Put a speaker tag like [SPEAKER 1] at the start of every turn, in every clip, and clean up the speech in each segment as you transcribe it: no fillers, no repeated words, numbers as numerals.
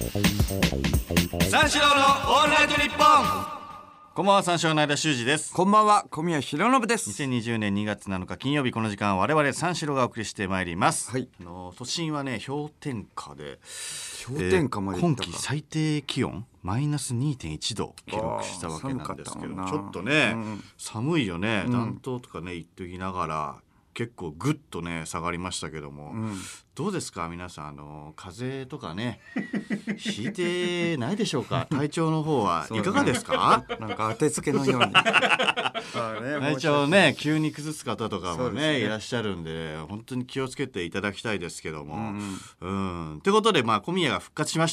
[SPEAKER 1] 三四郎のオールナイトニッポン。こんばんは、三四郎の間修二です。
[SPEAKER 2] こんばんは、小宮浩信です。
[SPEAKER 1] 2020年2月7日金曜日、この時間我々三四郎がお送りしてまいります、
[SPEAKER 2] はい。
[SPEAKER 1] 都心はね氷点下で
[SPEAKER 2] 氷点下まで行ったか、
[SPEAKER 1] 今季最低気温マイナス 2.1 度記録したわけなんですけど、ちょっとね、寒いよね。暖冬とかね言っときながら結構ぐっとね下がりましたけども、どうですか皆さん、風邪とかねひいてないでしょうか。体調の方はいかがですか。
[SPEAKER 2] なんか当てつけのように
[SPEAKER 1] 体調ね急に崩す方とかも ねいらっしゃるんで、本当に気をつけていただきたいですけども、ということで、小宮が復活しました、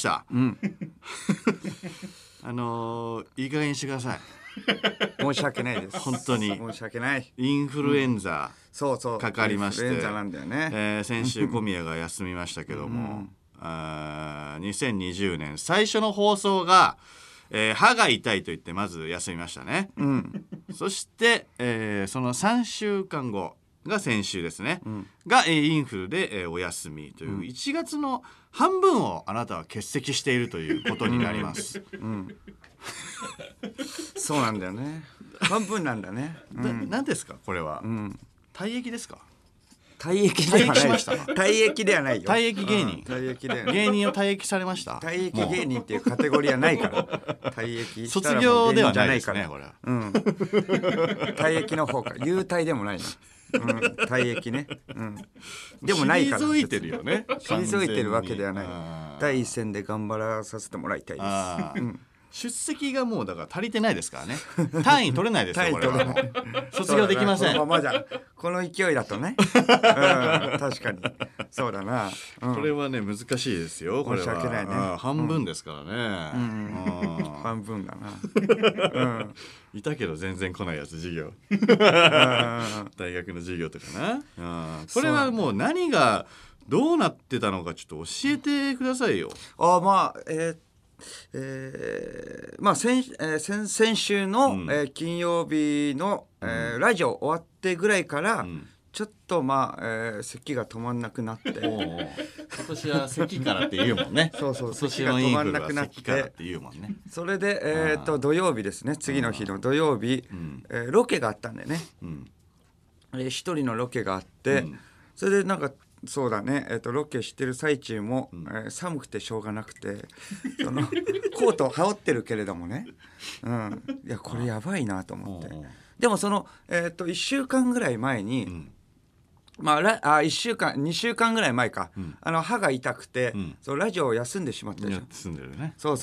[SPEAKER 1] いい加減にしてください。
[SPEAKER 2] 申し訳ないです。
[SPEAKER 1] 本当に
[SPEAKER 2] 申し訳ない。
[SPEAKER 1] インフルエンザ
[SPEAKER 2] そう
[SPEAKER 1] かかりまして、
[SPEAKER 2] インフルエンザなんだよね。
[SPEAKER 1] 先週小宮が休みましたけども、2020年最初の放送が、歯が痛いと言ってまず休みましたね、そして、その3週間後が先週ですね、が、インフルで、お休みという1月の半分をあなたは欠席しているということになります、
[SPEAKER 2] そうなんだよね。半分なんだね。
[SPEAKER 1] 何ですかこれは、体液ですか。
[SPEAKER 2] 体液ではない。
[SPEAKER 1] 体液しました。
[SPEAKER 2] 体液ではないよ。
[SPEAKER 1] 体液芸人、
[SPEAKER 2] 体液で
[SPEAKER 1] 芸人を体液されました。
[SPEAKER 2] 体液芸人っていうカテゴリーはないから。体液した
[SPEAKER 1] 卒
[SPEAKER 2] ら
[SPEAKER 1] 業では
[SPEAKER 2] じゃ
[SPEAKER 1] ないですね
[SPEAKER 2] から。
[SPEAKER 1] これは。
[SPEAKER 2] 体液の方か。流体でもないな。体液ね。でもないから。
[SPEAKER 1] 退いてるよね。
[SPEAKER 2] 退いてるわけではない。
[SPEAKER 1] い。
[SPEAKER 2] 第一線で頑張らさせてもらいたいです。
[SPEAKER 1] 出席がもうだから足りてないですからね。単位取れないですよこれは。
[SPEAKER 2] 単位取れ
[SPEAKER 1] 卒業できません。
[SPEAKER 2] このままじゃこの勢いだとね。確かにそうだな。
[SPEAKER 1] これはね難しいですよ。これは
[SPEAKER 2] 申し訳ないね。
[SPEAKER 1] 半分ですからね。
[SPEAKER 2] 半分だな。
[SPEAKER 1] いたけど全然来ないやつ授業。大学の授業とかな。これはもう何がどうなってたのかちょっと教えてくださいよ。
[SPEAKER 2] 先週の、金曜日の、ラジオ終わってぐらいから、ちょっと咳が止まんなくなって
[SPEAKER 1] 今年は咳からって言うもんね。
[SPEAKER 2] そう
[SPEAKER 1] 今年のインフルは咳からって言うもんね。
[SPEAKER 2] それで、土曜日ですね、次の日の土曜日、ロケがあったんだよね、一人のロケがあって、それでなんかそうだね、ロケしてる最中も、寒くてしょうがなくてそのコートを羽織ってるけれどもね、いやこれやばいなと思って、でもその、1週間ぐらい前に、1週間2週間ぐらい前か、歯が痛くて、そうラジオを休んでしまったじゃん。
[SPEAKER 1] 休んでるね。
[SPEAKER 2] そう、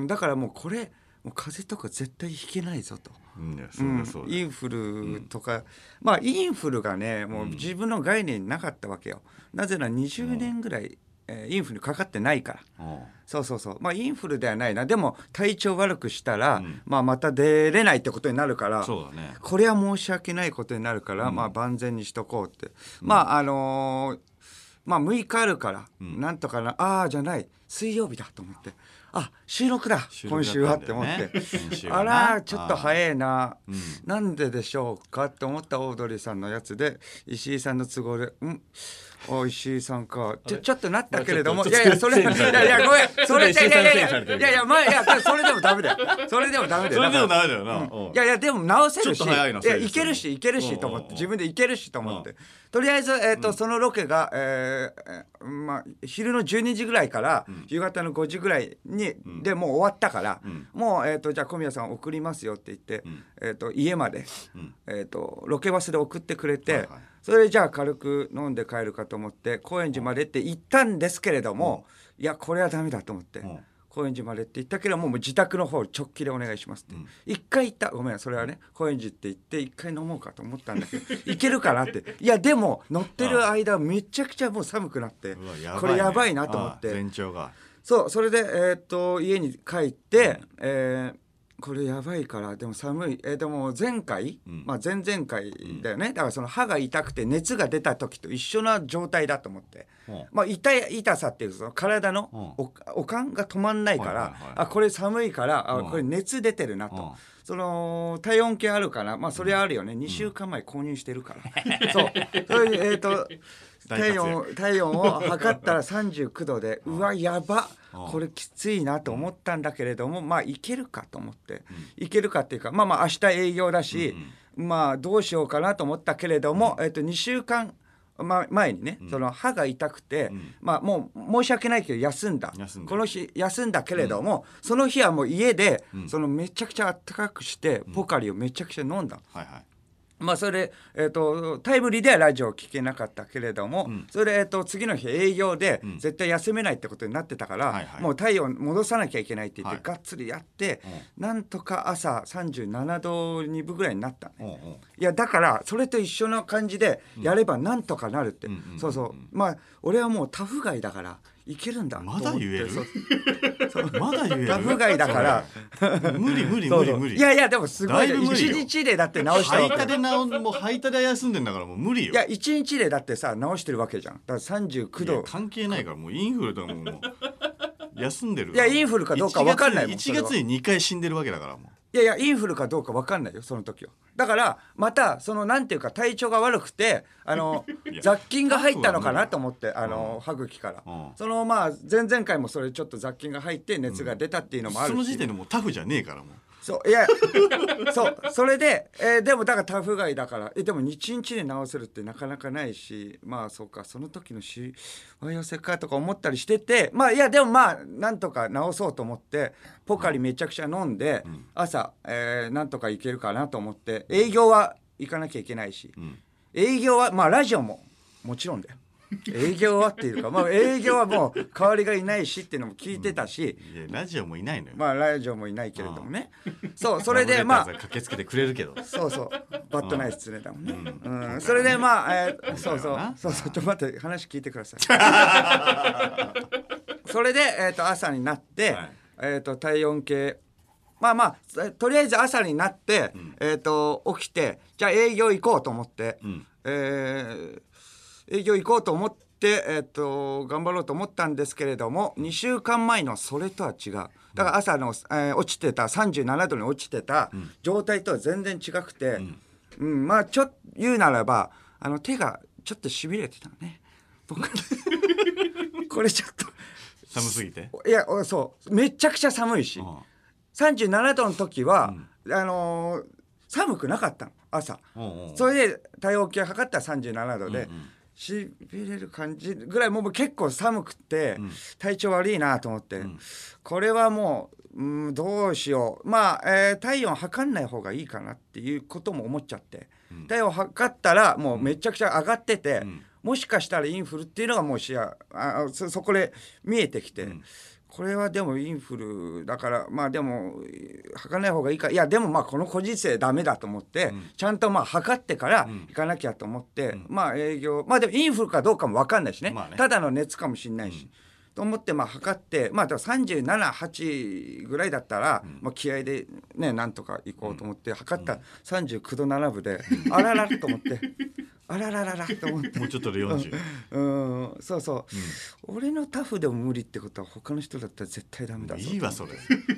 [SPEAKER 2] だからもうこれもう風邪とか絶対ひけないぞと、インフルとか、インフルがねもう自分の概念になかったわけよ。なぜなら20年ぐらい、インフルかかってないから。インフルではないな。でも体調悪くしたら、また出れないってことになるから、
[SPEAKER 1] そうだね、
[SPEAKER 2] これは申し訳ないことになるから、万全にしとこうって、6日あるから、なんとかな。じゃない、水曜日だと思って、収録だ今週はって思って、あらちょっと早いな、なんででしょうかって思ったオードリーさんのやつで、石井さんの都合で石井さんかちょっとなったけれども、いやそれごめん、それそれでもダメだよ。それでもダメだよな。いやでも直せるし、いけるしと思って、自分でいけるしと思って、とりあえず、そのロケが、昼の12時ぐらいから夕方の5時ぐらいに、でもう終わったから、もう、じゃあ小宮さん送りますよって言って、家まで、ロケバスで送ってくれて、それでじゃあ軽く飲んで帰るかと思って高円寺までって行ったんですけれども、いやこれはダメだと思って、高円寺までって言ったけどもう自宅の方直帰でお願いしますって、一回行った。ごめん、それはね高円寺って言って一回飲もうかと思ったんだけど行けるかなって。いやでも乗ってる間めちゃくちゃもう寒くなって、これやばいなと思って、
[SPEAKER 1] 前兆が。
[SPEAKER 2] それで、家に帰って、これやばいから、でも寒い、でも前回、前々回だよね、だからその歯が痛くて熱が出た時と一緒な状態だと思って、痛さっていうその体のおかんが止まんないから、これ寒いから、これ熱出てるなと、その体温計あるから、それあるよね、2週間前購入してるからそうそれで体温を測ったら39度でうわやばこれきついなと思ったんだけれども、まあいけるかと思って、いけるかっていうか、まあ明日営業だし、まあどうしようかなと思ったけれども、2週間前にね、その歯が痛くて、まあもう申し訳ないけど休んだこの日休んだけれども、その日はもう家で、そのめちゃくちゃあったかくしてポカリをめちゃくちゃ飲んだ、まあそれで、タイムリーではラジオを聞けなかったけれども、それで、次の日営業で絶対休めないってことになってたから、もう体温戻さなきゃいけないって言って、がっつりやって、なんとか朝37度2分ぐらいになった、いやだからそれと一緒の感じでやればなんとかなるって、そうそう、まあ俺はもうタフガイだからいけるんだと思って。
[SPEAKER 1] まだ言えるまだ言える
[SPEAKER 2] タフガイだから
[SPEAKER 1] 無理
[SPEAKER 2] いやでもすごいよ、1日でだって直したわけ。
[SPEAKER 1] もう吐いたで休んでんだからもう無理よ。
[SPEAKER 2] いや1日でだってさ直してるわけじゃん。だから39度
[SPEAKER 1] 関係ないから、もうインフルだもん、もう休んでる。
[SPEAKER 2] いやインフルかどうか分かんないもん。
[SPEAKER 1] 1月に2回死んでるわけだからもう。
[SPEAKER 2] いやインフルかどうか分かんないよその時は。だからまたそのなんていうか体調が悪くて雑菌が入ったのかなと思って歯茎から、そのまあ前々回もそれちょっと雑菌が入って熱が出たっていうのもあるし、
[SPEAKER 1] その時点でもうタフじゃねえからもう。
[SPEAKER 2] そういやそれで、でもだからタフガイだからでも1日で治せるってなかなかないし、まあそうかその時のしわ寄せかとか思ったりしてて、まあいやでもまあなんとか治そうと思ってポカリめちゃくちゃ飲んで、朝、なんとかいけるかなと思って営業は行かなきゃいけないし、営業はまあラジオももちろんだよ。営業はっていうか、まあ営業はもう代わりがいないしっていうのも聞いてたし、
[SPEAKER 1] いやラジオもいないのよ。
[SPEAKER 2] まあラジオもいないけれどもね、そうそれでまあ
[SPEAKER 1] 駆けつけてくれるけど、
[SPEAKER 2] そうバッドナイス失礼だもんね、それでまあ、そうちょっと待って話聞いてくださいそれで、朝になって、体温計まあとりあえず朝になって、起きてじゃあ営業行こうと思って、営業行こうと思って、頑張ろうと思ったんですけれども、2週間前のそれとは違う。だから朝の、落ちてた37度に落ちてた状態とは全然違くて、まあちょっと言うならば手がちょっとしびれてたのね僕これちょっと
[SPEAKER 1] 寒すぎて、
[SPEAKER 2] いやそうめちゃくちゃ寒いし、37度の時は、寒くなかったの朝、それで体温計測ったら37度で、しびれる感じぐらいもう結構寒くて、体調悪いなと思って、これはもう、どうしよう、まあ、体温測んない方がいいかなっていうことも思っちゃって、体温測ったらもうめちゃくちゃ上がってて、もしかしたらインフルっていうのがもうそこで見えてきて、これはでもインフルだからまあでも測らない方がいいか、いやでもまあこのご時世ダメだと思って、ちゃんとまあ測ってから行かなきゃと思って、まあ営業まあでもインフルかどうかも分かんないしね、ただの熱かもしれないし、と思ってまあ測ってまあでも37、8ぐらいだったら、まあ、気合でねなんとか行こうと思って測ったら39度7分で、あららと思ってあららららと思って
[SPEAKER 1] もうちょっとで40、
[SPEAKER 2] そう、俺のタフでも無理ってことは他の人だったら絶対ダメだぞ。
[SPEAKER 1] いいわそれ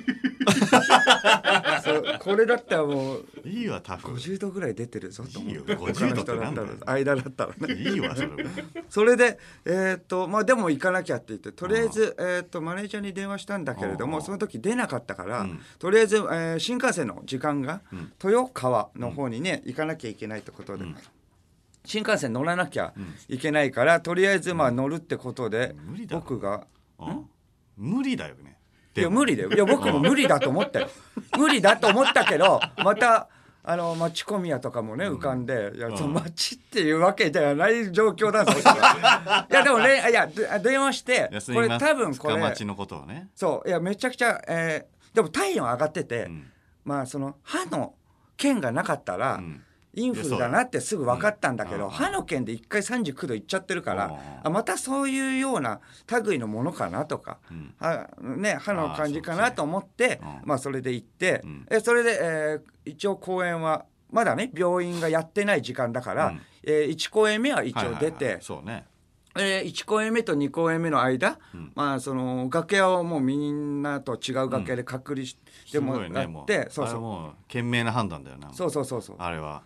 [SPEAKER 2] そうこれだったらもう
[SPEAKER 1] いいわタフ
[SPEAKER 2] 50度ぐらい出てるぞと思って、
[SPEAKER 1] いいよ50度ってなんだよ、
[SPEAKER 2] 間だったらね
[SPEAKER 1] いいわそれ
[SPEAKER 2] それでまあでも行かなきゃって言ってとりあえずマネージャーに電話したんだけれども、その時出なかったから、とりあえず新幹線の時間が豊川の方にね行かなきゃいけないってことで、新幹線乗らなきゃいけないから、とりあえずまあ乗るってことで、僕が
[SPEAKER 1] 無理だよね。
[SPEAKER 2] いや無理だよ。いや僕も無理だと思ったよ。無理だと思ったけど、また町小宮とかもね浮かんで、いやその町っていうわけではない状況だぞ。いやでもね、いや電話してこれ多分これ
[SPEAKER 1] 深町のことはね、
[SPEAKER 2] そういやめちゃくちゃ、でも体温上がってて、まあその歯の腱がなかったら、インフルだなってすぐ分かったんだけど、歯の腱で1回39度いっちゃってるから、またそういうような類のものかなとか、歯の感じかなと思って、まあそれで行って、それで、一応公演はまだね病院がやってない時間だから、1公演目は一応出て、1公演目と2公演目の間、まあその楽屋をもうみんなと違う楽屋で隔離してもらって、
[SPEAKER 1] そうもう賢明な判断だよな。
[SPEAKER 2] そう
[SPEAKER 1] あれは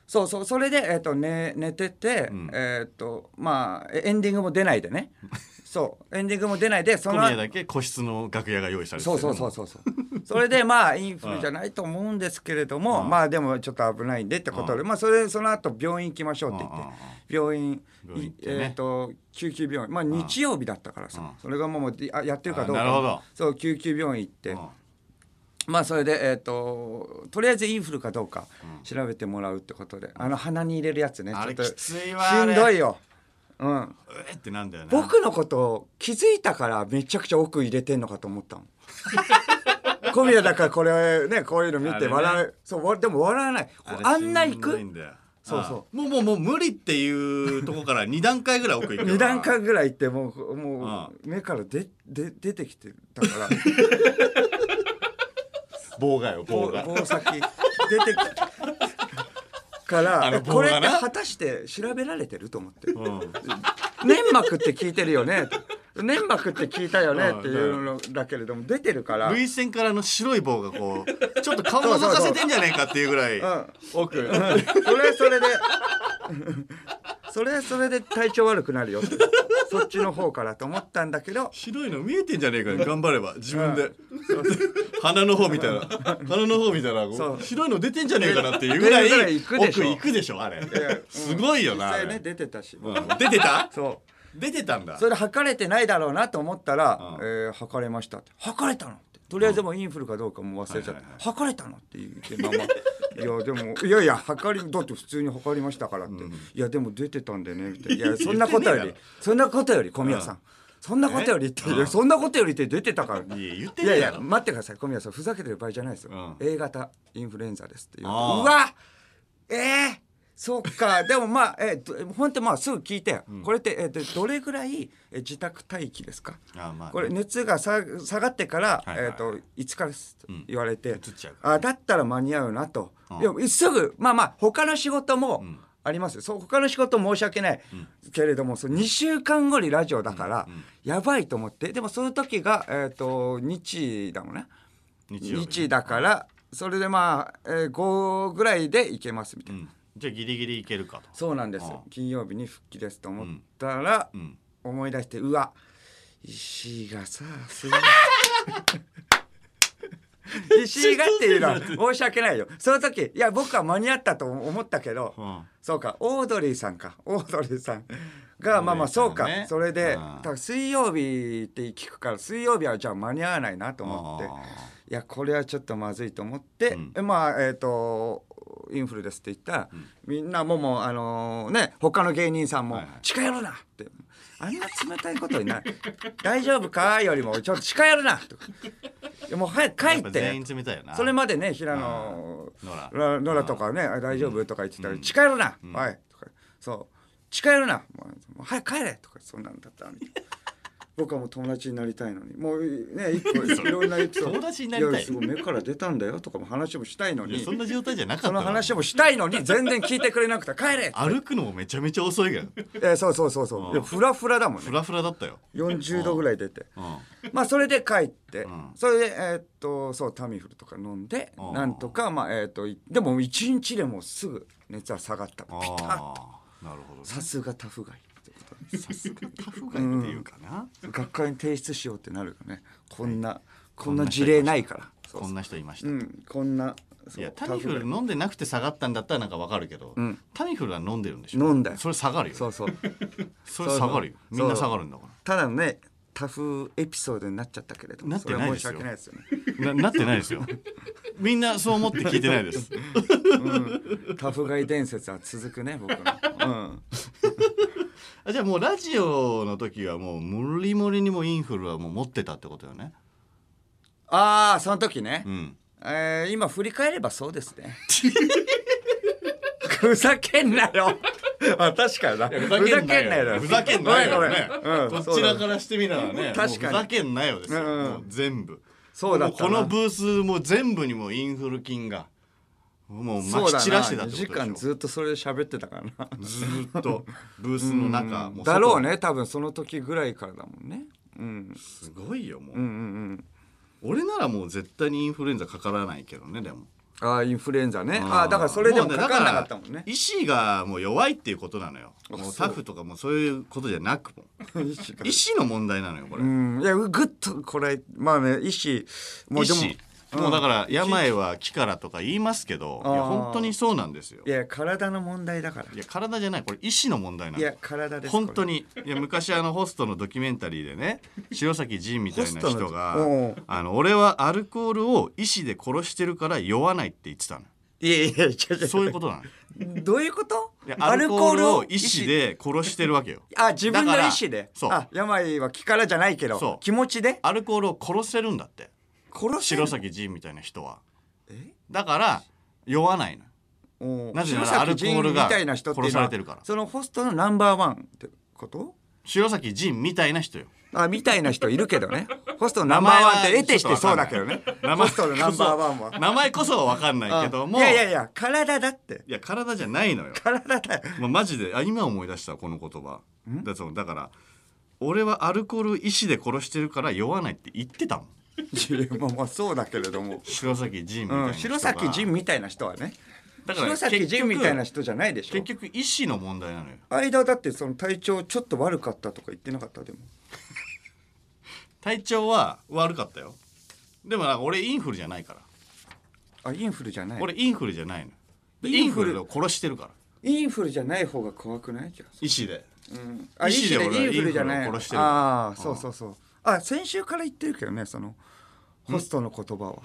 [SPEAKER 2] それで、寝てて、まあエンディングも出ないでねそうエンディングも出ないで
[SPEAKER 1] 小宮だけ個室の楽屋が用意されてる。
[SPEAKER 2] そうそれでまあインフルじゃないと思うんですけれども、まあでもちょっと危ないんでってことで、まあその後病院行きましょうって言って病院行ってね、救急病院、まあ日曜日だったからさ、それがもうやってるかどうか、そう救急病院行って、まあそれでとりあえずインフルかどうか調べてもらうってことで、鼻に入れるやつね、
[SPEAKER 1] あれきついわ、
[SPEAKER 2] しんどいよ。
[SPEAKER 1] ってなんだよな。
[SPEAKER 2] 僕のこと気づいたからめちゃくちゃ奥入れてんのかと思ったもん小宮だからこれね、こういうの見て笑う、そうでも笑わない、あんな行く、そう
[SPEAKER 1] もう無理っていうとこから2段階ぐらい奥行く
[SPEAKER 2] 2段階ぐらい行ってもう目から出てきてたから
[SPEAKER 1] 棒先
[SPEAKER 2] 出てきたからこれって果たして調べられてると思って、粘膜って聞いてるよね粘膜って聞いたよねっていうのだけれども出てるから、
[SPEAKER 1] 涙腺からの白い棒がこうちょっと顔覗かせてんじゃねえかっていうぐらい奥、
[SPEAKER 2] それで体調悪くなるよってそっちの方からと思ったんだけど、
[SPEAKER 1] 白いの見えてんじゃねえかね、頑張れば自分で鼻の方見たら白いの出てんじゃねえかなっていうぐらい奥行くでしょあれ。すごいよな。
[SPEAKER 2] 実際ね出てたし、
[SPEAKER 1] 出てた
[SPEAKER 2] そう
[SPEAKER 1] 出てたんだ。
[SPEAKER 2] それで測れてないだろうなと思ったら測れましたって、測れたのってとりあえずもうインフルかどうかも忘れちゃって、測れたのって言ってままいやでもいやだって普通に測りましたからって、いやでも出てたんでねみたいな、いやそんなことより小宮さん、そんなことよりってそんなことよりって出てたから、
[SPEAKER 1] 言ってねえだろ。
[SPEAKER 2] 待ってください小宮さん、ふざけてる場合じゃないですよ、A 型インフルエンザですって言うと、うわそっかでもまあ本当まあすぐ聞いて、これってどれぐらい自宅待機ですか、これ熱が下がってから5日ですと言われて、だったら間に合うなと、でもすぐまあ他の仕事もありますよ、他の仕事申し訳ないけれども、2週間後にラジオだからやばいと思って、でもその時が日だもんね、日だからそれでまあ5ぐらいでいけますみたいな、
[SPEAKER 1] じゃあギリギリいけるかと。
[SPEAKER 2] そうなんです、金曜日に復帰ですと思ったら、思い出して、うわ石井がさすごい石井がっていうのは申し訳ないよ、その時いや僕は間に合ったと思ったけど、そうかオードリーさんがまあそうか、それで水曜日って聞くから水曜日はじゃあ間に合わないなと思って、いやこれはちょっとまずいと思って、まあインフルですって言ったら、みんなもうね他の芸人さんも近寄るなって、あんな冷たいことになる大丈夫かよりもちょっと近寄るなとか、もう早く帰って、
[SPEAKER 1] 全員冷たいよな。
[SPEAKER 2] それまでね平野ノラとかね大丈夫とか言ってたら、近寄るなはいとか、そう近寄るなもう早く帰れとか、そんなんだったら僕はもう友達になりたいのに、もうね一個いろんなエピソード
[SPEAKER 1] 友達になりたい、
[SPEAKER 2] すごい目から出たんだよとかも話もしたいのに、
[SPEAKER 1] そんな状態じゃなかった
[SPEAKER 2] その話もしたいのに全然聞いてくれなくて帰れ
[SPEAKER 1] 歩くのもめちゃめちゃ遅いけど、
[SPEAKER 2] そういやフラフラだもんね、
[SPEAKER 1] フラフラだったよ、
[SPEAKER 2] 40度ぐらい出て、まあそれで帰って、それでそうタミフルとか飲んで、なんとかまあでも1日でもすぐ熱は下がった、ピタッと。
[SPEAKER 1] なるほど、
[SPEAKER 2] さすがタフガイ、
[SPEAKER 1] さすがタフガイっていうかな、
[SPEAKER 2] 学会に提出しようってなるよね、こんな事例ないから、
[SPEAKER 1] こんな人いました、
[SPEAKER 2] こんな、
[SPEAKER 1] いやタミフル飲んでなくて下がったんだったらなんかわかるけど、タミフルは飲んでるんでしょ、
[SPEAKER 2] 飲んだよ、
[SPEAKER 1] それ下がるよ、
[SPEAKER 2] それ
[SPEAKER 1] 下がるよ、みんな下がるんだから。
[SPEAKER 2] ただねタフエピソードになっちゃったけれども、
[SPEAKER 1] なってないですよ、
[SPEAKER 2] それは申し訳ないですよね
[SPEAKER 1] なってないですよみんなそう思って聞いてないです
[SPEAKER 2] タフガイ伝説は続くね僕の、
[SPEAKER 1] じゃあもうラジオの時はもうムリムリにもインフルはもう持ってたってことよね。
[SPEAKER 2] ああその時ね、今振り返ればそうですねふざけんなよ確かにな、ふざけんなよ、
[SPEAKER 1] ふざけんなよね、こちらからしてみたらね、
[SPEAKER 2] 確かに
[SPEAKER 1] ふざけんなよですよ、もう全部
[SPEAKER 2] そうだったな、
[SPEAKER 1] このブースも全部にもインフル菌がもうまき散らしてたってことでしょ。
[SPEAKER 2] 2時間ずっとそれで喋ってたからな
[SPEAKER 1] ずっとブースの中も
[SPEAKER 2] だろうね、多分その時ぐらいからだもんね、
[SPEAKER 1] すごいよもう、俺ならもう絶対にインフルエンザかからないけどね。でも
[SPEAKER 2] インフルエンザね。だからそれでもかかんなかったもんね。
[SPEAKER 1] 意志がもう弱いっていうことなのよ。もうタフとかもそういうことじゃなくも意志の問題なのよこれ。
[SPEAKER 2] いやぐっとこれまあね意志もうでも
[SPEAKER 1] もうだから病は気からとか言いますけど、いや本当にそうなんですよ。
[SPEAKER 2] いや体の問題だから。
[SPEAKER 1] いや体じゃない、これ意志の問題なの。
[SPEAKER 2] いや体です
[SPEAKER 1] 本当に。いや昔ホストのドキュメンタリーでね、白崎仁みたいな人が俺はアルコールを意志で殺してるから酔わないって言ってたの。
[SPEAKER 2] いやいや
[SPEAKER 1] そういうことな
[SPEAKER 2] の。どういうこと？
[SPEAKER 1] アルコールを意志で殺してるわけよ。
[SPEAKER 2] 自分の意志で。
[SPEAKER 1] そう。
[SPEAKER 2] 病は気からじゃないけど気持ちで
[SPEAKER 1] アルコールを殺せるんだって。白崎仁みたいな人は。だから酔わないの。なぜならアルコールが殺されてるから。
[SPEAKER 2] そのホストのナンバーワンってこと？
[SPEAKER 1] 白崎仁みたいな人よ。
[SPEAKER 2] みたいな人いるけどね。ホストのナンバーワンって得てしてそうだけどね。ホストのナンバーワンは
[SPEAKER 1] 名前こそは分かんないけども、
[SPEAKER 2] いや体だって。
[SPEAKER 1] いや体じゃないのよ。
[SPEAKER 2] 体だよ。
[SPEAKER 1] もうマジで今思い出したこの言葉。だから俺はアルコールを意志で殺してるから酔わないって言ってたもん。
[SPEAKER 2] まあそうだけれども、
[SPEAKER 1] 白崎仁みたいな人が、
[SPEAKER 2] 白崎仁みたいな人はね。
[SPEAKER 1] だから
[SPEAKER 2] 白崎仁みたいな人じゃないでしょ。
[SPEAKER 1] 結局意志の問題なのよ。
[SPEAKER 2] 間だってその体調ちょっと悪かったとか言ってなかった？でも
[SPEAKER 1] 体調は悪かったよ。でも俺インフルじゃないから。
[SPEAKER 2] インフルじゃない。
[SPEAKER 1] 俺インフルじゃないの。インフルを殺してるから。
[SPEAKER 2] インフルじゃない方が怖くない？じゃあ
[SPEAKER 1] 意志で。
[SPEAKER 2] 意志で俺はインフルじゃない。
[SPEAKER 1] 殺してるから。
[SPEAKER 2] そう先週から言ってるけどね、そのホストの言葉は。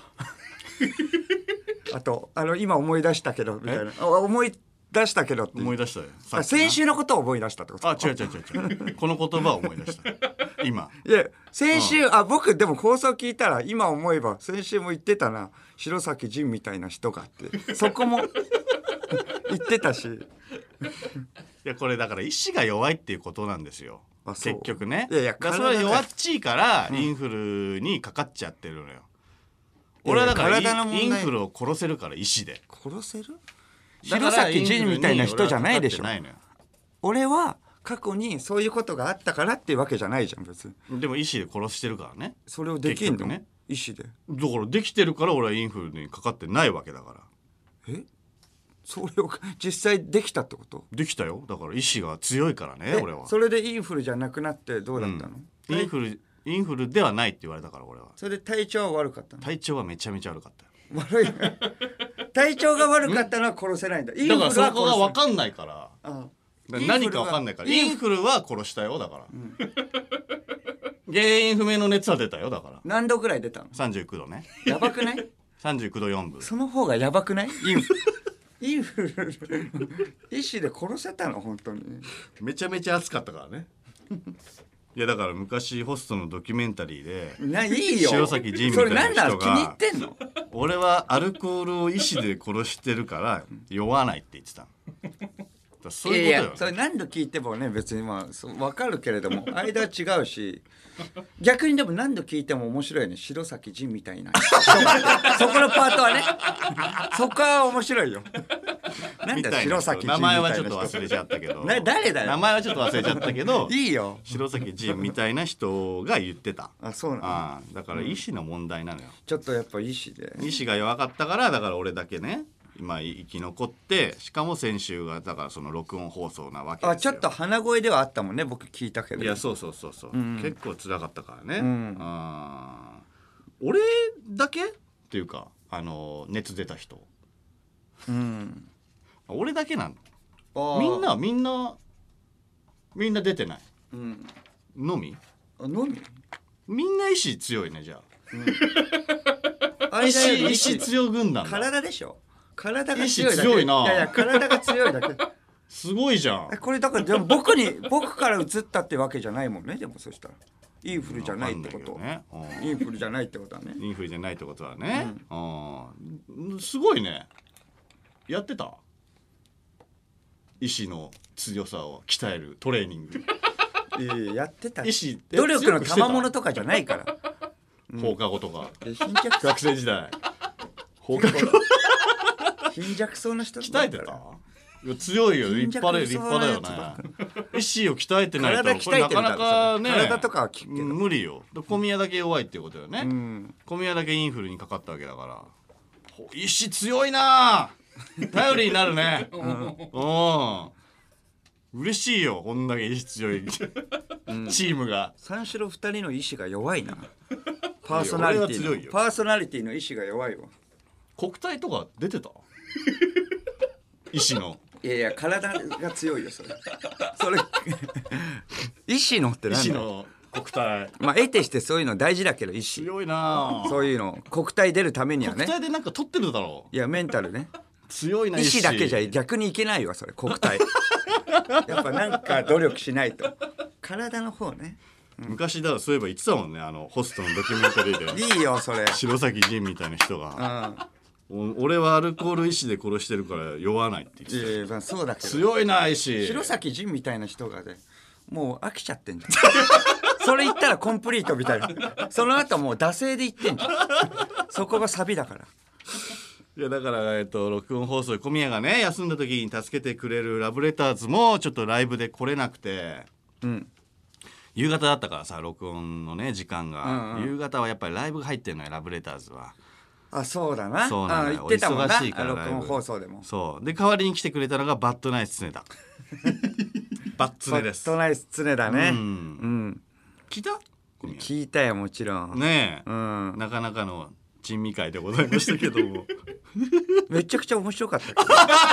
[SPEAKER 2] あと今思い出したけどみたいな。思い出したけどって
[SPEAKER 1] 思い出したよ。
[SPEAKER 2] 先週のことを思い出したってこと？
[SPEAKER 1] 違うこの言葉を思い出した今。
[SPEAKER 2] いや先週僕でも放送聞いたら今思えば先週も言ってたな、白崎仁みたいな人がってそこも言ってたし。い
[SPEAKER 1] やこれだから意志が弱いっていうことなんですよ結局ね。
[SPEAKER 2] いや
[SPEAKER 1] それは弱っちいからインフルにかかっちゃってるのよ。俺はだからインフルを殺せるから意志で。
[SPEAKER 2] 殺せる？白崎仁みたいな人じゃないでしょ。俺は過去にそういうことがあったからっていうわけじゃないじゃん別に。
[SPEAKER 1] でも意志で殺してるからね。
[SPEAKER 2] それをできんのね、意志で。
[SPEAKER 1] だからできてるから俺はインフルにかかってないわけだから。
[SPEAKER 2] それを実際できたってこと？
[SPEAKER 1] できたよ。だから意志が強いからね俺は。
[SPEAKER 2] それでインフルじゃなくなってどうだったの？
[SPEAKER 1] インフルではないって言われたから俺は。
[SPEAKER 2] それで体調は悪かったの？
[SPEAKER 1] 体調はめちゃめちゃ悪かったよ。
[SPEAKER 2] 悪い体調が悪かったのは殺せないんだ。
[SPEAKER 1] だからそこが分かんないから。何か分かんないから。インフルは殺したよだから、原因不明の熱は出たよだから。
[SPEAKER 2] 何度ぐらい出たの
[SPEAKER 1] ？39度ね。
[SPEAKER 2] やばくない？
[SPEAKER 1] 39度4分。
[SPEAKER 2] その方がやばくない？インフル医師で殺せたの本当に。
[SPEAKER 1] めちゃめちゃ暑かったからね。いやだから昔ホストのドキュメンタリーで
[SPEAKER 2] いいよ
[SPEAKER 1] 白崎仁みたいな人が、
[SPEAKER 2] 気に入ってんの？
[SPEAKER 1] 俺はアルコールを意志で殺してるから酔わないって言ってたの。そういうことよね。
[SPEAKER 2] それ何度聞いてもね別に分かるけれども間は違うし、逆にでも何度聞いても面白いね、白崎仁みたいなそこのパートはねそこは面白いよ。なんだ白崎仁みたいな人。
[SPEAKER 1] 名前はちょっと忘れちゃったけど
[SPEAKER 2] 誰だよ。
[SPEAKER 1] 名前はちょっと忘れちゃったけど
[SPEAKER 2] いいよ、
[SPEAKER 1] 白崎仁みたいな人が言ってた。
[SPEAKER 2] そうな
[SPEAKER 1] の。だから意志の問題なのよ。
[SPEAKER 2] ちょっとやっぱ意志で
[SPEAKER 1] 意志が弱かったから、だから俺だけね今生き残って、しかも先週がだからその録音放送なわけですよ。
[SPEAKER 2] ちょっと鼻声ではあったもんね僕聞いたけど。
[SPEAKER 1] いやそう、結構辛かったからね、俺だけっていうか熱出た人、俺だけなの？みんな出てない、のみみんな意志強いね。じゃあ、意志強軍団だ。
[SPEAKER 2] 体でしょ。体が
[SPEAKER 1] 強いだけ。意志強いな。
[SPEAKER 2] いや体が強いだけ。
[SPEAKER 1] すごいじゃん。
[SPEAKER 2] これだからでも僕から移ったってわけじゃないもんね。でもそしたらインフルじゃないってこと、インフルじゃないってことはね。
[SPEAKER 1] インフルじゃないってことはね、すごいね。やってた？意志の強さを鍛えるトレーニング。
[SPEAKER 2] やってた。
[SPEAKER 1] 意志
[SPEAKER 2] 努力の賜物とかじゃないから。
[SPEAKER 1] 放課後とか学生時代放課後
[SPEAKER 2] 貧弱そうな人
[SPEAKER 1] 鍛えてた？いや強いよ。立派だよね。意志を鍛えてないとこれなかなかね、
[SPEAKER 2] 体とかは聞くけど
[SPEAKER 1] 無理よ。小宮だけ弱いっていうことよね。小宮だけインフルにかかったわけだから、 意志強いな。頼りになるね。嬉しいよ、こんだけ意志強いチームが。
[SPEAKER 2] 三四郎2人の意志が弱いな。パーソナリティの意志が弱いわ。
[SPEAKER 1] 国体とか出てた意志の。
[SPEAKER 2] いや体が強いよそれ意志のって何だ。
[SPEAKER 1] 意志の国体。
[SPEAKER 2] まあ得てしてそういうの大事だけど、意志
[SPEAKER 1] 強いな。
[SPEAKER 2] そういうの国体出るためにはね。
[SPEAKER 1] 国体でなんか取ってるだろ
[SPEAKER 2] う。いやメンタルね。
[SPEAKER 1] 強いな。
[SPEAKER 2] 意志だけじゃ逆にいけないわそれ、国体やっぱなんか努力しないと。体の方ね。
[SPEAKER 1] 昔だからそういえば言ってたもんね、ホストのドキュメンタリーで。
[SPEAKER 2] いいよそれ。
[SPEAKER 1] 白崎仁みたいな人が、俺はアルコール意志で殺してるから酔わないって言ってた。
[SPEAKER 2] いやいやそうだけど
[SPEAKER 1] 強いな意志。
[SPEAKER 2] 白崎仁みたいな人がね、もう飽きちゃってんじゃんそれ言ったらコンプリートみたいな。その後もう惰性で言ってんじゃん。そこがサビだから。
[SPEAKER 1] いやだから、録音放送で小宮がね休んだ時に助けてくれるラブレターズもちょっとライブで来れなくて、夕方だったからさ、録音のね時間が、夕方はやっぱりライブが入ってるのよ、ラブレターズは。
[SPEAKER 2] あ、そうだな。
[SPEAKER 1] そうなのよ。
[SPEAKER 2] 言ってたもんな、
[SPEAKER 1] 忙しいから
[SPEAKER 2] 録音放送でも。
[SPEAKER 1] そうで代わりに来てくれたのがバッドナイス常田バッツネです。
[SPEAKER 2] バッドナイス常田ね。
[SPEAKER 1] 聞いた？
[SPEAKER 2] 聞いたよもちろん
[SPEAKER 1] ねえ、なかなかの珍味会でございましたけども
[SPEAKER 2] めちゃくちゃ面白かったけど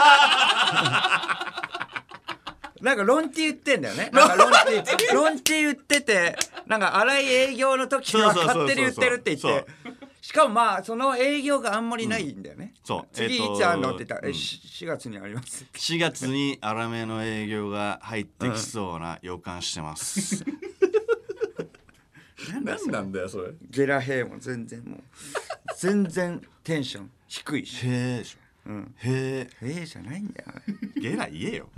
[SPEAKER 2] なんかロンティ言ってんだよね。なんかロンティ言ってて、なんか荒い営業の時は勝手に言ってるって言って、しかもまあその営業があんまりないんだよね。
[SPEAKER 1] そう、
[SPEAKER 2] 次いつあんのって言ったら、4月にあります
[SPEAKER 1] 4月に荒めの営業が入ってきそうな予感してます何なんだよそれ。
[SPEAKER 2] ゲラヘイも全然テンション低いし。
[SPEAKER 1] へえでしょ。へ
[SPEAKER 2] えじゃないんだよ。
[SPEAKER 1] ゲラ言えよ、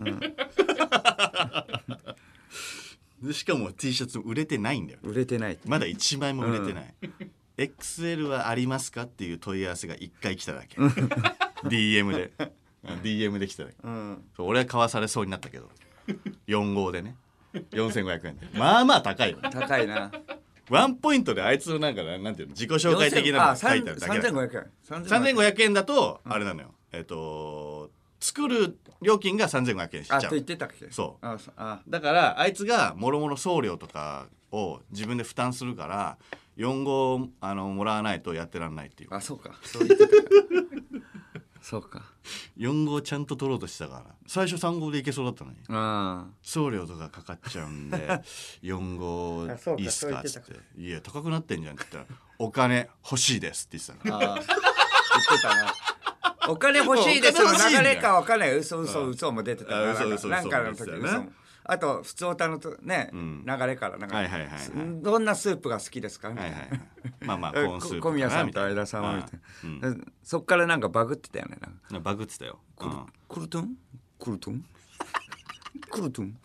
[SPEAKER 1] でしかも T シャツ売れてないんだよ。
[SPEAKER 2] 売れてない。
[SPEAKER 1] まだ1枚も売れてない、XL はありますかっていう問い合わせが1回来ただけDM で来ただけ、俺は買わされそうになったけど4号でね4500円でまあまあ高いよ。
[SPEAKER 2] 高いな。
[SPEAKER 1] ワンポイントであいつのなんかなんていうの自己紹介的なのが書いてあるだけだ。3500円だとあれなのよ、作る料金が3500円しちゃう。
[SPEAKER 2] あと言ってたっけ。
[SPEAKER 1] そうだからあいつがもろもろ送料とかを自分で負担するから4号もらわないとやってらんないっていう。
[SPEAKER 2] あ、そうか、そう言ってたそうか。
[SPEAKER 1] 4号ちゃんと取ろうとしてたから最初3号でいけそうだったのに、送料とかかかっちゃうんで4号いいっすかっつって、いや高くなってんじゃんって言ったらお金欲しいですって言ってたから言って
[SPEAKER 2] たな。お金欲しいですの流れかわかんない。嘘も出てたから、なんかの時嘘も。あと普通歌のね、流れからなんかどんなスープが好きですかみたいな。
[SPEAKER 1] まあまあコーンスープ
[SPEAKER 2] 小宮さんと相田さんはみたいな。そっからなんかバグってたよね。
[SPEAKER 1] バグってたよ。
[SPEAKER 2] クルトンクルトンクルトン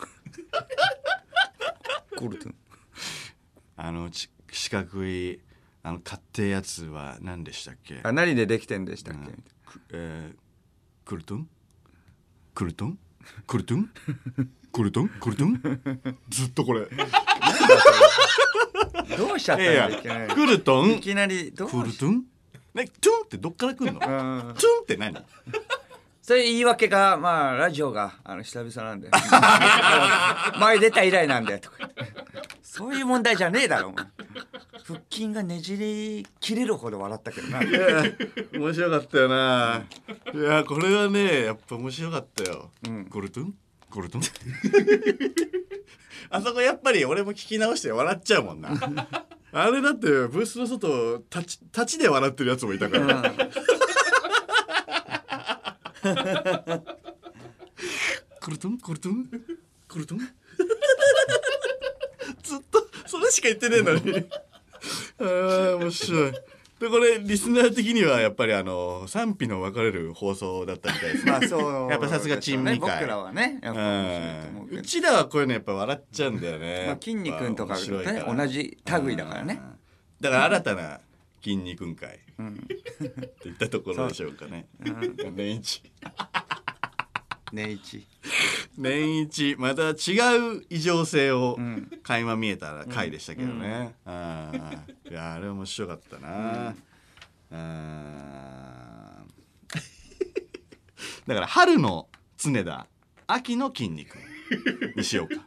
[SPEAKER 2] クルトン
[SPEAKER 1] 四角い買ってやつは何でしたっけ。
[SPEAKER 2] 何でできてんでしたっけ。
[SPEAKER 1] クルトンクルトンクルトンクルトンクルトンずっとこれ
[SPEAKER 2] どうしちゃったんだっけ。
[SPEAKER 1] クルトン
[SPEAKER 2] いきなり
[SPEAKER 1] クルトンね、トゥンってどっから来るの。トゥンって何。
[SPEAKER 2] それ言い訳がまあラジオが久々なんで前出た以来なんでとかそういう問題じゃねえだろお前。腹筋がねじり切れるほど笑ったけどな。
[SPEAKER 1] 面白かったよな。いやこれはねやっぱ面白かったよ、コルトンコルトンあそこやっぱり俺も聞き直して笑っちゃうもんなあれだってブースの外立ちで笑ってるやつもいたから、コルトンコルトンコルトンずっとそれしか言ってねえのに面白い。でこれリスナー的にはやっぱり賛否の分かれる放送だったみたいですね。まあそうやっぱさすが珍味会。
[SPEAKER 2] 僕らはねやっぱ面白いと思うけど、
[SPEAKER 1] うちらはこういうのやっぱ笑っちゃうんだよね。
[SPEAKER 2] まあ筋肉とかとね同じ類だからね。
[SPEAKER 1] だから新たな筋肉会っていったところでしょうかね。年一年一また違う異常性を垣間見えた回でしたけどね。いやあれ面白かったな。 だから春の常田、秋の筋肉にしようか。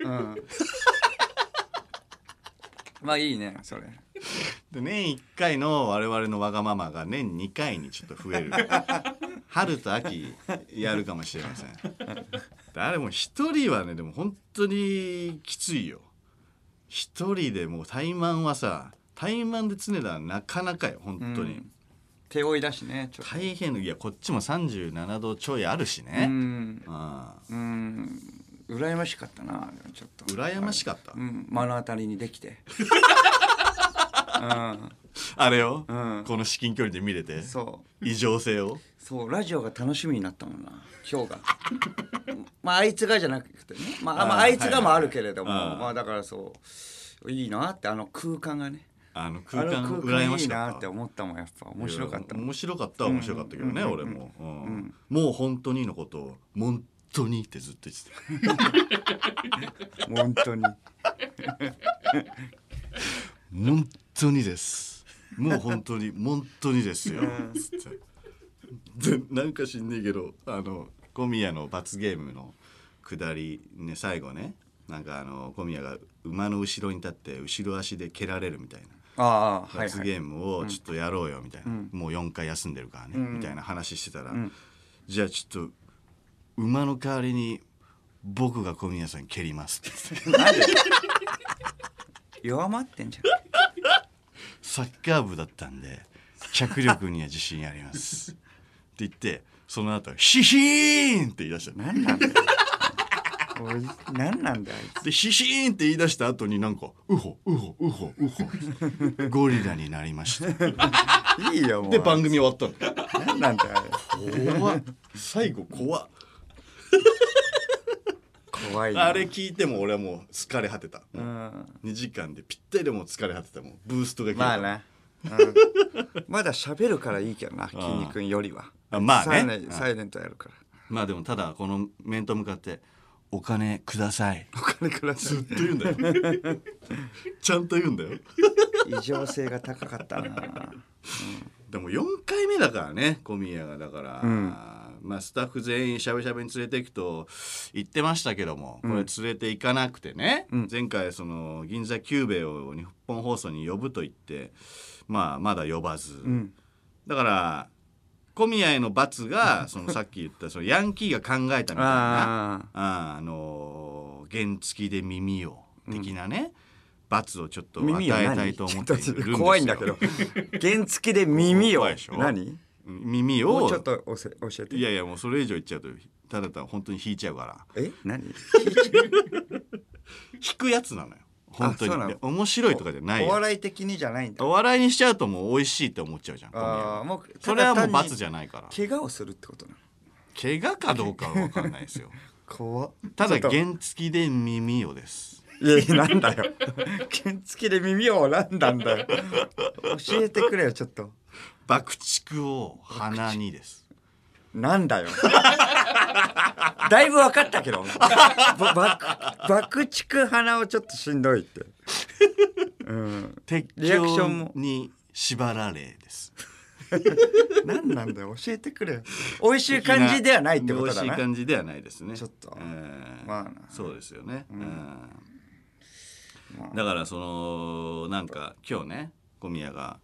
[SPEAKER 2] まあいいねそれ
[SPEAKER 1] で年1回の我々のわがままが年2回にちょっと増える春と秋やるかもしれません。あれも一人はねでも本当にきついよ。一人でもう怠慢はさ、怠慢で常田はなかなかよ本当に、
[SPEAKER 2] 手負いだしねちょっと
[SPEAKER 1] 大変。いやこっちも37度ちょいあるしね。
[SPEAKER 2] 羨ましかったなちょっと。
[SPEAKER 1] 羨ましかった、
[SPEAKER 2] 目の当たりにできて
[SPEAKER 1] あれよ、この至近距離で見れて
[SPEAKER 2] そう
[SPEAKER 1] 異常性を。
[SPEAKER 2] そうラジオが楽しみになったもんな今日がまああいつがじゃなくてね、まああいつがもあるけれども、まあだからそういいなって空間がね、
[SPEAKER 1] 空間羨ましかった。
[SPEAKER 2] いいなって思ったもん。やっぱ面白かった。
[SPEAKER 1] 面白かったけどね、俺も、もう本当にのことを本当にってずっと言ってた。
[SPEAKER 2] 本当に
[SPEAKER 1] 本当にです、もう本当に本当にですよつってなんか知んねえけど小宮の罰ゲームの下りね、最後ね、なんか小宮が馬の後ろに立って後ろ足で蹴られるみたいな罰ゲームをちょっとやろうよみたいな、もう4回休んでるからね、みたいな話してたら、じゃあちょっと馬の代わりに僕が小宮さん蹴りますって
[SPEAKER 2] なんで弱まってんじゃん。
[SPEAKER 1] サッカー部だったんで脚力には自信ありますって言って、その後ヒヒーンって言い出した。
[SPEAKER 2] 何なんだよ何なんだよあいつ。
[SPEAKER 1] でヒヒーンって言い出した後になんかウホウホウホウホゴリラになりました
[SPEAKER 2] いいよもう。
[SPEAKER 1] で番組終わったの。
[SPEAKER 2] 何なんだよ
[SPEAKER 1] 怖っ、最後怖っ
[SPEAKER 2] 怖いな。
[SPEAKER 1] あれ聞いても俺はもう疲れ果てた、2時間でぴったりでもう疲れ果てた。もんブーストが切れた。
[SPEAKER 2] まあな、まだ喋るからいいけどな、筋肉よりは。
[SPEAKER 1] まあね
[SPEAKER 2] サイレントやるから。
[SPEAKER 1] まあでもただこの面と向かってお金ください、
[SPEAKER 2] お金ください
[SPEAKER 1] ずっと言うんだよちゃんと言うんだよ
[SPEAKER 2] 異常性が高かったな、
[SPEAKER 1] でも4回目だからね小宮が。だから、まあ、スタッフ全員しゃべしゃべに連れていくと言ってましたけども、これ連れて行かなくてね、前回その銀座キューベを日本放送に呼ぶと言って、まあ、まだ呼ばず、だから小宮への罰がそのさっき言ったそのヤンキーが考えたみたいな原付で耳を的なね、罰をちょっと与えたいと思っているんですよ。
[SPEAKER 2] 怖いんだけど原付で耳を何
[SPEAKER 1] 耳を
[SPEAKER 2] もうちょっと教えて。
[SPEAKER 1] いやいやもうそれ以上言っちゃうとただ本当に引いちゃうから。
[SPEAKER 2] 何
[SPEAKER 1] 引くやつなのよ本当に。面白いとかじゃないよ。
[SPEAKER 2] お笑い的にじゃないんだ。
[SPEAKER 1] お笑いにしちゃうともう美味しいって思っちゃうじゃん。
[SPEAKER 2] もう
[SPEAKER 1] それはもう罰じゃないから。
[SPEAKER 2] 怪我をするってことなの。
[SPEAKER 1] 怪我かどうかは分かんないですよ
[SPEAKER 2] 怖っ。
[SPEAKER 1] ただ原付で耳をです。
[SPEAKER 2] いやなんだよ原付で耳をなんだんだよ教えてくれよちょっと。
[SPEAKER 1] 爆竹を鼻にです。
[SPEAKER 2] なんだよだいぶ分かったけど爆竹鼻をちょっとしんどいって、
[SPEAKER 1] 鉄
[SPEAKER 2] リアクションも
[SPEAKER 1] に縛られです
[SPEAKER 2] 何なんだよ教えてくれよ。美味しい感じではないってことだな。
[SPEAKER 1] 美味しい感じではないですね
[SPEAKER 2] ちょっと、
[SPEAKER 1] まあそうですよね、だからそのなんか今日ね小宮が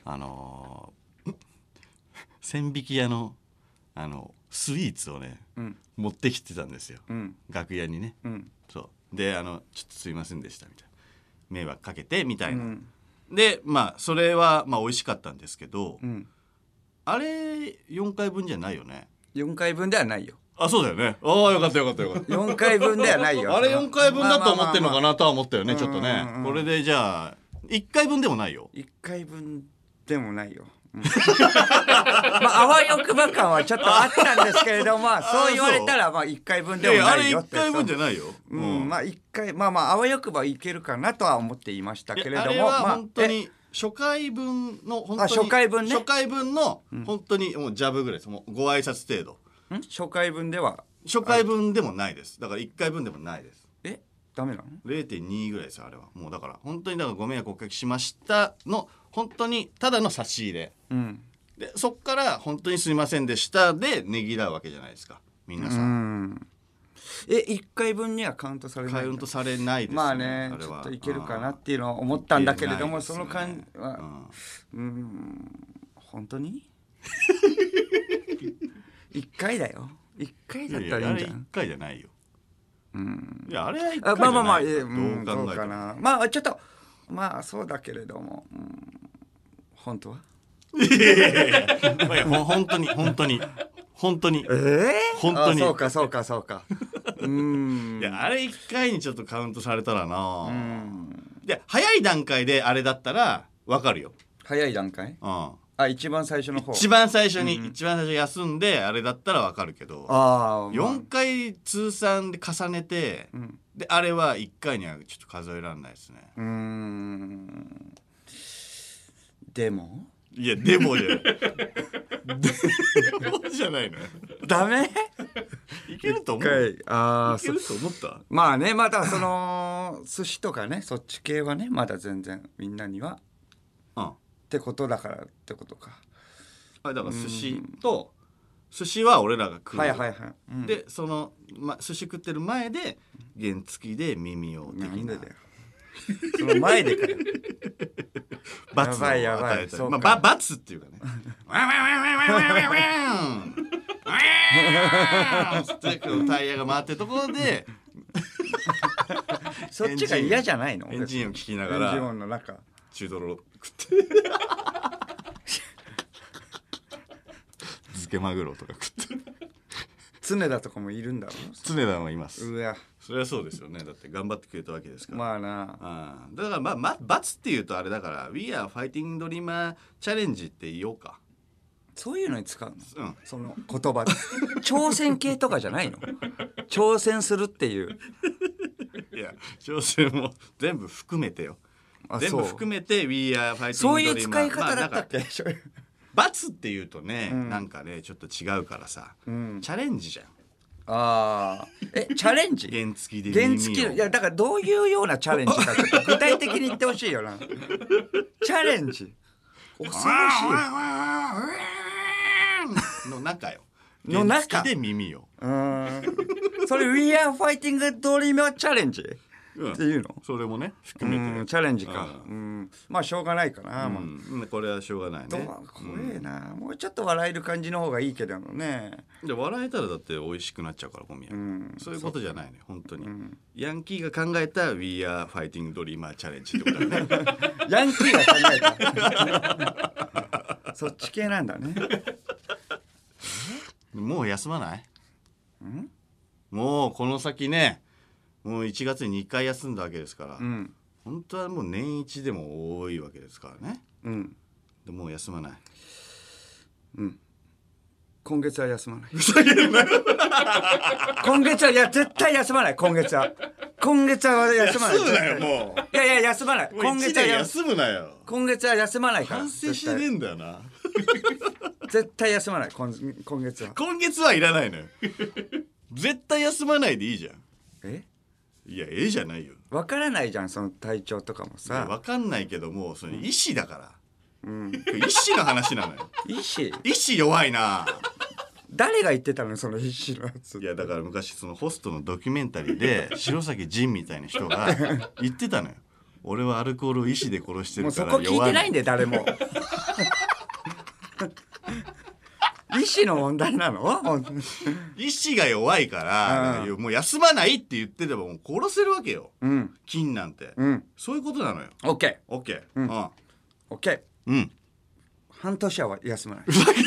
[SPEAKER 1] 千疋屋のスイーツをね、持ってきてたんですよ、楽屋にね、そうでちょっとすいませんでしたみたいな、迷惑かけてみたいな、でまあそれはまあ美味しかったんですけど、あれ4回分じゃないよね。
[SPEAKER 2] 4回分ではないよ。
[SPEAKER 1] あ、そうだよね。ああよかったよかったよかった
[SPEAKER 2] 4回分ではないよ
[SPEAKER 1] あれ4回分だと思ってんのかなとは思ったよね、ちょっとね。これでじゃあ1回分でもないよ。
[SPEAKER 2] 1回分でもないよ、まああわよくば感はちょっとあったんですけれどもそう言われたらまあ1回分でもないよって。
[SPEAKER 1] あれ1回分じゃないよ。
[SPEAKER 2] まあ1回まああわよくばいけるかなとは思っていましたけれども、
[SPEAKER 1] あれは本当に初回分の本当に
[SPEAKER 2] 初回分ね、
[SPEAKER 1] 初回分の本当にもうジャブぐらいです。もうご挨拶程度。
[SPEAKER 2] 初回分では
[SPEAKER 1] 初回分でもないです。だから1回分でもないです。
[SPEAKER 2] ダメなの？
[SPEAKER 1] 0.2 ぐらいですあれは。もうだから本当にだからご迷惑おかけしましたの本当にただの差し入れでそっから本当にすいませんでしたでねぎらうわけじゃないですか皆さん。
[SPEAKER 2] 1回分にはカウントされない。
[SPEAKER 1] カウントされないですね。
[SPEAKER 2] まあね、ちょっといけるかなっていうのは思ったんだけれども、その感じは本当に1回だよ。1回だったらいいんじゃん。
[SPEAKER 1] あれ1回じゃないよ。いやあれは1回じゃない。
[SPEAKER 2] まあ
[SPEAKER 1] どう考えても。
[SPEAKER 2] まあちょっとまあそうだけれども、本当は。
[SPEAKER 1] いやもう本当に本当に。本当に本当に
[SPEAKER 2] そうかい
[SPEAKER 1] やあれ1回にちょっとカウントされたらな。で早い段階であれだったら分かるよ。
[SPEAKER 2] 早い段階、一番最初の方、
[SPEAKER 1] 一番最初休んであれだったら分かるけど、4回通算で重ねて、であれは1回にはちょっと数えられないですね。
[SPEAKER 2] でも
[SPEAKER 1] いやでもじゃないでもじゃないのよ。
[SPEAKER 2] ダメ
[SPEAKER 1] いけると思う。いけると思った。
[SPEAKER 2] まあね、まだその寿司とかね、そっち系はねまだ全然みんなにはってことだからってことか。
[SPEAKER 1] だから寿司は俺らが食う。でその、寿司食ってる前で原付で耳を的な。
[SPEAKER 2] なんでだよその前でかよ
[SPEAKER 1] 罰を与えたり、罰っていうかねタイヤが回ってるところで
[SPEAKER 2] そっちが嫌じゃないの？
[SPEAKER 1] エンジンを聞きながら
[SPEAKER 2] エンジン音の中
[SPEAKER 1] 中トロ食って漬けマグロとか食って
[SPEAKER 2] 常田とかもいるんだろう。
[SPEAKER 1] 常田もいます。
[SPEAKER 2] うわ、
[SPEAKER 1] それはそうですよね。だって頑張ってくれたわけですから。
[SPEAKER 2] まあな。
[SPEAKER 1] だから罰っていうとあれだから We are fighting dreamer チャレンジって言おうか。
[SPEAKER 2] そういうのに使うの？その言葉で挑戦系とかじゃないの？挑戦するっていう。
[SPEAKER 1] いや挑戦も全部含めてよ。全部含めて We are fighting dreamer。
[SPEAKER 2] そういう使い方だったっけ？
[SPEAKER 1] 罰っていうとね、なんかねちょっと違うからさ、チャレンジじゃん。
[SPEAKER 2] チャレンジ？
[SPEAKER 1] 原付で耳を。
[SPEAKER 2] いやだからどういうようなチャレンジかちょっと具体的に言ってほしいよな。チャレンジ恐ろしい
[SPEAKER 1] の中よ。
[SPEAKER 2] の中
[SPEAKER 1] 原付で耳を。
[SPEAKER 2] それ We are fighting dreamer チャレンジっていうの？
[SPEAKER 1] それもね含めて
[SPEAKER 2] チャレンジか。まあしょうがないかな。
[SPEAKER 1] これはしょうがないね。
[SPEAKER 2] 怖えな。もうちょっと笑える感じの方がいいけどね。
[SPEAKER 1] で笑えたらだって美味しくなっちゃうから小宮。そういうことじゃないね本当に。ヤンキーが考えた We are fighting dreamer チャレンジってことだね。
[SPEAKER 2] ヤンキーが考えた。そっち系なんだね。
[SPEAKER 1] もう休まない？もうこの先ね。もう1月に2回休んだわけですから、本当はもう年一でも多いわけですからね。でもう休まない。
[SPEAKER 2] 今月は休まない。今月はいや絶対休まない。今月は休まない。
[SPEAKER 1] 休むなよもう。
[SPEAKER 2] いや休まない。
[SPEAKER 1] 今月は休むなよ。
[SPEAKER 2] 今月は休まないから。
[SPEAKER 1] 反省してねえんだよな。
[SPEAKER 2] 絶対休まない。今月は。
[SPEAKER 1] 今月はいらないのよ。絶対休まないでいいじゃん。いやじゃないよ。
[SPEAKER 2] 分からないじゃんその体調とかもさ。
[SPEAKER 1] 分かんないけどもその意志だから、意志の話なのよ。
[SPEAKER 2] 意
[SPEAKER 1] 志弱いな。
[SPEAKER 2] 誰が言ってたのその意志のやつ。
[SPEAKER 1] いやだから昔そのホストのドキュメンタリーで白崎仁みたいな人が言ってたのよ。俺はアルコールを意志で殺してるから弱い。
[SPEAKER 2] もうそこ聞いてないんで誰も。意志の問題なの？
[SPEAKER 1] 意志が弱いから、もう休まないって言ってればもう殺せるわけよ。金なんて、そういうことなのよ。
[SPEAKER 2] オッケー。
[SPEAKER 1] オッケー。
[SPEAKER 2] オッケー。半年は休まない。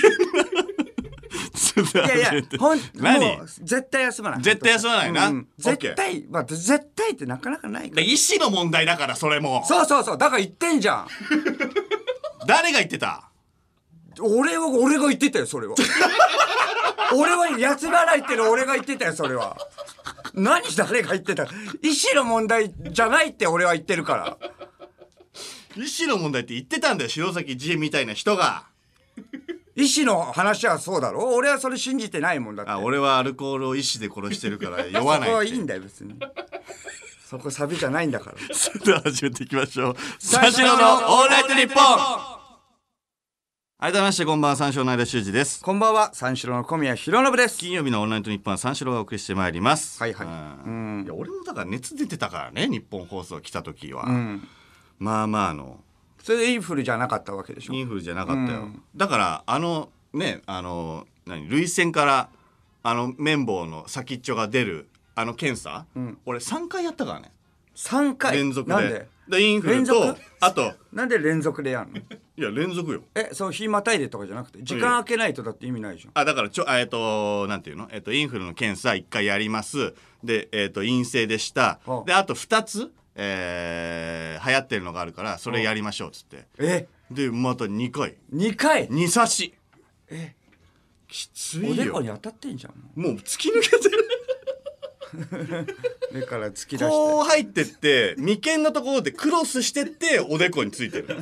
[SPEAKER 2] いや
[SPEAKER 1] 何？
[SPEAKER 2] もう絶対休まない。
[SPEAKER 1] 絶対休まないな。
[SPEAKER 2] 絶対ってなかなかないから。
[SPEAKER 1] 意志の問題だからそれも。
[SPEAKER 2] そうだから言ってんじゃん。
[SPEAKER 1] 誰が言ってた？
[SPEAKER 2] 俺が言ってたよそれは。俺は休まないっての俺が言ってたよそれは。誰が言ってた？意思の問題じゃないって俺は言ってるから。
[SPEAKER 1] 意思の問題って言ってたんだよ白崎仁みたいな人が。
[SPEAKER 2] 意思の話はそうだろ。俺はそれ信じてないもんだって。
[SPEAKER 1] 俺はアルコールを意思で殺してるから酔わないって。
[SPEAKER 2] そこはいいんだよ別に。そこサビじゃないんだから。
[SPEAKER 1] それでは始めていきましょう。三四郎のオールナイトニッポン。 改めましてこんばんは、三四郎の間修二です。
[SPEAKER 2] こんばんは、三四郎の小宮浩信です。
[SPEAKER 1] 金曜日のオンラインと日本は三四郎がお送りしてまいります。
[SPEAKER 2] はいはい。
[SPEAKER 1] いや俺もだから熱出てたからね、日本放送来た時は、まあ
[SPEAKER 2] それでインフルじゃなかったわけでしょ。
[SPEAKER 1] インフルじゃなかったよ、だから涙腺から綿棒の先っちょが出る検査、俺3回やったからね。
[SPEAKER 2] 3回
[SPEAKER 1] 連続で。
[SPEAKER 2] なんで
[SPEAKER 1] インフルとあと
[SPEAKER 2] なんで連続でやんの？
[SPEAKER 1] いや連続よ。
[SPEAKER 2] そう日またいでとかじゃなくて時間空けないとだって意味ないじゃん。
[SPEAKER 1] だからなんていうの、インフルの検査1回やります。で陰性でした。であと2つ流行ってるのがあるからそれやりましょうっつって。でまた2回2刺し。きついよ。
[SPEAKER 2] おでこに当たってんじゃん。
[SPEAKER 1] もう突き抜けてる。
[SPEAKER 2] 目から突き出して
[SPEAKER 1] こう入ってって眉間のところでクロスしてっておでこについてる。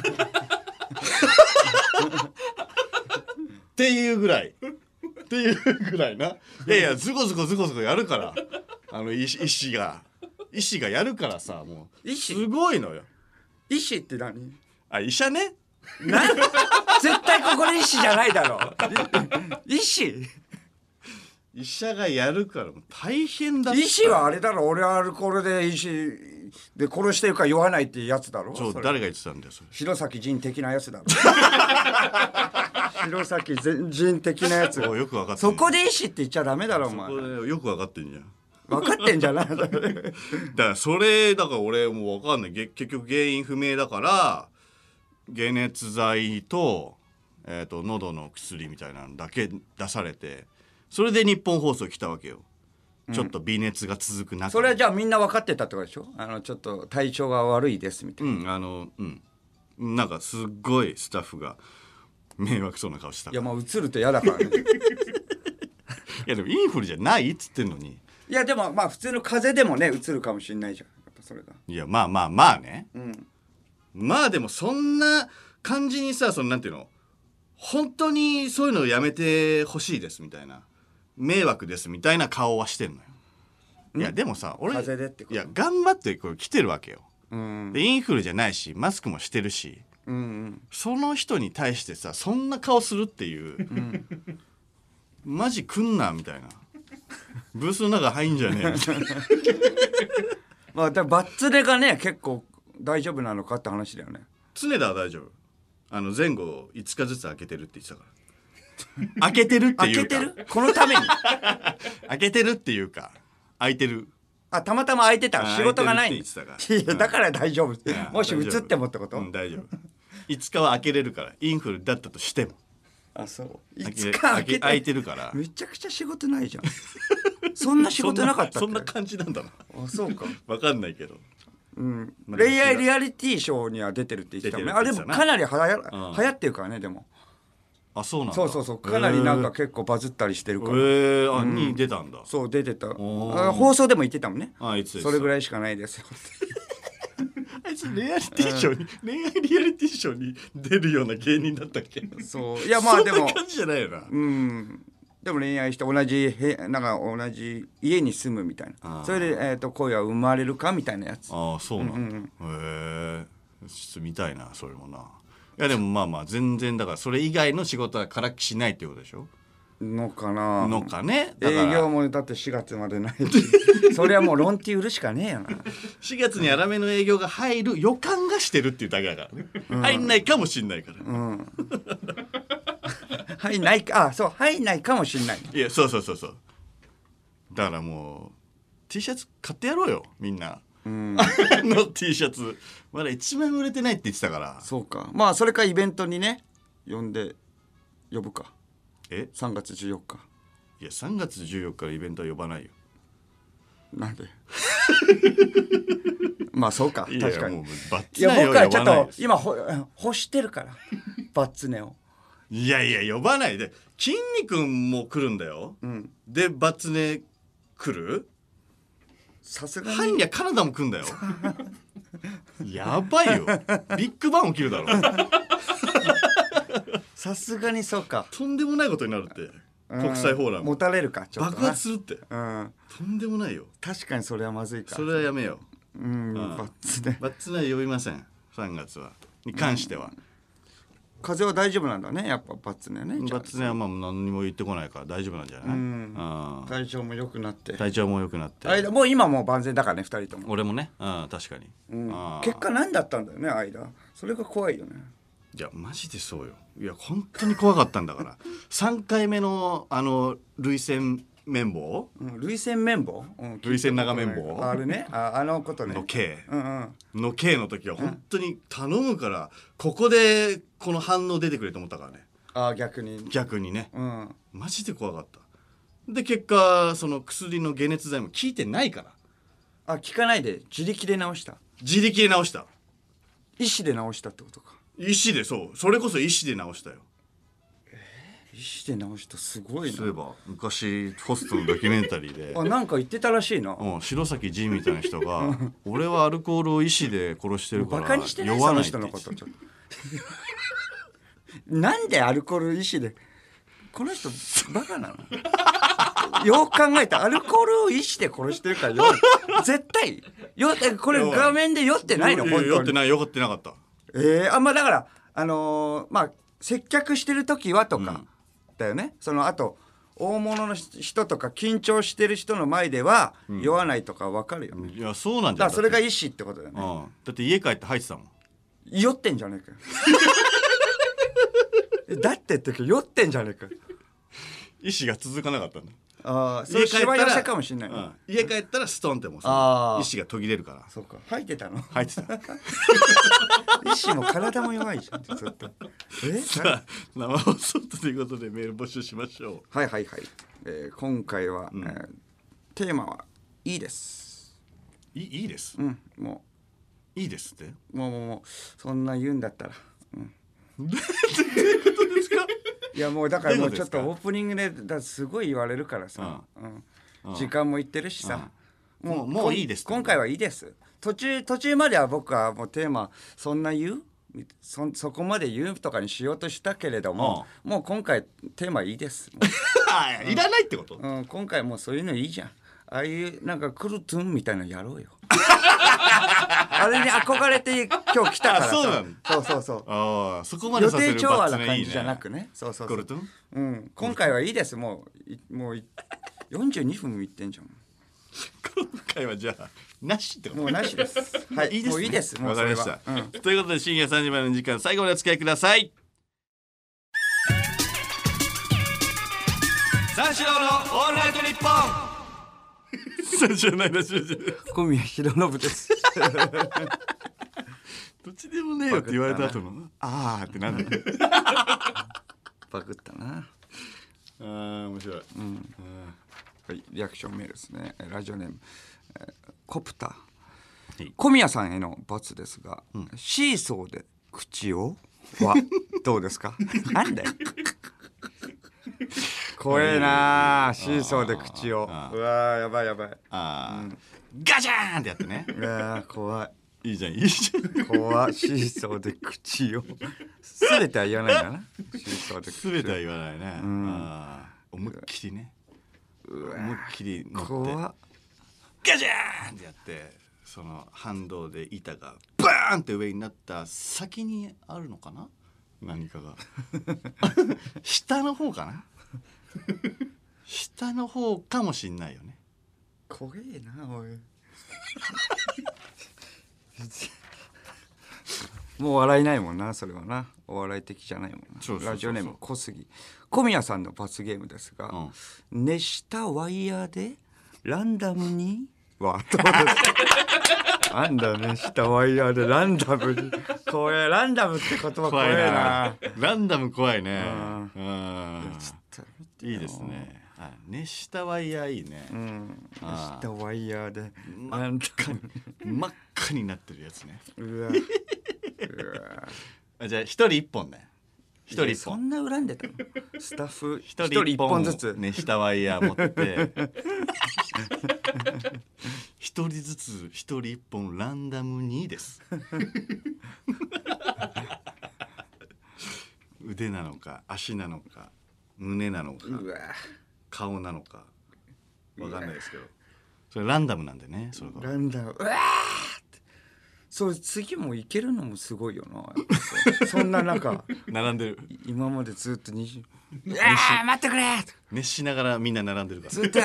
[SPEAKER 1] っていうぐらいな。いやズコズコやるから医師がやるからさ、もうすごいのよ。
[SPEAKER 2] 医師って何？
[SPEAKER 1] 医者ね。
[SPEAKER 2] 絶対ここで医師じゃないだろ。医師
[SPEAKER 1] がやるからもう大変だった。
[SPEAKER 2] 医師はあれだろ、俺はアルコールで医師で殺してるから酔わないってやつだろ。
[SPEAKER 1] 誰が言ってたんだよそれ。
[SPEAKER 2] 弘前仁的なやつだろ。弘前仁的なやつ。
[SPEAKER 1] よく分かってん。
[SPEAKER 2] そこで医師って言っちゃダメだろお前。
[SPEAKER 1] そこでよく分かってんじゃん。
[SPEAKER 2] 分かってんじゃない。だ
[SPEAKER 1] からそれだから俺もう分かんない。結局原因不明だから解熱剤と喉の薬みたいなのだけ出されて、それで日本放送来たわけよ。ちょっと微熱が続く中、
[SPEAKER 2] それはじゃあみんな分かってたってことでしょ。ちょっと体調が悪いですみたいな。
[SPEAKER 1] なんかすっごいスタッフが迷惑そうな顔したから。
[SPEAKER 2] いや映ると嫌だからね。
[SPEAKER 1] いやでもインフルじゃないっつってんのに。
[SPEAKER 2] いやでもまあ普通の風邪でもね映るかもしれないじゃん、やっぱそれが。
[SPEAKER 1] いやまあね、まあでもそんな感じにさ、なんていうの、本当にそういうのやめてほしいですみたいな、迷惑ですみたいな顔はしてんのよ。いやでもさ俺
[SPEAKER 2] 風邪でってこと。
[SPEAKER 1] いや頑張ってこれ来てるわけよ。でインフルじゃないしマスクもしてるし、その人に対してさそんな顔するっていう、マジ来んなみたいな、ブースの中入んじゃねえみたいな。
[SPEAKER 2] まあバッツレがね結構大丈夫なのかって話だよね。
[SPEAKER 1] 常田は大丈夫。前後5日ずつ開けてるって言ってたから。開けてるっていうか、
[SPEAKER 2] 開けてるこのために
[SPEAKER 1] 開けてるっていうか開いてる。
[SPEAKER 2] たまたま開いてた仕事がない。いやだから大丈夫。もし移ってもってこと？
[SPEAKER 1] 大丈夫。5日は開けれるから、インフルだったとしても。
[SPEAKER 2] そう5日開けて
[SPEAKER 1] 開いてるから。
[SPEAKER 2] めちゃくちゃ仕事ないじゃん。そんな仕事なかったっけ？
[SPEAKER 1] そんな感じなんだな。
[SPEAKER 2] そうか。
[SPEAKER 1] 分かんないけど。
[SPEAKER 2] 恋愛リアリティショーには出てるって言ってたもんね。でもかなり流行ってるからね。でも
[SPEAKER 1] そうなんだ。
[SPEAKER 2] そうかなりなんか結構バズったりしてるから。
[SPEAKER 1] に出たんだ。
[SPEAKER 2] そう出てた。放送でも言ってたもんね。それぐらいしかないですよ。
[SPEAKER 1] あいつ恋愛リアリティショーに出るような芸人だったっけ？
[SPEAKER 2] そういやまあでも
[SPEAKER 1] そんな感じじゃないよな。
[SPEAKER 2] でも恋愛して同じ家に住むみたいな。それで恋は生まれるかみたいなやつ。
[SPEAKER 1] そうなんだ。へえ、ちょっと見たいなそれもな。いやでもまあ全然だからそれ以外の仕事はからっきしないってことでしょ？
[SPEAKER 2] のかな。
[SPEAKER 1] のかね。
[SPEAKER 2] 営業もだって4月までないしそれはもうロンティ売るしかねえよな。
[SPEAKER 1] 4月に粗めの営業が入る予感がしてるっていうだけだからね。入んないかもしんないから。
[SPEAKER 2] 入んないか。そう入んないかもしんない。
[SPEAKER 1] いやそうだからもう T シャツ買ってやろうよみんな。の T シャツまだ1万売れてないって言ってたから。
[SPEAKER 2] そうか。まあそれかイベントにね呼ぶか。3月14日。
[SPEAKER 1] いや3月14日からイベントは呼ばないよ。
[SPEAKER 2] なんでまあそうか。確かに。
[SPEAKER 1] もうバッツネを呼ばない。
[SPEAKER 2] 僕はちょっと今欲してるからバッツネを。
[SPEAKER 1] いや呼ばないで。筋肉も来るんだよ、でバッツネ来る。
[SPEAKER 2] さすがに
[SPEAKER 1] ハンニャカナダも来んだよ。やばいよ。ビッグバン起きるだろ。
[SPEAKER 2] さすがにそうか。
[SPEAKER 1] とんでもないことになるって。国際フォーラム
[SPEAKER 2] 持たれるかちょっと
[SPEAKER 1] 爆発するって、とんでもないよ。
[SPEAKER 2] 確かにそれはまずいか。
[SPEAKER 1] それはやめよう。
[SPEAKER 2] バッツネ
[SPEAKER 1] バッツネは呼びません3月はに関しては。
[SPEAKER 2] 風邪は大丈夫なんだね、やっぱバツネね。
[SPEAKER 1] バツネはまあ何にも言ってこないから大丈夫なんじゃない？
[SPEAKER 2] 体調も良くなって。
[SPEAKER 1] 体調も良くなって。
[SPEAKER 2] もう今もう万全だからね、2人とも。
[SPEAKER 1] 俺もね、確かに。
[SPEAKER 2] 結果何だったんだよね、間。それが怖いよね。
[SPEAKER 1] いやマジでそうよ。いや本当に怖かったんだから3回目の涙腺綿棒、
[SPEAKER 2] 涙腺綿棒、
[SPEAKER 1] 涙腺長綿棒、
[SPEAKER 2] あれね、あのことね
[SPEAKER 1] の K の K の時は本当に頼むからここでこの反応出てくれと思ったからね。逆にね、マジで怖かった。で結果その薬の解熱剤も効いてないから。
[SPEAKER 2] 効かないで自力で治した。
[SPEAKER 1] 自力で治した。
[SPEAKER 2] 医師で治したってことか。
[SPEAKER 1] 医師で、そう、それこそ医師で治したよ。
[SPEAKER 2] 医師で治した、すごいな。
[SPEAKER 1] そういえば昔ホストのドキュメンタリーで
[SPEAKER 2] なんか言ってたらしいな。
[SPEAKER 1] 白崎仁みたいな人が俺はアルコールを医師で殺してるから
[SPEAKER 2] バカにしてない、その人のことちょっとなんでアルコール医師で、この人バカなのよく考えたらアルコールを医師で殺してるから絶対これ画面で酔ってないの？
[SPEAKER 1] 酔ってない、酔ってなかった。
[SPEAKER 2] まあだからまあ接客してる時はとか、だよね。そのあと大物の人とか緊張してる人の前では酔わないとか分かるよね。
[SPEAKER 1] いやそうなんじゃ。
[SPEAKER 2] だからそれが医師ってことだよね。
[SPEAKER 1] だって家帰って吐いてたもん。
[SPEAKER 2] 酔ってんじゃねえかよだってって酔ってんじゃねえかよ。
[SPEAKER 1] 医師が続かなかったんだ。
[SPEAKER 2] それしわ寄せかもしれない、
[SPEAKER 1] 家帰ったらストンってもう意志が途切れるから。
[SPEAKER 2] そうか、吐いてたの。
[SPEAKER 1] 吐いてた
[SPEAKER 2] 意志も体も弱いじゃんずっと。
[SPEAKER 1] さあ生放送ということでメール募集しましょ
[SPEAKER 2] う。はい、今回は、テーマはいいです。
[SPEAKER 1] いいです。
[SPEAKER 2] も
[SPEAKER 1] ういいですって
[SPEAKER 2] もうそんな言うんだったら、
[SPEAKER 1] どういうことですか？
[SPEAKER 2] いやもうだからもうちょっとオープニングですごい言われるからさ、時間もいってるしさ、
[SPEAKER 1] もういいです。
[SPEAKER 2] 今回はいいです。途中までは僕はもうテーマそんな言うそこまで言うとかにしようとしたけれども、もう今回テーマいいです。
[SPEAKER 1] いらないってこと？
[SPEAKER 2] 今回もうそういうのいいじゃん。ああいうなんかクルトゥンみたいなのやろうよあれに憧れて今日来たからさ。そう。
[SPEAKER 1] そこまでさせる
[SPEAKER 2] 予定調和な感じじゃなくね。そう
[SPEAKER 1] クルトゥン？
[SPEAKER 2] 今回はいいです。もう42分いってんじゃん。
[SPEAKER 1] 今回はじゃあなしってこと？
[SPEAKER 2] もうなしです。はい、いいです、ね。もういいです。
[SPEAKER 1] わかりました。ということで深夜3時までの時間、最後までお付き合いください。三四郎のオールナイトニッポン。じゃないらしい。
[SPEAKER 2] 小宮弘信です。
[SPEAKER 1] どっちでもねえよって言われた後のってなんだよ。
[SPEAKER 2] パクったな。
[SPEAKER 1] 面白い。
[SPEAKER 2] はい、リアクションメールですね。ラジオネーム、コプター。小宮さんへの罰ですが、シーソーで口をはどうですか？なんだよ。怖えな、シーソーで口を。うわやばい。
[SPEAKER 1] ガチャーンってやってね。
[SPEAKER 2] 怖い。
[SPEAKER 1] いいじゃん。
[SPEAKER 2] 怖い。シーソーで口を。すべては言わないんだな。シーソーで口を。
[SPEAKER 1] すべては言わないね。思いっきりね。思いっきり乗ってガチャーンってやって、その反動で板がバーンって上になった先にあるのかな、何かが下の方かな下の方かもしんないよね。
[SPEAKER 2] 怖えなおいもう笑いないもんな、それはな。お笑い的じゃないもんな。ラジオネーム小杉。小宮さんの罰ゲームですが、熱したワイヤーでランダムにはどうですか？なんだ熱したワイヤーでランダムに。怖え。ランダムって言葉怖えな。
[SPEAKER 1] ランダム怖いね。いいですね。熱したワイヤーいいね。
[SPEAKER 2] 熱したワイヤーで
[SPEAKER 1] 真っ赤になってるやつね。じゃあ一人一本ね。一人一本。
[SPEAKER 2] そんな恨んでたの？スタッフ
[SPEAKER 1] 一人一本ずつ熱したワイヤー持って一人ずつ一人一本ランダムにです腕なのか足なのか胸なのか顔なのかわかんないですけど、それランダムなんでね。それが
[SPEAKER 2] ランダム。 それ次もいけるのもすごいよな。そんな中
[SPEAKER 1] 並んでる。
[SPEAKER 2] 今までずっと20待ってくれ
[SPEAKER 1] 熱しながらみんな並んでるから。
[SPEAKER 2] ずっと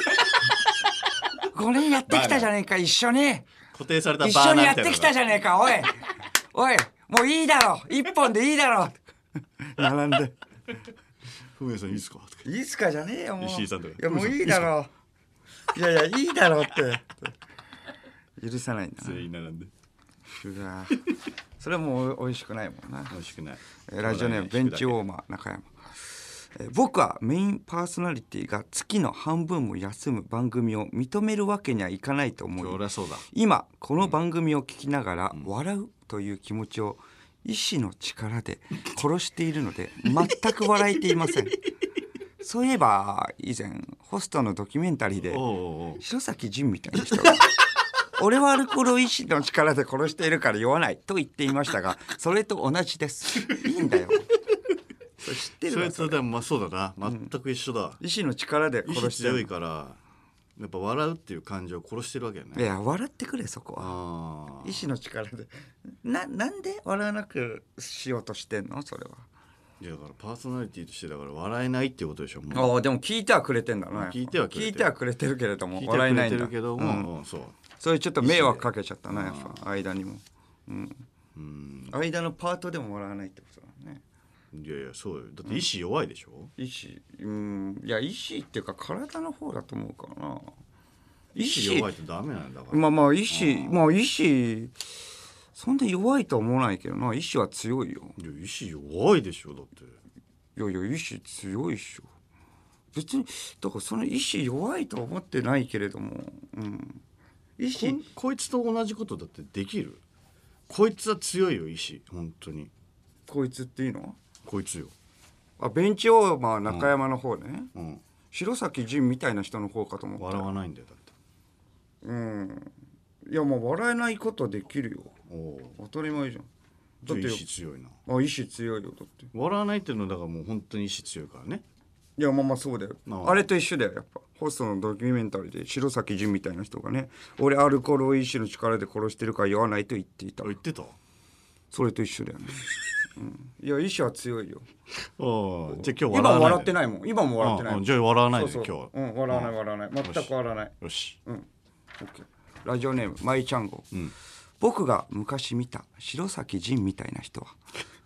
[SPEAKER 2] 5年やってきたじゃねえか一緒に。
[SPEAKER 1] 固定されたバ
[SPEAKER 2] 一
[SPEAKER 1] ーナーみたいな。
[SPEAKER 2] 緒にやってきたじゃねえかおいおいもういいだろ一本でいいだろ並んで
[SPEAKER 1] ふみやさんいいっすか。
[SPEAKER 2] いいっすかじゃねえよもう。
[SPEAKER 1] 石井さんとか。
[SPEAKER 2] いやもういいだろいやいやいいだろって許さないんだな。
[SPEAKER 1] 全員並んで。
[SPEAKER 2] うわそれはもう美味しくないもんな。
[SPEAKER 1] 美味しくない。
[SPEAKER 2] ラジオネームベンチウォーマー中山。僕はメインパーソナリティが月の半分も休む番組を認めるわけにはいかないと思い、今この番組を聞きながら笑うという気持ちを意志の力で殺しているので全く笑えていません。そういえば以前ホストのドキュメンタリーで白崎仁みたいな人が俺はアルコールを意志の力で殺しているから酔わないと言っていましたが、それと同じです。いいんだよ。それ知ってるわ。
[SPEAKER 1] それとでもまあそうだな、全く一緒だ。
[SPEAKER 2] 意志の力で殺してる。
[SPEAKER 1] 意志強いからやっぱ笑うっていう感情を殺してるわけよね。
[SPEAKER 2] いや笑ってくれそこは。意志の力でなんで笑わなくしようとしてんのそれは。
[SPEAKER 1] いやだからパーソナリティとしてだから笑えないっていうことでしょ。
[SPEAKER 2] もうでも聞いてはくれてんだな。
[SPEAKER 1] 聞いては
[SPEAKER 2] くれてるけれども笑えないんだ。それちょっと迷惑かけちゃったなやっぱ間にも、間のパートでも笑わないってことだね。
[SPEAKER 1] いやいやそうよ。だって意志弱いでしょ。
[SPEAKER 2] 意志いや意志っていうか体の方だと思うからな。
[SPEAKER 1] 意志弱いとダメなんだから。
[SPEAKER 2] まあ意志そんな弱いとは思わないけどな。意志は強いよ。
[SPEAKER 1] いや意志弱いでしょだって。
[SPEAKER 2] いや意志強いっしょ。別にだからその意志弱いとは思ってないけれども、意志
[SPEAKER 1] こいつと同じことだってできる。こいつは強いよ意志本当に。
[SPEAKER 2] こいつっていいの？
[SPEAKER 1] こいつよ。
[SPEAKER 2] ベンチオーバー中山の方ね、白崎仁みたいな人の方かと思った。
[SPEAKER 1] 笑わないんだよだって。
[SPEAKER 2] いやもう笑えないことできるよ。当たり前じゃん。
[SPEAKER 1] だって意志強いな。
[SPEAKER 2] 意志強いよだって。
[SPEAKER 1] 笑わないっていうのはだからもう本当に意志強いからね。
[SPEAKER 2] いやまあそうだよ、あれと一緒だよやっぱ。ホストのドキュメンタリーで白崎仁みたいな人がね、俺アルコールを意志の力で殺してるから酔わないと言っていた。
[SPEAKER 1] 言ってた。
[SPEAKER 2] それと一緒だよね。いや意志は強いよ。
[SPEAKER 1] じゃあ今日笑わない。今
[SPEAKER 2] 笑ってないもん。今も笑ってない。
[SPEAKER 1] じゃあ笑わないで今日。
[SPEAKER 2] 笑わない全く笑わない。
[SPEAKER 1] よし。
[SPEAKER 2] オッケー。ラジオネームマイちゃんご。僕が昔見た白崎仁みたいな人は。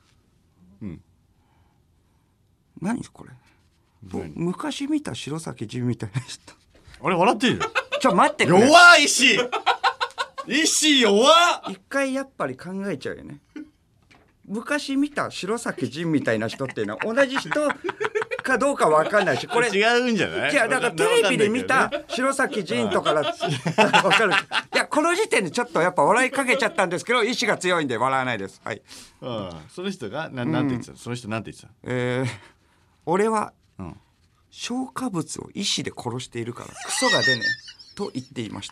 [SPEAKER 2] 何これ。昔見た白崎仁みたいな人。
[SPEAKER 1] あれ笑ってる。
[SPEAKER 2] 待ってくれ。
[SPEAKER 1] 弱い意志。意志弱っ。
[SPEAKER 2] 一回やっぱり考えちゃうよね。昔見た白崎仁みたいな人っていうのは同じ人かどうか分かんないし、これ
[SPEAKER 1] 違うんじゃない？
[SPEAKER 2] だからテレビで見た白崎仁とかだ分かる。いやこの時点でちょっとやっぱ笑いかけちゃったんですけど、意志が強いんで笑わないです。はい。
[SPEAKER 1] その人がなんて言ってた？その人なんて言ってた？
[SPEAKER 2] 俺は消化物を意志で殺しているからクソが出ねえと言っていました。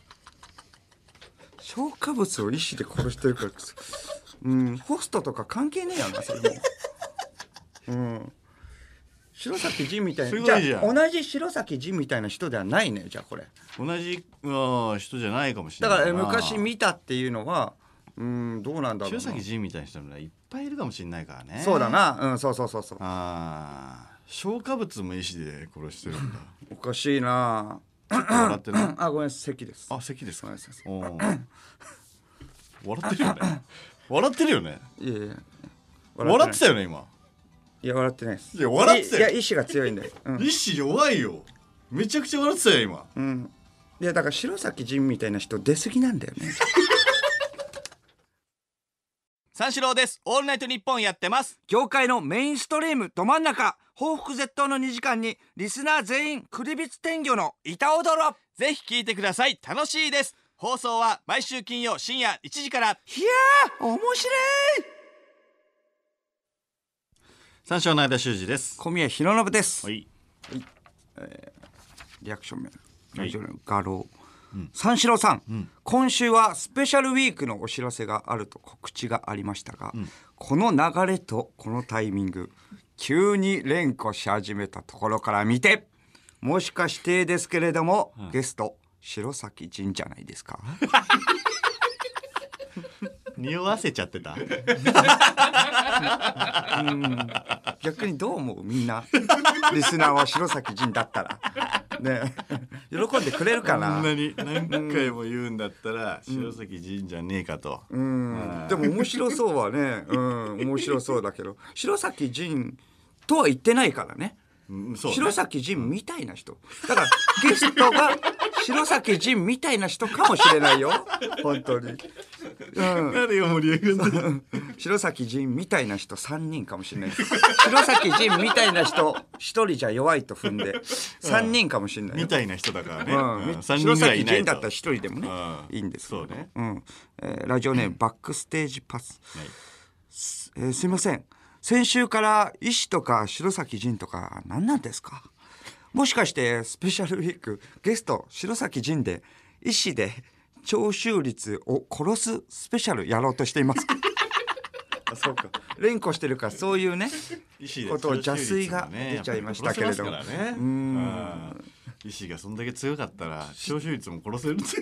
[SPEAKER 2] 消化物を意志で殺してるからクソ。ホストとか関係ねえよなそれも。白崎仁みたいな。じゃあ同じ白崎仁みたいな人ではないね。じゃあこれ
[SPEAKER 1] 同じ人じゃないかもしれない。
[SPEAKER 2] だから昔見たっていうのはどうなんだろうな。
[SPEAKER 1] 白崎仁みたいな人もいっぱいいるかもしれないからね。
[SPEAKER 2] そうだな。そう。
[SPEAKER 1] 消化物も意志で殺してるんだ。
[SPEAKER 2] おかしいな。
[SPEAKER 1] 笑ってない。
[SPEAKER 2] ごめん咳です。
[SPEAKER 1] 咳ですか。笑ってるよね。笑ってるよね。
[SPEAKER 2] いや
[SPEAKER 1] 笑ってたよね今。
[SPEAKER 2] いや笑ってないです。
[SPEAKER 1] いや笑ってたよ。
[SPEAKER 2] いや意志が強いんだよ。
[SPEAKER 1] 意志弱いよ。めちゃくちゃ笑ってたよ今。
[SPEAKER 2] いやだから白崎仁みたいな人出過ぎなんだよね。
[SPEAKER 3] 三四郎です。オールナイトニッポンやってます。
[SPEAKER 2] 業界のメインストリームど真ん中、報復絶倒の2時間にリスナー全員クリビツ天魚の板踊ろ。
[SPEAKER 3] ぜひ聞いてください。楽しいです。放送は毎週金曜深夜1時から。いや
[SPEAKER 2] ー面白い。
[SPEAKER 1] 三四郎の間修二です。
[SPEAKER 2] 小宮浩信です。
[SPEAKER 1] はい
[SPEAKER 2] リアクション名ラジオの画廊、三四郎さん、今週はスペシャルウィークのお知らせがあると告知がありましたが、この流れとこのタイミング、急に連呼し始めたところから見て、もしかしてですけれども、ゲスト白崎仁じゃないですか。
[SPEAKER 1] 匂わせちゃってた。
[SPEAKER 2] 逆にどう思うみんなリスナーは白崎仁だったらね喜んでくれるかな。
[SPEAKER 1] こんなに何回も言うんだったら白崎仁じゃねえかと。
[SPEAKER 2] でも面白そうはね、面白そうだけど白崎仁とは言ってないからね。
[SPEAKER 1] そうね、
[SPEAKER 2] 白崎仁みたいな人だからゲストが白崎仁みたいな人かもしれないよ本当に、
[SPEAKER 1] 誰が盛り上がるんだ。
[SPEAKER 2] 白崎仁みたいな人3人かもしれない。白崎仁みたいな人1人じゃ弱いと踏んで3人かもしれないよ、
[SPEAKER 1] みたいな人だからね、3
[SPEAKER 2] 白
[SPEAKER 1] 人ぐらいいないと。
[SPEAKER 2] 崎仁だったら1人でもね、いいんですけど
[SPEAKER 1] そうね、
[SPEAKER 2] ラジオネームバックステージパス、すいません、先週から医師とか白崎仁とか何なんですか。もしかしてスペシャルウィークゲスト白崎仁で医師で徴収率を殺すスペシャルやろうとしていますか。あ、そうか、連呼してるからそういうねことを邪推が出ちゃいましたけれども、
[SPEAKER 1] 医師がそんだけ強かったら徴収率も殺せるって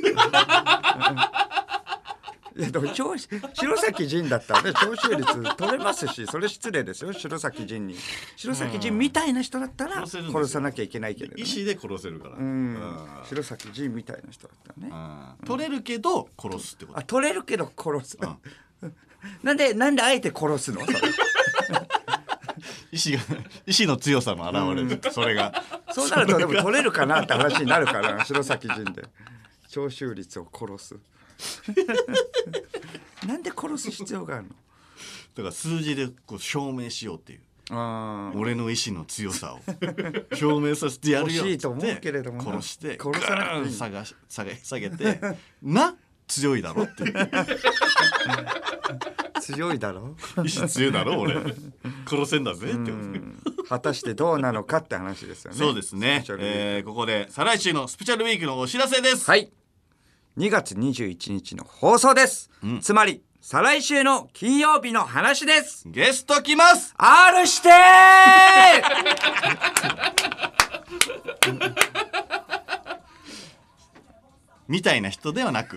[SPEAKER 2] いやでも白崎仁だったらね徴収率取れますし、それ失礼ですよ白崎仁に。白崎仁みたいな人だったら殺さなきゃいけないけれど、ね、
[SPEAKER 1] 医師で殺せるから、
[SPEAKER 2] 白崎仁みたいな人だったらね、
[SPEAKER 1] 取れるけど殺すってこと。
[SPEAKER 2] あ、取れるけど殺す、なんであえて殺すのそれ
[SPEAKER 1] 医師の強さの表れる、それが
[SPEAKER 2] そうなるとでも取れるかなって話になるから白崎仁で徴収率を殺すなんで殺す必要があるの。
[SPEAKER 1] だから数字でこう証明しようっていう、俺の意志の強さを証明させてやるよって
[SPEAKER 2] 欲しいと思うけれども
[SPEAKER 1] 殺して
[SPEAKER 2] 殺さなくていい
[SPEAKER 1] 下げてな強いだろっていう
[SPEAKER 2] 強いだろ
[SPEAKER 1] 意志強いだろ俺殺せんだぜって
[SPEAKER 2] 果たしてどうなのかって話ですよね。
[SPEAKER 1] そうですね、ここで再来週のスペシャルウィークのお知らせです。
[SPEAKER 2] はい、2月21日の放送です、つまり再来週の金曜日の話です。
[SPEAKER 1] ゲスト来ます。
[SPEAKER 2] R して
[SPEAKER 1] みたいな人ではなく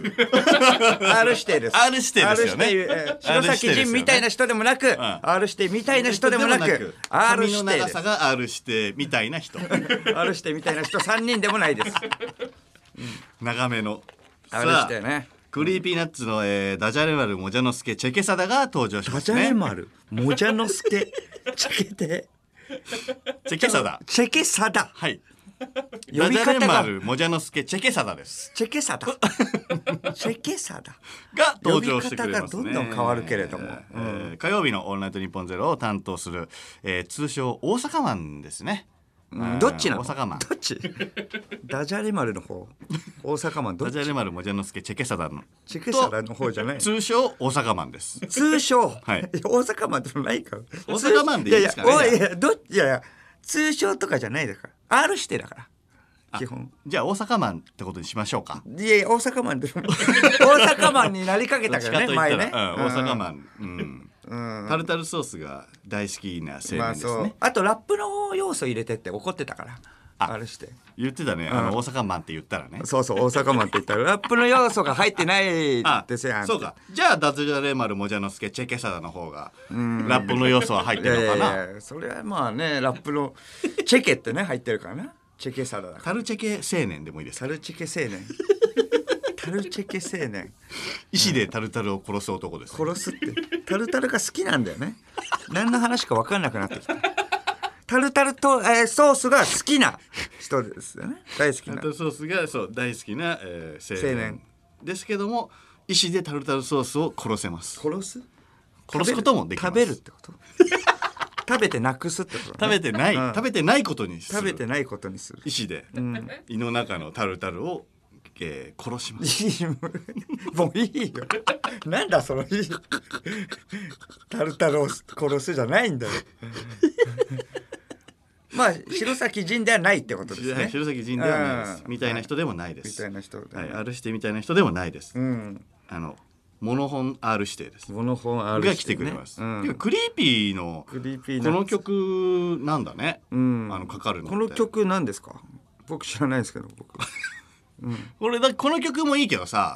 [SPEAKER 2] R 指定です。
[SPEAKER 1] R 指定ですよね。
[SPEAKER 2] 白崎仁みたいな人でもなく、R 指定みたいな人でもなく、R
[SPEAKER 1] 髪の
[SPEAKER 2] 指定です。
[SPEAKER 1] 長さが R 指定みたいな人
[SPEAKER 2] R 指定みたいな人3人でもないです。
[SPEAKER 1] 長めの
[SPEAKER 2] R 指定ね。
[SPEAKER 1] クリーピーナッツの、ダジャレ丸もじゃのすけチェケサダが登場しますね。
[SPEAKER 2] ダジャレ丸もじゃのすけチェケで
[SPEAKER 1] チェケサダ、
[SPEAKER 2] チェケサダ、
[SPEAKER 1] はい、
[SPEAKER 2] 呼び
[SPEAKER 1] ダジャレ
[SPEAKER 2] 方が
[SPEAKER 1] 丸もじゃのすけチェケサダです。
[SPEAKER 2] チェケサダチェケサダ
[SPEAKER 1] が登場してくれますね。
[SPEAKER 2] 呼び方がどんどん変わるけれども、
[SPEAKER 1] 火曜日のオールナイトニッポンゼロを担当する、通称大阪マンですね。
[SPEAKER 2] どっちなの。
[SPEAKER 1] 大阪マン
[SPEAKER 2] どっちダジャレ丸の方、大阪マンどっち。
[SPEAKER 1] ダジャレ丸もじゃのすけチェケサダの
[SPEAKER 2] チェケサダの方じゃない。
[SPEAKER 1] 通称大阪マンです。
[SPEAKER 2] 通称、
[SPEAKER 1] はい、
[SPEAKER 2] 大阪マンでもないから。
[SPEAKER 1] 大阪マンでいいですかね。
[SPEAKER 2] いや通称とかじゃないだから R 指定だから基本。
[SPEAKER 1] じゃあ大阪マンってことにしましょうか。
[SPEAKER 2] いや大阪マンでも大阪マンになりかけたからね前ね、
[SPEAKER 1] 大阪マン、タルタルソースが大好きな青年ですね。
[SPEAKER 2] あとラップの要素入れてって怒ってたからあれして
[SPEAKER 1] 言ってたね、大阪マンって言ったらね。
[SPEAKER 2] そう大阪マンって言ったらラップの要素が入ってないですよ。
[SPEAKER 1] そうか、じゃあダジャレ丸もじゃのすけチェケサダの方がラップの要素は入ってるのかな。
[SPEAKER 2] いやそれはまあねラップのチェケってね入ってるからな。チェケサダだから。
[SPEAKER 1] タルチェケ青年でもいいですか。
[SPEAKER 2] タルチェケ青年タルチェケ青年
[SPEAKER 1] 意志でタルタルを殺す男です、
[SPEAKER 2] 殺すってタルタルが好きなんだよね。何の話か分かんなくなってきた。タルタルと、ソースが好きな人ですよね。大好きな
[SPEAKER 1] タルタルソースがそう大好きな、青年ですけども、意志でタルタルソースを殺せます。
[SPEAKER 2] 殺す
[SPEAKER 1] こともできます。
[SPEAKER 2] 食べるってこと食べてなくすってこと、ね、
[SPEAKER 1] 食べてないことにする。
[SPEAKER 2] 食べてないことにする。
[SPEAKER 1] 意志で、胃の中のタルタルを、殺します。
[SPEAKER 2] もういいよ。なんだそのタルタルを殺すじゃないんだよ。まあ白崎仁ではないってことですね。
[SPEAKER 1] 白崎仁ではないです。みたいな人でもないです。
[SPEAKER 2] みたいな人、
[SPEAKER 1] R 指定みたいな人でもないです。モノホン R 指定です。
[SPEAKER 2] モノホン R 指定、
[SPEAKER 1] が来てくれます。クリーピーのこの曲なんだね。かかるのって。
[SPEAKER 2] この曲なんですか。僕知らないですけど僕。
[SPEAKER 1] この曲もいいけどさ、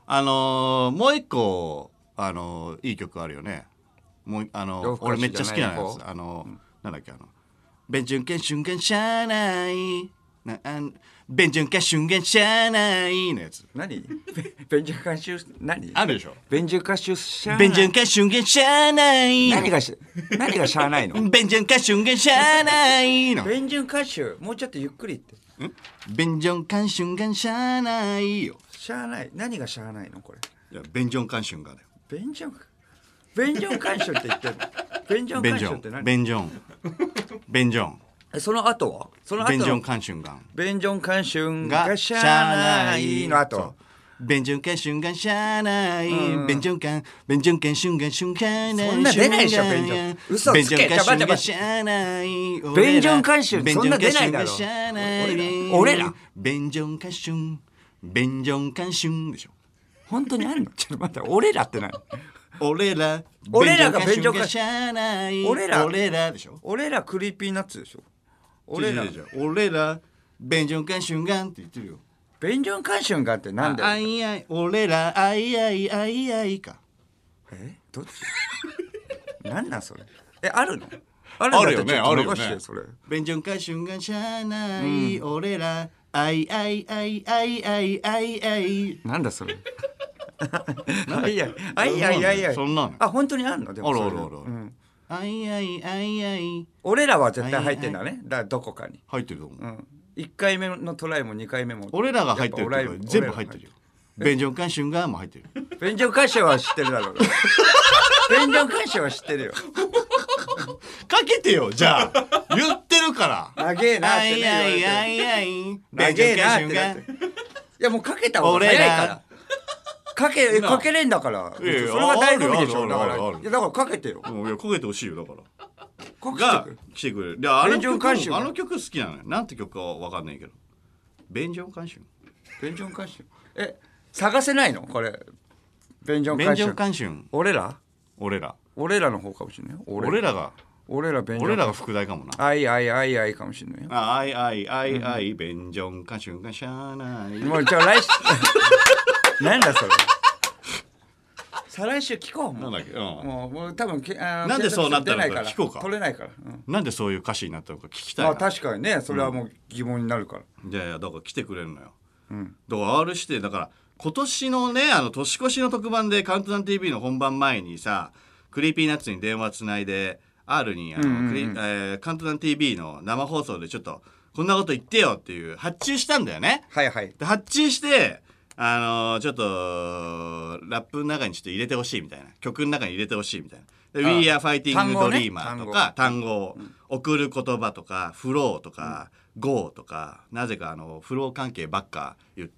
[SPEAKER 1] もう一個いい曲あるよね。もう俺めっちゃ好きなやつなんだっけベンジュンケンシュンケンシャーナイベンジュンケンシュンケンシャーナイのやつ。
[SPEAKER 2] 何ベンジュンカンシュ何
[SPEAKER 1] あるでしょ。
[SPEAKER 2] ベンジュンカンシュシャーナイ
[SPEAKER 1] ベンジュンケンシュンケンシャーナイ
[SPEAKER 2] 何がシャーナイの
[SPEAKER 1] ベンジュンケンシュンケンシャーナイの
[SPEAKER 2] ベンジュンカンシュもうちょっとゆっくり言って
[SPEAKER 1] ベンジョンカンシュンガンシャーナイよ。
[SPEAKER 2] シャーナイ何がシャーナイのこれ
[SPEAKER 1] いやベンジョンカンシュンガだよ。
[SPEAKER 2] ベンジョンカンシュって言ってるのベンジョンカンシュって何
[SPEAKER 1] ベンジョン
[SPEAKER 2] その後は
[SPEAKER 1] ベンジョンカンシュンガン
[SPEAKER 2] ベンジョンカンシュンがシャーナイの後
[SPEAKER 1] ベンジョンカンシュンガンシャーナイベンジョンカンシュンガンシュンカンナイ
[SPEAKER 2] そんな出ないでしょベンジョン嘘つけ
[SPEAKER 1] ベンジョンカンシュンガンシャーナイ
[SPEAKER 2] ベンジョンカンシュンそんな出ないだろ俺ら
[SPEAKER 1] ベンジョンカンシュンでしょ。
[SPEAKER 2] 本当にあんのちょっと待って俺らって何
[SPEAKER 1] 俺ら
[SPEAKER 2] がベンジョンカンシュン
[SPEAKER 1] 俺らでしょ。
[SPEAKER 2] 俺らクリーピーナッツでしょ俺ら
[SPEAKER 1] ベンジョンカンシュンガンって言ってるよ。
[SPEAKER 2] ベンジョンカンシュンガンってなんだよ
[SPEAKER 1] あいあい俺らあいあいあいあいか。
[SPEAKER 2] どっちなんなんそれあるの
[SPEAKER 1] あるよねあるよね。
[SPEAKER 2] それ
[SPEAKER 1] ベンジョンカンシュンガンシャーナイ俺らあいあいあいあいあいあいあい
[SPEAKER 2] なんだそれあいあい
[SPEAKER 1] そんなの
[SPEAKER 2] あ本当にあんのでも
[SPEAKER 1] あるあいあいあいあい
[SPEAKER 2] 俺らは絶対入ってんだねどこかに
[SPEAKER 1] 入ってると思う。
[SPEAKER 2] 1回目のトライも2回目も
[SPEAKER 1] 俺らが入ってるって全部入ってるよ。ベンジョンカンシュンガンも入ってる。
[SPEAKER 2] ベンジョンカンシュンは知ってるだろうベンジョンカンシュンは知ってるよ
[SPEAKER 1] かけてよじゃあ言ってるから
[SPEAKER 2] 長えなってね
[SPEAKER 1] あいあいあい
[SPEAKER 2] 長えなってなっていやもうかけた方が早いからかけれんだからそれが醍醐味でしょだからいやだからかけてよ
[SPEAKER 1] いやかけてほしいよだから
[SPEAKER 2] が
[SPEAKER 1] 来てくれる。であの曲好きなのよ。なんて曲かわかんないけどベンジョンカンシュン
[SPEAKER 2] 探せないのこれベンジョンカンシュン俺らの方かもしれない
[SPEAKER 1] 俺らが副題かもな。
[SPEAKER 2] あいかもしれないよ
[SPEAKER 1] あいベンジョンカンシュンがしゃーない
[SPEAKER 2] もう来週なんだそれ再来週聞こうもう
[SPEAKER 1] なんだっけ
[SPEAKER 2] もう多分
[SPEAKER 1] なんでそうなったのか聞こうか。
[SPEAKER 2] 取れないから
[SPEAKER 1] なんでそういう歌詞になったのか聞きたいな。
[SPEAKER 2] 確かにねそれはもう疑問になるから
[SPEAKER 1] いやだから来てくれるのよ。だから R 指定だから今年のね年越しの特番でカウントダウン TV の本番前にさクリーピーナッツに電話つないで R にカウントダウン TV の生放送でちょっとこんなこと言ってよっていう発注したんだよね。で発注してちょっとラップの中にちょっと入れてほしいみたいな曲の中に入れてほしいみたいな。We are fighting dreamer とか単語送る言葉とかフローとかGo とかなぜかフロー関係ばっか言って、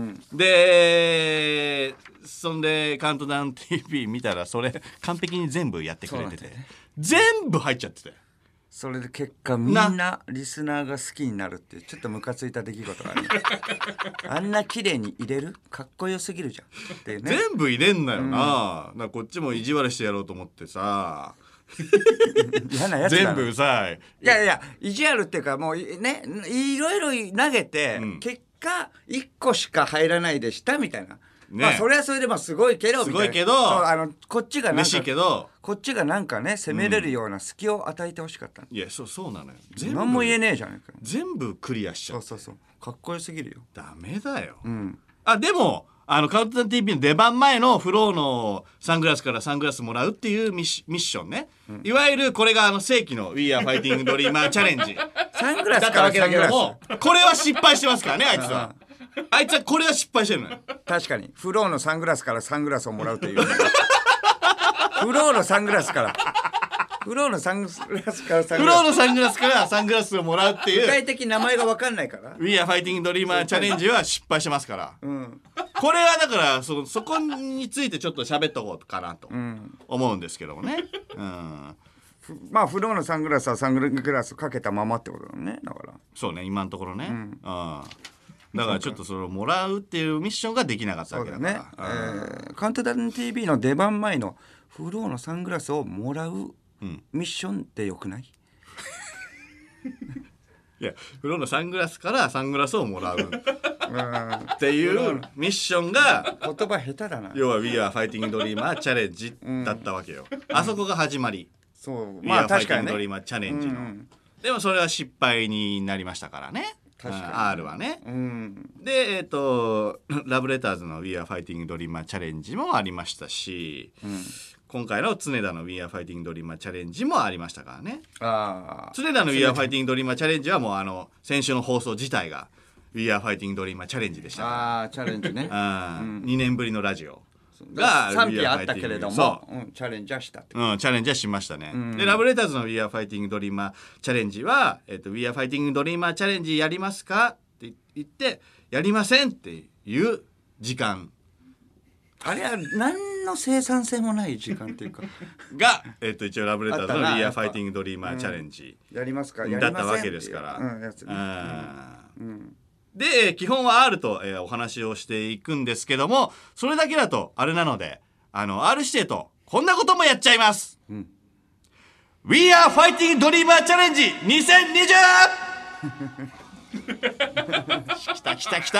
[SPEAKER 1] でそんでカウントダウン TV 見たらそれ完璧に全部やってくれてて全部入っちゃってて
[SPEAKER 2] それで結果みんなリスナーが好きになるっていうちょっとムカついた出来事があるあんな綺麗に入れるかっこよすぎるじゃんっていうね
[SPEAKER 1] 全部入れんなよな、だからこっちも意地悪してやろうと思ってさ
[SPEAKER 2] 嫌なやつだな
[SPEAKER 1] 全部さ
[SPEAKER 2] いや意地悪っていうかもうねいろいろ投げて、結果1個しか入らないでしたみたいな、まあそれはそれでまあすごいけど
[SPEAKER 1] すごいけど
[SPEAKER 2] こっちが
[SPEAKER 1] 嬉しいけど
[SPEAKER 2] こっちがなんかね攻めれるような隙を与えてほしかった、
[SPEAKER 1] いやそうなのよ。
[SPEAKER 2] 何も言えねえじゃん
[SPEAKER 1] 全部クリアしちゃう。
[SPEAKER 2] そうかっこよすぎるよ。
[SPEAKER 1] ダメだよ、でもカウントダウン TV の出番前のフローのサングラスからサングラスもらうっていうミッションね、いわゆるこれが正規の We are fighting dreamer チャレンジ
[SPEAKER 2] サングラス
[SPEAKER 1] だったわけだけどもこれは失敗してますからねあいつはこれは失敗してるのよ。
[SPEAKER 2] 確かにフローのサングラスからサングラスをもらうというフローのサングラスからフローのサングラスから
[SPEAKER 1] サングラスをもらうっていう
[SPEAKER 2] 具体的名前が分かんないから
[SPEAKER 1] We are fighting dreamer チャレンジは失敗してますから、これはだからそこについてちょっと喋っとこうかなと思うんですけどもね、
[SPEAKER 2] まあフローのサングラスはサングラスかけたままってことだね。だから
[SPEAKER 1] そうね今のところね、だからちょっとそれをもらうっていうミッションができなかったわけだから。
[SPEAKER 2] カウントダウン TV の出番前のフローのサングラスをもらうミッションってよくない？
[SPEAKER 1] いやフローのサングラスからサングラスをもらうっていうミッションが
[SPEAKER 2] 言葉下手だな。
[SPEAKER 1] 要は We Are Fighting Dreamer チャレンジだったわけよ、あそこが始まり。
[SPEAKER 2] そう、
[SPEAKER 1] We
[SPEAKER 2] ま
[SPEAKER 1] Are
[SPEAKER 2] あ確かに
[SPEAKER 1] Fighting
[SPEAKER 2] ね。
[SPEAKER 1] Dreamer チャレンジの、でもそれは失敗になりましたからね。
[SPEAKER 2] 確かに
[SPEAKER 1] R はね、でラブレターズの We Are Fighting Dreamer チャレンジもありましたし、今回の常田の We Are Fighting Dreamer チャレンジもありましたからね。常田の We Are Fighting Dreamer チャレンジはもう先週の放送自体が We Are Fighting Dreamer チャレンジでしたから
[SPEAKER 2] チャレンジね。
[SPEAKER 1] 2年ぶりのラジオ
[SPEAKER 2] が賛否あったけれども、チャレンジはしたって、
[SPEAKER 1] チャレンジはしましたね、でラブレターズの We Are Fighting Dreamer チャレンジは、We Are Fighting Dreamer チャレンジやりますかって言ってやりませんっていう時間、
[SPEAKER 2] あれは何の生産性もない時間っていうか
[SPEAKER 1] が、一応ラブレターズの We Are Fighting Dreamer チャレンジ
[SPEAKER 2] やりますか
[SPEAKER 1] だったわけですから、で基本は R と、お話をしていくんですけども、それだけだとあれなのでR 指定とこんなこともやっちゃいます、We Are Fighting Dreamer チャレンジ 2020 来た来た来た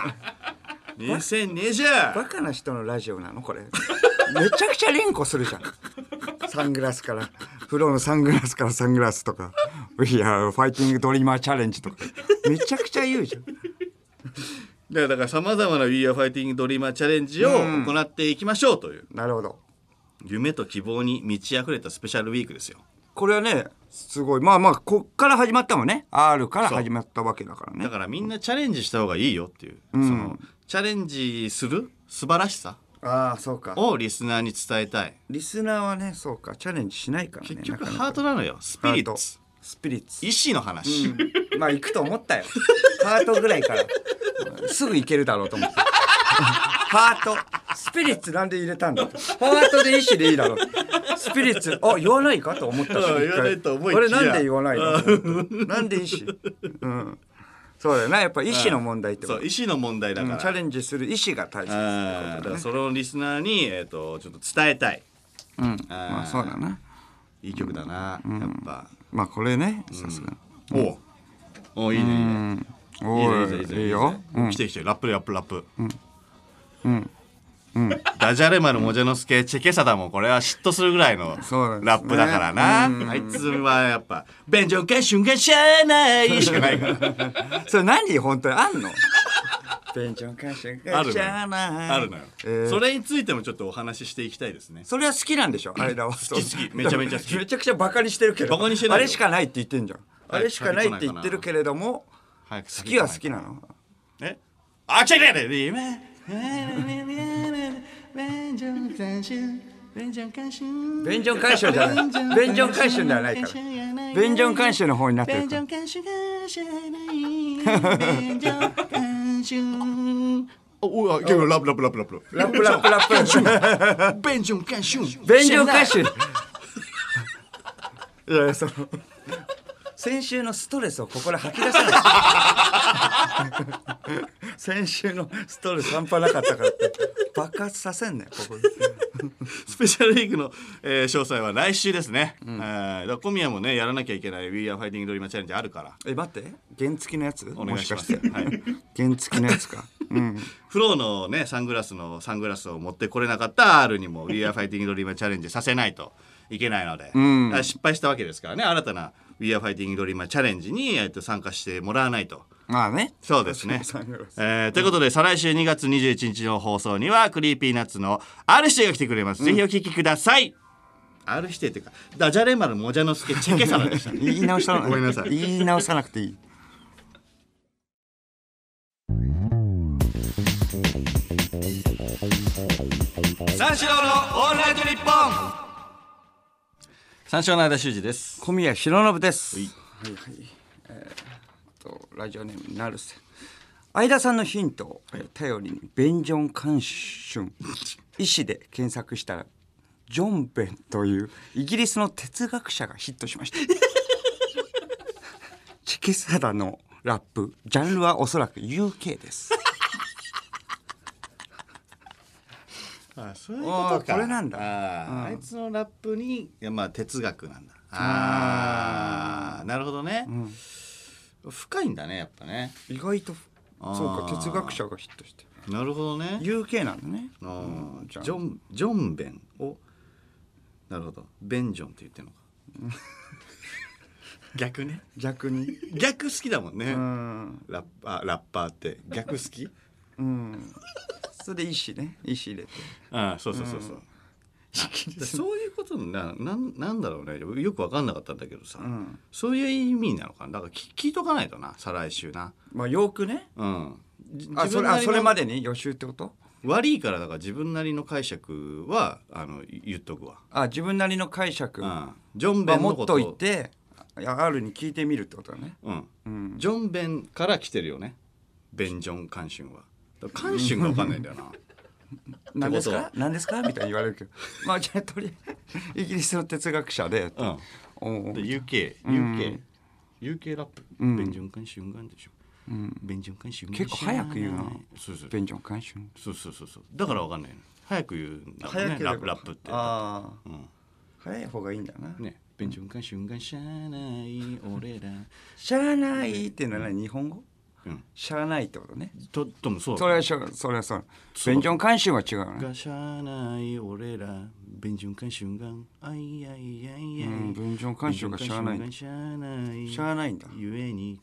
[SPEAKER 1] 2020。
[SPEAKER 2] バカな人のラジオなのこれ。めちゃくちゃ連呼するじゃん。サングラスから風呂のサングラスからサングラスとか We are fighting dreamer challenge とかめちゃくちゃ言うじゃん。
[SPEAKER 1] だからさまざまな We are fighting dreamer チャレンジを行っていきましょうという、
[SPEAKER 2] なるほど。
[SPEAKER 1] 夢と希望に満ち溢れたスペシャルウィークですよ。
[SPEAKER 2] これはねすごい、まあこっから始まったもんね。 R から始まったわけだからね。
[SPEAKER 1] だからみんなチャレンジした方がいいよっていう、そのチャレンジする素晴らしさ
[SPEAKER 2] そうか
[SPEAKER 1] をリスナーに伝えたい。
[SPEAKER 2] リスナーはね、そうか、チャレンジしないからね。
[SPEAKER 1] 結局ハートなのよ。スピリッツ、
[SPEAKER 2] スピリッツ、
[SPEAKER 1] 意志の話、
[SPEAKER 2] まあ行くと思ったよ。ハートぐらいからすぐ行けるだろうと思って。ハートスピリッツなんで入れたんだ。ハートで意志でいいだろう。スピリッツ言わないかと思ったし、
[SPEAKER 1] 言わないと思いきや
[SPEAKER 2] 俺なんで言わないのなんで意志、そうだよな、やっぱ意思の問題ってこと。
[SPEAKER 1] そう、意思の問題だから、
[SPEAKER 2] チャレンジする意思が大切ってことだね。
[SPEAKER 1] だからそのリスナーに、ちょっと伝えたい。
[SPEAKER 2] まあそうだな。
[SPEAKER 1] いい曲だな、やっぱ。
[SPEAKER 2] まあこれね、さすが。
[SPEAKER 1] おいいねいいね。
[SPEAKER 2] いいよ。
[SPEAKER 1] 来て来て、ラップラップ。ダジャレ丸もじゃのすけチェケサダもこれは嫉妬するぐらいのラップだからな。あいつはやっぱ便所か瞬間しゃないしかないから。
[SPEAKER 2] それ何本当にあんの？便所か瞬間しゃない。
[SPEAKER 1] あるのよ。それについてもちょっとお話ししていきたいですね。
[SPEAKER 2] それは好きなんでしょ？あれだわ。
[SPEAKER 1] 好きめちゃめちゃ好き。
[SPEAKER 2] めちゃくちゃバカにしてるけど。
[SPEAKER 1] バカにしてない。
[SPEAKER 2] あれしかないって言ってんじゃん。あれしかないって言ってるけれども、好きは好きなの？
[SPEAKER 1] あ、来た来た。
[SPEAKER 2] 便所回収じゃない。便所回収ではないから。便所回収の方になってるから。
[SPEAKER 1] おお、結構ラップ。便所回収。
[SPEAKER 2] 便所回収。いやその先週のストレスをここで吐き出さない。先週のストレス半端なかったからって爆発させんねんここで。
[SPEAKER 1] スペシャルウィークの、詳細は来週ですね。だから小宮もねやらなきゃいけない We Are Fighting Dreamer チャレンジあるから。
[SPEAKER 2] 待って、原付のやつ？
[SPEAKER 1] お願いします。
[SPEAKER 2] はい、原付のやつか。
[SPEAKER 1] フローのねサングラスを持ってこれなかった R にも We Are Fighting Dreamer チャレンジさせないといけないので、失敗したわけですからね、新たな We Are Fighting Dreamer チャレンジに参加してもらわないと。
[SPEAKER 2] まあね。
[SPEAKER 1] そうですね。ということで再来週2月21日の放送にはクリーピーナッツの R 指定が来てくれます。ぜひお聞きください。R 指定っていうかダジャレ丸もじゃのすけチェケサラでした。
[SPEAKER 2] 言い直した
[SPEAKER 1] ごめんなさい。
[SPEAKER 2] 言い直さなくていい。
[SPEAKER 3] 三四郎のオールナイトニッポン。
[SPEAKER 1] 三四郎の間修二です。
[SPEAKER 2] 小宮浩信です。ラジオネームなるせ。相田さんのヒントを頼りにベンジョン・カンシュン医師で検索したらジョンベンというイギリスの哲学者がヒットしました。チケサダのラップジャンルはおそらく UK です。
[SPEAKER 1] そういうことか。
[SPEAKER 2] これなんだ。
[SPEAKER 1] あいつのラップに哲学なんだ。なるほどね。深いんだねやっぱね。
[SPEAKER 2] 意外とそうか哲学者がヒットしてる。
[SPEAKER 1] なるほどね。
[SPEAKER 2] UK なんだね。
[SPEAKER 1] ジョンベンをなるほどベンジョンって言ってるのか逆ね。
[SPEAKER 2] 逆に
[SPEAKER 1] 逆好きだもんね。ラッパーって逆好き。
[SPEAKER 2] それで石ね、石入れて。
[SPEAKER 1] そうそうそうそう。そういうことなんだろうね。よく分かんなかったんだけどさ、そういう意味なのかな。だから聞いとかないとな、再来週な。
[SPEAKER 2] まあよくね。それまでに予習ってこと？
[SPEAKER 1] 悪いからだから自分なりの解釈は言っとくわ。
[SPEAKER 2] 自分なりの解釈。
[SPEAKER 1] ジョンベンのことを
[SPEAKER 2] もっと言ってRに聞いてみるってことだね。
[SPEAKER 1] ジョンベンから来てるよね。ベンジョン監修は。監修が分かんないんだよな。
[SPEAKER 2] 何ですか何ですかみたいに言われるけど、まあじゃあとりあえずイギリスの哲学者で、
[SPEAKER 1] で UK ラップ、ベンジョン監修がんでしょ。ベンジョン監修
[SPEAKER 2] 結構早く言うな。
[SPEAKER 1] そうそう
[SPEAKER 2] ベンジョン監修。
[SPEAKER 1] そうだから分かんないの。早く言うんだもんね。ラップって。
[SPEAKER 2] 早い方がいいんだな。
[SPEAKER 1] ね。ベンジョン監修がしゃあない俺ら。
[SPEAKER 2] しゃあないっていうのは何、日本語？しゃあないってことね。
[SPEAKER 1] ともそう。
[SPEAKER 2] それはそう。ベンジョン監修は違うね。
[SPEAKER 1] がしゃあない俺ら。ベンジョン監修があいやいやいや。
[SPEAKER 2] ベンジョン監修がしゃあない。しゃあないんだ。
[SPEAKER 1] ゆえに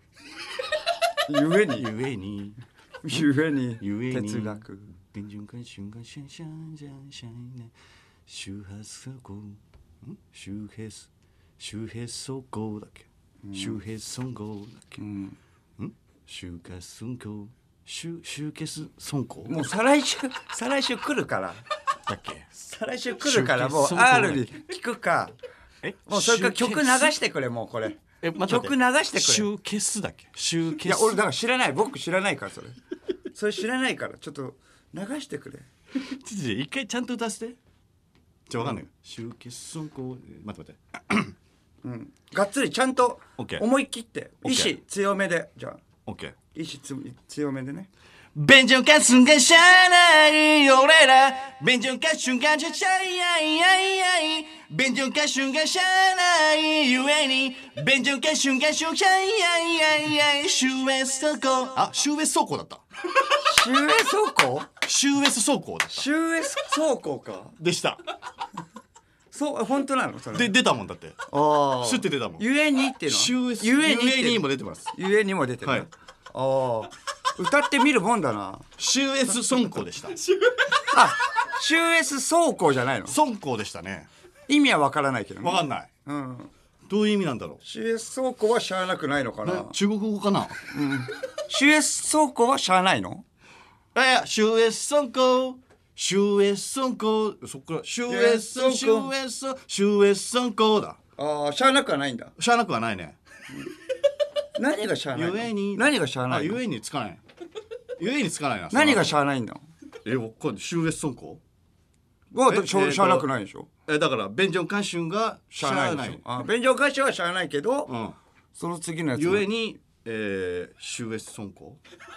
[SPEAKER 2] 哲学。
[SPEAKER 1] ベンジョン監修がシャンシャンジャンシャンね。周波数号周波数号だっけ。周波数号だっけ。周波数号周波数尊号。
[SPEAKER 2] もう再来週来るから
[SPEAKER 1] だっけ。
[SPEAKER 2] 再来週来るからもう R に聞くか。もうそれから曲流してくれ。もうこれ曲流してくれ。
[SPEAKER 1] 周波数だっけ。周波数。
[SPEAKER 2] いや俺だから知らない。僕知らないからそれ知らないからちょっと流してくれ。
[SPEAKER 1] 一回ちゃんと歌わせて。分かんないよ。周波数尊号。待って。
[SPEAKER 2] がっつりちゃんと思い切って意志強めで。じゃあ
[SPEAKER 1] OK。
[SPEAKER 2] 意志強めでね。
[SPEAKER 1] ベンジョンカスがしゃあない俺ら。ベンジョンカスがしゃあないベンジョンカスがしゃあないゆえにベンジョンカスがしゃあないシュエス走行。シュエス走行だった。
[SPEAKER 2] シュエス走行。
[SPEAKER 1] シュエス走行だった。
[SPEAKER 2] シュエス走行か
[SPEAKER 1] でした。
[SPEAKER 2] そう本当なのそれ。
[SPEAKER 1] で出たもんだって。シュって出たもん。
[SPEAKER 2] ゆえにっていうの。
[SPEAKER 1] ゆえにも出てます。
[SPEAKER 2] ゆえにも出てる。歌ってみるもんだな。
[SPEAKER 1] シュエス走行でした。
[SPEAKER 2] シュエス走行じゃないの。
[SPEAKER 1] 走行でしたね。
[SPEAKER 2] 意味はわからないけどね。
[SPEAKER 1] わかんない。どういう意味なんだろう。
[SPEAKER 2] シュエス走行はしゃあなくないのかな。
[SPEAKER 1] 中国語かな。
[SPEAKER 2] シュエス走行はしゃあないの。
[SPEAKER 1] いやシュエス走行。シュエス走行。そっからシュエス走行だ。
[SPEAKER 2] しゃあなくはないんだ。
[SPEAKER 1] しゃあなくはないね。
[SPEAKER 2] 何がしゃあないの。何がしゃあないの。
[SPEAKER 1] ゆえにつかない。ゆえにつかないな。
[SPEAKER 2] 何がしゃあないんだ。
[SPEAKER 1] わかんない。シュエス走行
[SPEAKER 2] しゃあなくないでしょ。
[SPEAKER 1] だからベンジョン監修がしゃあない。
[SPEAKER 2] ベンジョン監修はしゃあないけど、その次のやつ
[SPEAKER 1] ゆえにシュエス走行。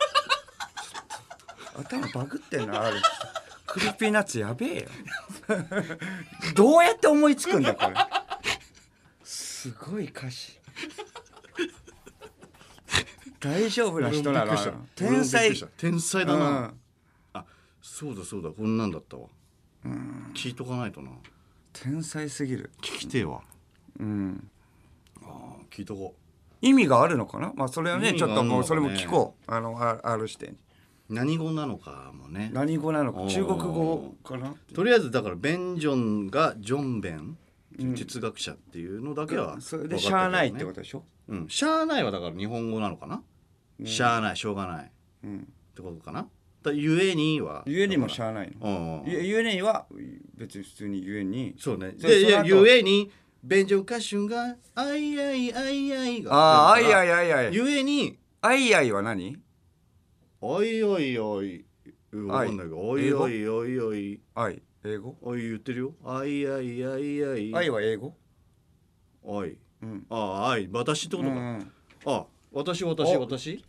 [SPEAKER 2] 頭バグってんな。クリーピーナッツやべえよ。どうやって思いつくんだこれ。すごい歌詞。大丈夫な人なの。天
[SPEAKER 1] 才だな。そうだこんなんだったわ。聞いとかないとな。
[SPEAKER 2] 天才すぎる。
[SPEAKER 1] 聞きてえわ。聞いとこう。
[SPEAKER 2] 意味があるのかな。まあそれはねちょっともうそれも聞こう。R 視点。
[SPEAKER 1] 何語なのかもね。
[SPEAKER 2] 何語なのか。中国語かな。
[SPEAKER 1] とりあえずだからベンジョンがジョンベン哲学者っていうのだけは
[SPEAKER 2] それでしゃあないってことでしょ。
[SPEAKER 1] しゃあないはだから日本語なのかな。しゃあないしょうがないってことかな。ゆえには
[SPEAKER 2] ゆえにもしゃあないの。ゆえには別に普通にゆえに。
[SPEAKER 1] そうね。でゆえにベンジョンカッシュンがあいあいあいあいが
[SPEAKER 2] あいあいあいあい。
[SPEAKER 1] ゆえに
[SPEAKER 2] あいあいは何。
[SPEAKER 1] おいおいおい。わかんないけどおいおいおいおい。
[SPEAKER 2] あい英語。
[SPEAKER 1] おい言ってるよ。あいあいあいあい。
[SPEAKER 2] あいは英語。
[SPEAKER 1] あい。あい私ってことか。私。私。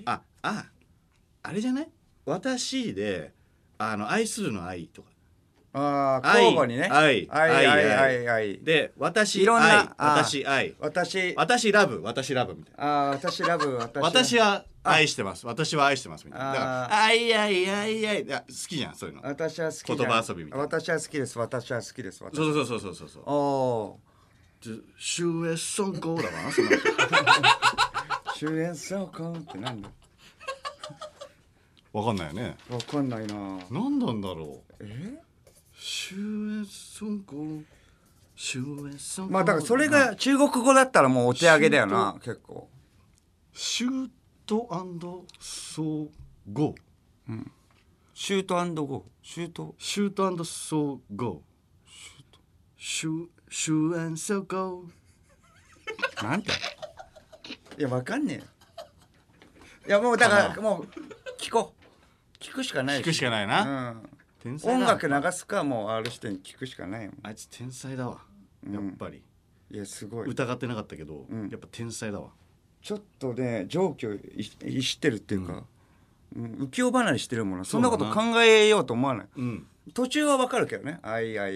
[SPEAKER 1] あれじゃない。私で愛するの愛とか。
[SPEAKER 2] ああ交互にね。
[SPEAKER 1] 愛
[SPEAKER 2] 愛
[SPEAKER 1] で私
[SPEAKER 2] いろんな
[SPEAKER 1] 愛私愛私ラブみたいな。
[SPEAKER 2] 私ラブ
[SPEAKER 1] 私は愛してます私は愛してますみたいな。だから愛いや好きじゃんそういうの。
[SPEAKER 2] 私は好きじゃん。
[SPEAKER 1] 言葉遊びみたいな。
[SPEAKER 2] 私は好きです。私は好きです。
[SPEAKER 1] そう
[SPEAKER 2] おお
[SPEAKER 1] シュエソンコだなその
[SPEAKER 2] シュエソコンってなんだ。
[SPEAKER 1] わかんないよね。
[SPEAKER 2] わかんないな。
[SPEAKER 1] 何なんだろう。シュエソンコ
[SPEAKER 2] まあだからそれが中国語だったらもうお手上げだよな結構。
[SPEAKER 1] シュートソーゴー。
[SPEAKER 2] シュートゴーシュート
[SPEAKER 1] ソーゴーシュエンソゴー。
[SPEAKER 2] なんていやわかんねえよ。いやもうだからもう聞くしかない。
[SPEAKER 1] 聞くしかないな。
[SPEAKER 2] 音楽流すかもうある人に聞くしかないもん。
[SPEAKER 1] あいつ天才だわやっぱり。
[SPEAKER 2] いやすごい
[SPEAKER 1] 疑ってなかったけどやっぱ天才だわ。
[SPEAKER 2] ちょっとね常軌を逸してるっていうか浮世離れしてるもの。そんなこと考えようと思わない。途中はわかるけどね。あいだ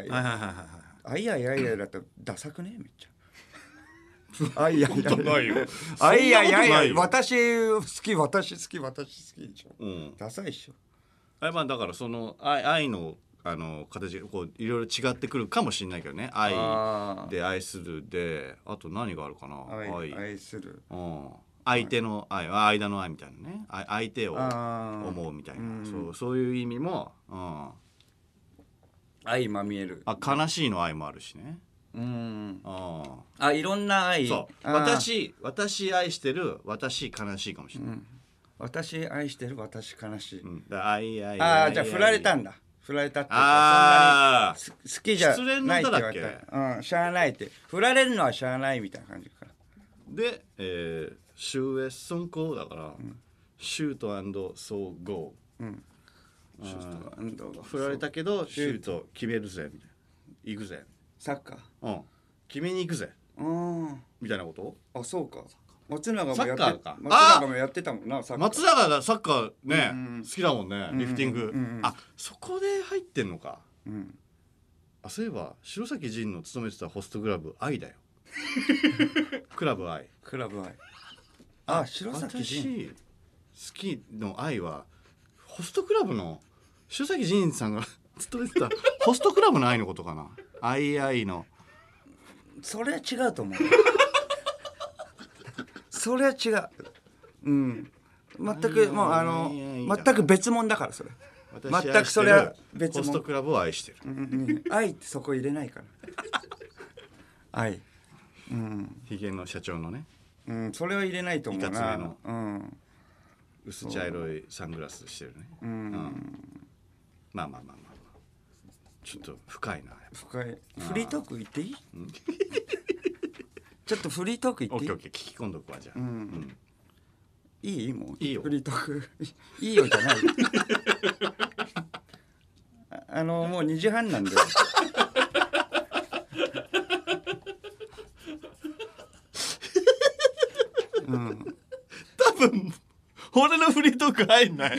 [SPEAKER 2] ったらダサくねめっちゃ。ないよ。私好きでしょ。ダサいでしょ。
[SPEAKER 1] まあだからその愛の形がこういろいろ違ってくるかもしれないけどね。愛で愛するであと何があるかな。
[SPEAKER 2] 愛する。
[SPEAKER 1] 相手の愛間の愛みたいなね。相手を思うみたいなそういう意味も
[SPEAKER 2] 愛まみえる。
[SPEAKER 1] 悲しいの愛もあるしね。
[SPEAKER 2] いろんな愛。
[SPEAKER 1] そう私愛してる私悲しいかもしれない。
[SPEAKER 2] 私愛してる私悲しい。
[SPEAKER 1] じゃ
[SPEAKER 2] あ振られたんだ。振られたっていうかそんなに好きじゃないって言われた。しゃあないって振られるのはしゃあないみたいな感じか。
[SPEAKER 1] でシュエソンコだからシュートソーゴー。振られたけどシュート決めるぜみたいな。行くぜ
[SPEAKER 2] サッカ
[SPEAKER 1] ー。決めに行くぜみたいなこと。
[SPEAKER 2] あそうか。松永もやってたもんな。
[SPEAKER 1] 松永がサッカーね好きだもんね。リフティングそこで入ってんのか。そういえば白崎仁の勤めてたホストクラブ愛だよ。クラブ愛。
[SPEAKER 2] 白崎仁
[SPEAKER 1] 私好きの愛はホストクラブの白崎仁さんが勤めてたホストクラブの愛のことかな。愛の
[SPEAKER 2] それは違うと思う。それは違う。全くもう全く別物だからそれ。全くそれは別物。
[SPEAKER 1] ホストクラブを愛してる。
[SPEAKER 2] 愛ってそこ入れないから。愛。
[SPEAKER 1] ヒゲの社長のね。
[SPEAKER 2] それは入れないと思うな。
[SPEAKER 1] いかつめの薄茶色いサングラスしてるね。まあちょっと深いな。
[SPEAKER 2] 深い。フリートーク言っていい？ちょっとフリートーク言っていい？
[SPEAKER 1] オッケー聞き込んどくわじゃあ。
[SPEAKER 2] いい？もう
[SPEAKER 1] いいよ。
[SPEAKER 2] フリートークいいよじゃない。もう2時半なんで。
[SPEAKER 1] 多分俺のフリートーク入んない。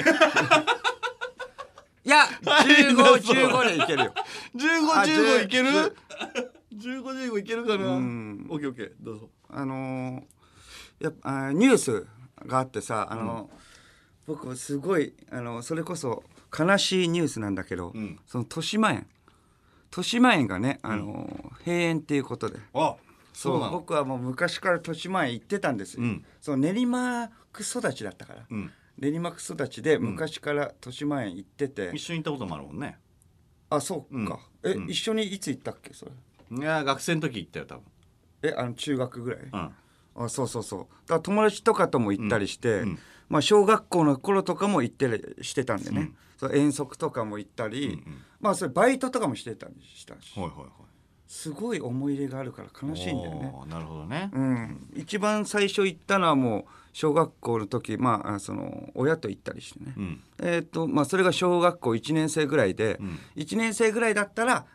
[SPEAKER 2] いや15でいけるよ。
[SPEAKER 1] 15いける？15いけるかな。オッケーどうぞ。
[SPEAKER 2] やっぱニュースがあってさ僕すごいそれこそ悲しいニュースなんだけど、その豊島園がね閉園っていうことで。そう僕はもう昔から豊島園行ってたんですよ。その練馬区育ちだったから、練馬区育ちで昔から豊島園行ってて、
[SPEAKER 1] 一緒に行ったこともあるもんね。
[SPEAKER 2] あそうか。一緒にいつ行ったっけそれ。
[SPEAKER 1] いや学生の時行ったよ多分。
[SPEAKER 2] 中学ぐらい。そうだから友達とかとも行ったりして、小学校の頃とかも行ってしてたんでね、遠足とかも行ったり、それバイトとかもしてたりしたし、すごい思い入れがあるから悲しいんだよね。
[SPEAKER 1] なるほどね。
[SPEAKER 2] 一番最初行ったのはもう小学校の時その親と行ったりしてね、それが小学校1年生ぐらいで、1年生ぐらいだったら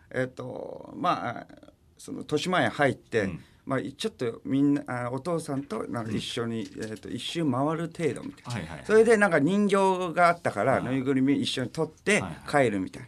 [SPEAKER 2] その豊島園入って、ちょっとみんなお父さんとなんか一緒に、一周回る程度みたいな、それでなんか人形があったから、ぬいぐるみ一緒に取って帰るみたいな、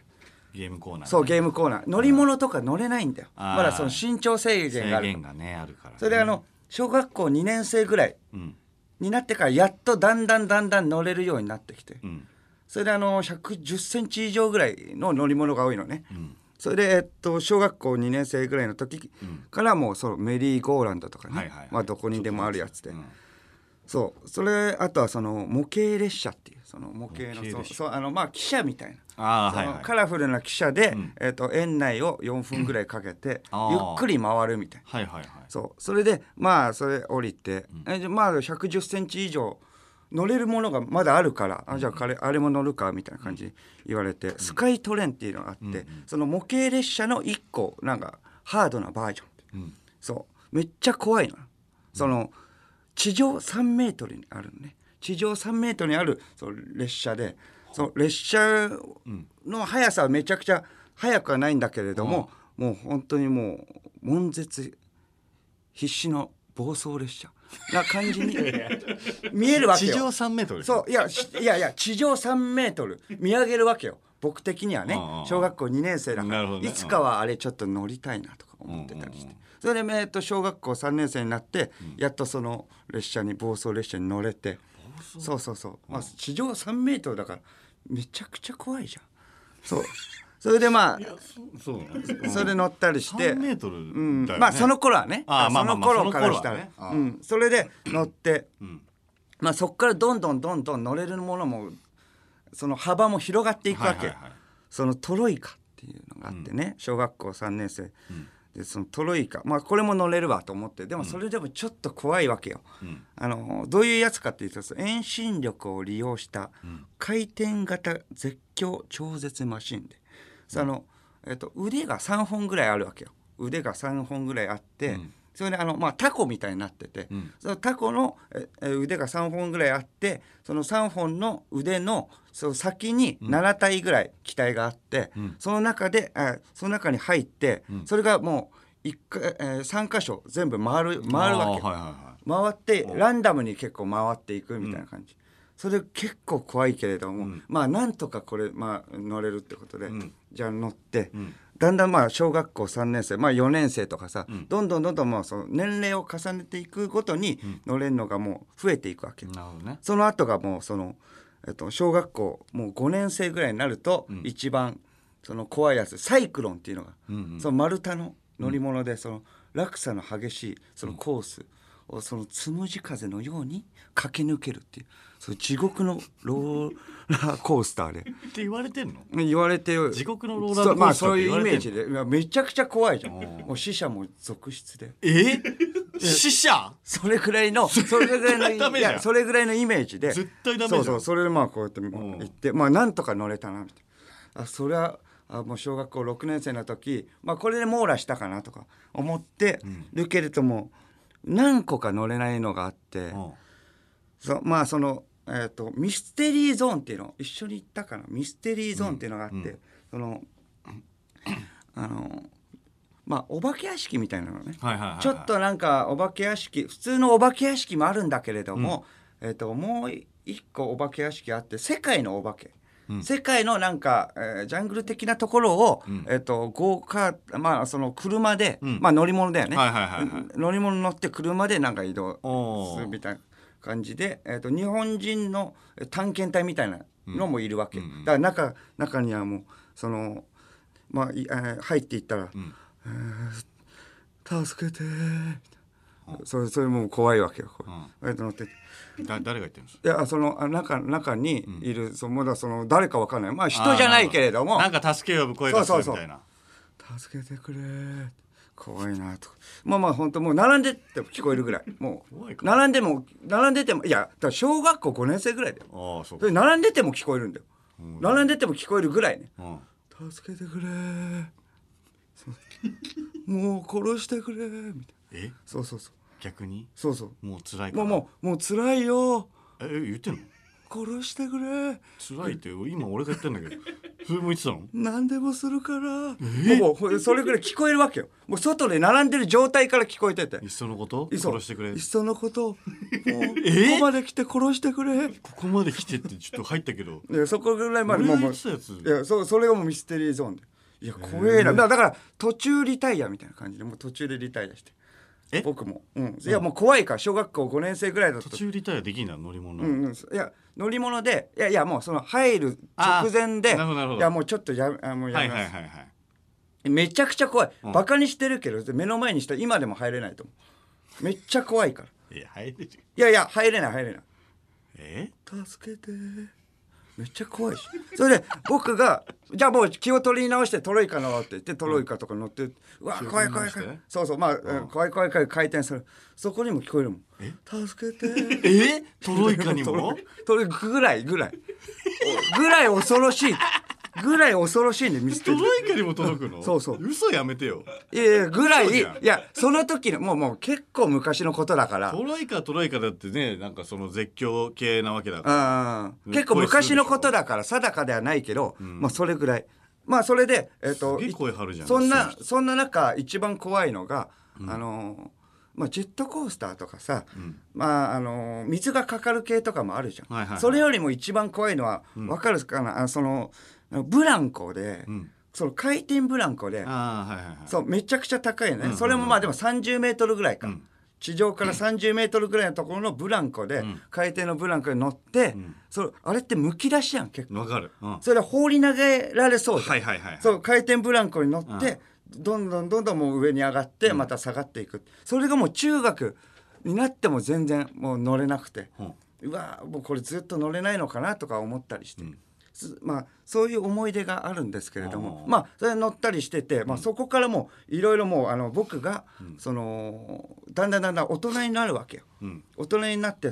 [SPEAKER 1] ゲームコーナー、ね、
[SPEAKER 2] そうゲームコーナー乗り物とか乗れないんだよ。まだその身長制限がある。
[SPEAKER 1] 制限がねあるから、ね、
[SPEAKER 2] それで小学校2年生ぐらいになってからやっとだんだん乗れるようになってきて、それで110センチ以上ぐらいの乗り物が多いのね、それで、小学校2年生ぐらいの時からもうそのメリーゴーランドとかね、まあ、どこにでもあるやつで、そうそれあとはその模型列車っていうその模型のそうまあ汽車みたいなカラフルな汽車で、園内を4分ぐらいかけてゆっくり回るみたいな、そうそれでまあそれ降りて、まあ110センチ以上乗れるものがまだあるから、じゃああれも乗るかみたいな感じで言われて、スカイトレンっていうのがあって、その模型列車の1個なんかハードなバージョン、そうめっちゃ怖いの、その地上3メートルにあるのね。地上3メートルにあるその列車で、その列車の速さはめちゃくちゃ速くはないんだけれども、もう本当にもう悶絶必至の暴走列車な感じに見えるわけよ。
[SPEAKER 1] 地上3メートル。
[SPEAKER 2] そういや地上3メートル見上げるわけよ。僕的にはね、小学校2年生だから、いつかはあれちょっと乗りたいなとか思ってたりして、それで、小学校3年生になって、やっとその列車に暴走列車に乗れて、そう、まあ、地上3メートルだからめちゃくちゃ怖いじゃん。そうそれでまあそれで乗ったりして
[SPEAKER 1] 3メートルだよね、
[SPEAKER 2] まあその頃はね、その頃からしたら、それで乗って、まあそこからどんどん乗れるものもその幅も広がっていくわけ、そのトロイカっていうのがあってね、小学校3年生、でそのトロイカ、まあこれも乗れるわと思って、でもそれでもちょっと怖いわけよ、どういうやつかっていうと、遠心力を利用した回転型絶叫超絶マシンで、腕が3本ぐらいあるわけよ。腕が3本ぐらいあって、それでまあ、タコみたいになってて、そのタコの腕が3本ぐらいあって、その3本の腕のその先に7体ぐらい機体があって、その中に入って、それがもう3箇所全部回るわけ、回ってランダムに結構回っていくみたいな感じ、それ結構怖いけれども、まあなんとかこれ、まあ、乗れるってことで、じゃあ乗って、だんだんまあ小学校3年生、まあ、4年生とかさ、どんどんもうその年齢を重ねていくごとに乗れるのがもう増えていくわけ、その後がもうその、小学校もう5年生ぐらいになると、一番その怖いやつサイクロンっていうのが、その丸太の乗り物で、その落差の激しいそのコースをそのつむじ風のように駆け抜けるっていう、その地獄のローラーコースターでって
[SPEAKER 1] 言われてんの？
[SPEAKER 2] 言われて、
[SPEAKER 1] 地獄のローラーコースターって言われてんの？まあそういうイメージで、めちゃくちゃ怖いじゃん。もう死者も続出で。死者？
[SPEAKER 2] それぐらいのイメージで。
[SPEAKER 1] 絶対ダメじゃん。
[SPEAKER 2] そうそれでまあこうやって行って、まあなんとか乗れたなみたいな。それはもう小学校6年生の時、まあこれで網羅したかなとか思ってるけれども、何個か乗れないのがあって、まあそのミステリーゾーンっていうの一緒に行ったかな、ミステリーゾーンっていうのがあって、そのまあお化け屋敷みたいなのね、ちょっとなんかお化け屋敷、普通のお化け屋敷もあるんだけれども、もう一個お化け屋敷あって、世界のお化け、世界のなんか、ジャングル的なところを、まあその車で、まあ乗り物だよね、乗り物乗って車でなんか移動するみたいな感じで、日本人の探検隊みたいなのもいるわけ、だから中にはもうその、まあ入っていったら、助けてそれもう怖いわけよ、乗って
[SPEAKER 1] 誰が言ってるんですか？
[SPEAKER 2] いや、その中にいる、まだその誰かわかんない、まあ人じゃないけれども、
[SPEAKER 1] なんか助け呼ぶ声がするみたいな、
[SPEAKER 2] 助けてくれ怖いなと、まあ本当もう並んでても聞こえるぐらい、もう並んでても、いやだから小学校5年生ぐらいだよ、それ並んでても聞こえるんだよ、並んでても聞こえるぐらいね、助けてくれもう殺してくれみたいな、そう
[SPEAKER 1] 逆に
[SPEAKER 2] そう
[SPEAKER 1] もう辛いから、
[SPEAKER 2] もう辛いよ、
[SPEAKER 1] 言ってんの？
[SPEAKER 2] 殺してくれ
[SPEAKER 1] 辛いって今俺が言ってんだけどそれも言ってたの？
[SPEAKER 2] 何でもするから、もうそれぐらい聞こえるわけよ。もう外で並んでる状態から聞こえてて、
[SPEAKER 1] いっそのこと
[SPEAKER 2] いっそ
[SPEAKER 1] 殺してくれ。
[SPEAKER 2] いっそのこともうこ
[SPEAKER 1] え
[SPEAKER 2] こまで来て殺してくれ。
[SPEAKER 1] ここまで来てってちょっと入ったけど
[SPEAKER 2] いやそこぐらいまで
[SPEAKER 1] 俺が
[SPEAKER 2] もう
[SPEAKER 1] 言ってたやつ
[SPEAKER 2] いやそれがもうミステリーゾーンで、いや怖えな、だから途中リタイアみたいな感じで、もう途中でリタイアして、僕も、いやもう怖いから、小学校5年生ぐらいだった
[SPEAKER 1] 途中リタイアできんだ乗り物、
[SPEAKER 2] いや乗り物でいやもうその入る直前で、
[SPEAKER 1] なるほどなるほど、
[SPEAKER 2] いやもうちょっともうやめます、めちゃくちゃ怖い、バカにしてるけど目の前にしたら今でも入れないと思う、めっちゃ怖いから。
[SPEAKER 1] いや入れる。
[SPEAKER 2] いや入れない助けて、めっちゃ怖いし、それで僕がじゃあもう気を取り直してトロイカ乗ろうって言ってトロイカとか乗って、うわ怖い怖い怖い、そうまあ怖い怖い回転する、そこにも聞こえるもん、助けて
[SPEAKER 1] トロイカにも
[SPEAKER 2] トロイカぐらい恐ろしいんでミステリー。
[SPEAKER 1] トロイカにも届くの？
[SPEAKER 2] そう
[SPEAKER 1] 嘘やめてよ。
[SPEAKER 2] いやぐらい、いやその時のもう結構昔のことだから。
[SPEAKER 1] トロイカだってね、なんかその絶叫系なわけだか
[SPEAKER 2] ら、結構昔のことだから定かではないけど、まあそれぐらい、まあそれで
[SPEAKER 1] 声張るじゃん。
[SPEAKER 2] そんな中一番怖いのが、まあ、ジェットコースターとかさ、まあ水がかかる系とかもあるじゃん、それよりも一番怖いのは、分かるかな、そのブランコで、その回転ブランコで、そうめちゃくちゃ高いよね、それもまあでも30メートルぐらいか、地上から30メートルぐらいのところのブランコで、回転のブランコに乗って、あれってむき出しやん結構。
[SPEAKER 1] わかる、
[SPEAKER 2] それ放り投げられそうじゃん、そう回転ブランコに乗って、どんどんもう上に上がってまた下がっていく、それがもう中学になっても全然もう乗れなくて、うわもうこれずっと乗れないのかなとか思ったりして、まあそういう思い出があるんですけれども、まあそれ乗ったりしてて、まあ、そこからもういろいろもう僕がそのだんだん大人になるわけよ、大人になって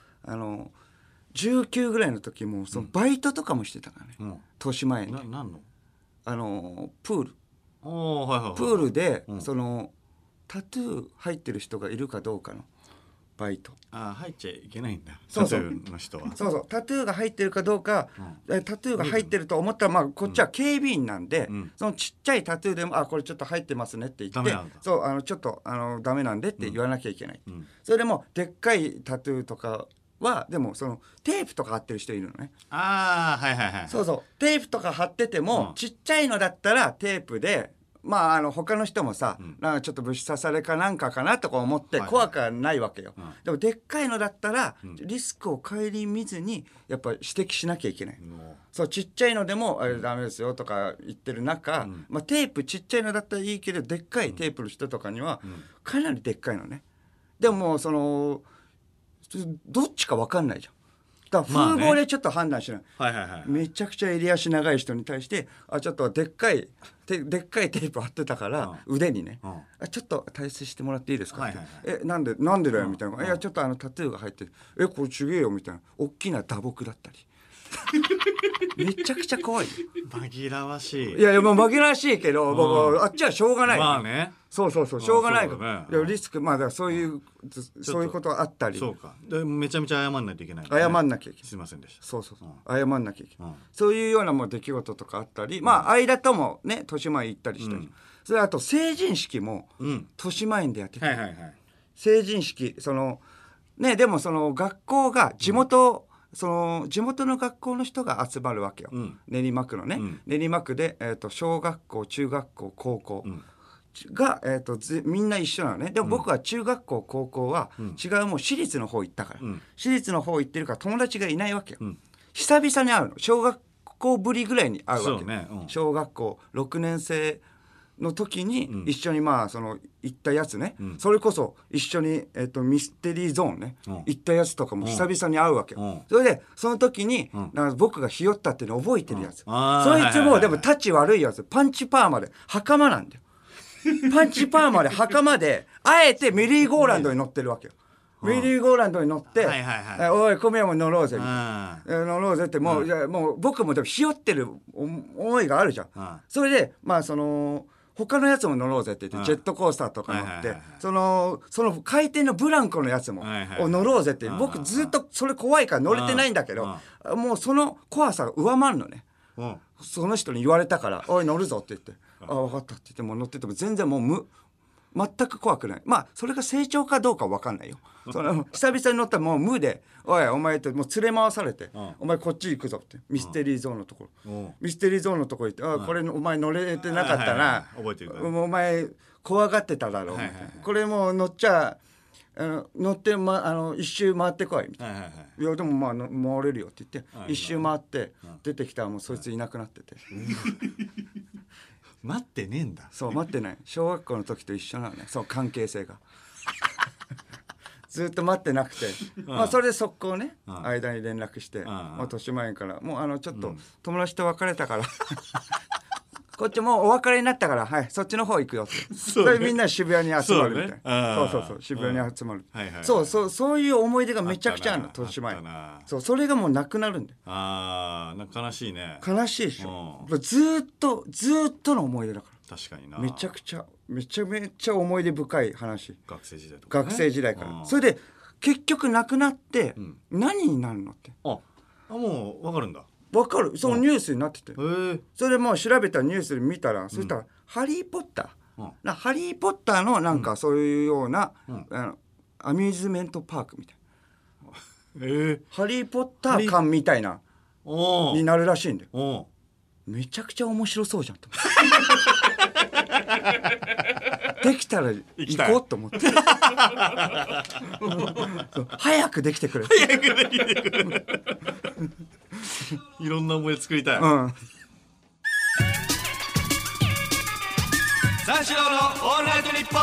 [SPEAKER 2] 19ぐらいの時もそのバイトとかもしてたからね、豊島園で
[SPEAKER 1] 何の
[SPEAKER 2] プールプールで、そのタトゥー入ってる人がいるかどうかのバイト。
[SPEAKER 1] 入っちゃいけないんだ。
[SPEAKER 2] そう
[SPEAKER 1] タトゥーの人は。
[SPEAKER 2] そうタトゥーが入ってるかどうか、タトゥーが入ってると思ったら、まあこっちは警備員なんで、そのちっちゃいタトゥーでもこれちょっと入ってますねって言って、そうちょっとダメなんでって言わなきゃいけない。それでもでっかいタトゥーとかはでもそのテープとか貼ってる人いるのね。そうテープとか貼ってても、ちっちゃいのだったらテープで、まあ他の人もさ、なんかちょっと虫刺されかなんかかなとか思って怖くはないわけよ、でもでっかいのだったら、リスクを顧みずにやっぱ指摘しなきゃいけない、そうちっちゃいのでもダメですよとか言ってる中、まあ、テープちっちゃいのだったらいいけどでっかいテープの人とかにはかなりでっかいのね。でももうそのどっちか分かんないじゃん。だから風貌でちょっと判断しない、めちゃくちゃ襟足長い人に対してちょっとでっかいテープ貼ってたから、腕にね、ちょっと退出してもらっていいですかって、なんでだよみたいな、いやちょっとタトゥーが入ってる、これちげえよみたいな、大きな打撲だったりめちゃくちゃ怖いよ。
[SPEAKER 1] 紛らわしい。
[SPEAKER 2] いやもう紛らわしいけど、もうあっちはしょうがない。
[SPEAKER 1] まあね。
[SPEAKER 2] そうしょうがないから。リスクだからそういうことはあったり。
[SPEAKER 1] そうか。でめちゃめちゃ謝んないといけない。
[SPEAKER 2] 謝んなきゃいけない。
[SPEAKER 1] すいませんでした。
[SPEAKER 2] そう謝んなきゃいけない。そういうようなもう出来事とかあったり、まあ間ともね豊島園行ったりしたり。それあと成人式も豊島園でやってた。成人式そのね、でもその学校が地元の学校の人が集まるわけよ、練馬区のね、練馬区で、小学校中学校高校が、みんな一緒なのね。でも僕は中学校高校は違うもう私立の方行ったから、私立の方行ってるから友達がいないわけよ、久々に会うの。小学校ぶりぐらいに会うわけ、小学校6年生の時に一緒にまあその行ったやつね、それこそ一緒にミステリーゾーンね行ったやつとかも久々に会うわけよ。それでその時に僕がひよったっていうのを覚えてるやつ、そいつもでもタチ悪いやつ、パンチパーマで袴なんだよパンチパーマで袴であえてメリーゴーランドに乗ってるわけよ。メリーゴーランドに乗って「おい小宮も乗ろうぜ」みたいな乗ろうぜってもう僕もでもひよってる思いがあるじゃん。それでまあその他のやつも乗ろうぜって言ってジェットコースターとか乗ってその回転のブランコのやつも乗ろうぜって僕ずっとそれ怖いから乗れてないんだけどもうその怖さが上回るのね。 その人に言われたから「おい乗るぞ」って言って「あ分かった」って言っても乗ってても全然もう全く怖くない。まあそれが成長かどうか分かんないよ。その久々に乗ったらもう無で「おいお前」ってもう連れ回されて「お前こっち行くぞ」ってミステリーゾーンのところミステリーゾーンのところ行って「あこれお前乗れてなかったな
[SPEAKER 1] 覚えてるから
[SPEAKER 2] お前怖がってただろう」みたいなこれもう乗っちゃ乗って、一周回ってこいみたいな、いやでもまあ回れるよって言って一周回って出てきたらもうそいついなくなってて
[SPEAKER 1] 待ってねえんだ。
[SPEAKER 2] そう待ってない小学校の時と一緒なのねその関係性がずっと待ってなくてまあそれで速攻ね間に連絡して豊島園からもうちょっと友達と別れたからこっちもうお別れになったから、はい、そっちの方行くよって。それみんな渋谷に集まるみたいな。そう渋谷に集まる。そういう思い出がめちゃくちゃあるの豊島園。それがもうなくなるんだよ。
[SPEAKER 1] 悲しいね。
[SPEAKER 2] 悲しいでしょ。ずっとの思い出だから。
[SPEAKER 1] 確かにな。
[SPEAKER 2] めちゃめちゃ思い出深い話。
[SPEAKER 1] 学生時代とか。
[SPEAKER 2] 学生時代から。それで結局なくなって何になるのって。
[SPEAKER 1] もうわかるんだ。
[SPEAKER 2] 分かるそのニュースになっててそれでもう調べたニュースで見たらそしたら「ハリー・ポッター」ハリー・ポッターのなんかそういうようなアミューズメントパークみたいなハリー・ポッター館みたいなになるらしいんだよめちゃくちゃ面白そうじゃんとできたら行こうと思って早くできてくれ
[SPEAKER 1] いろんな思い出作りたい、
[SPEAKER 3] 三四郎のオールナイトニッポン。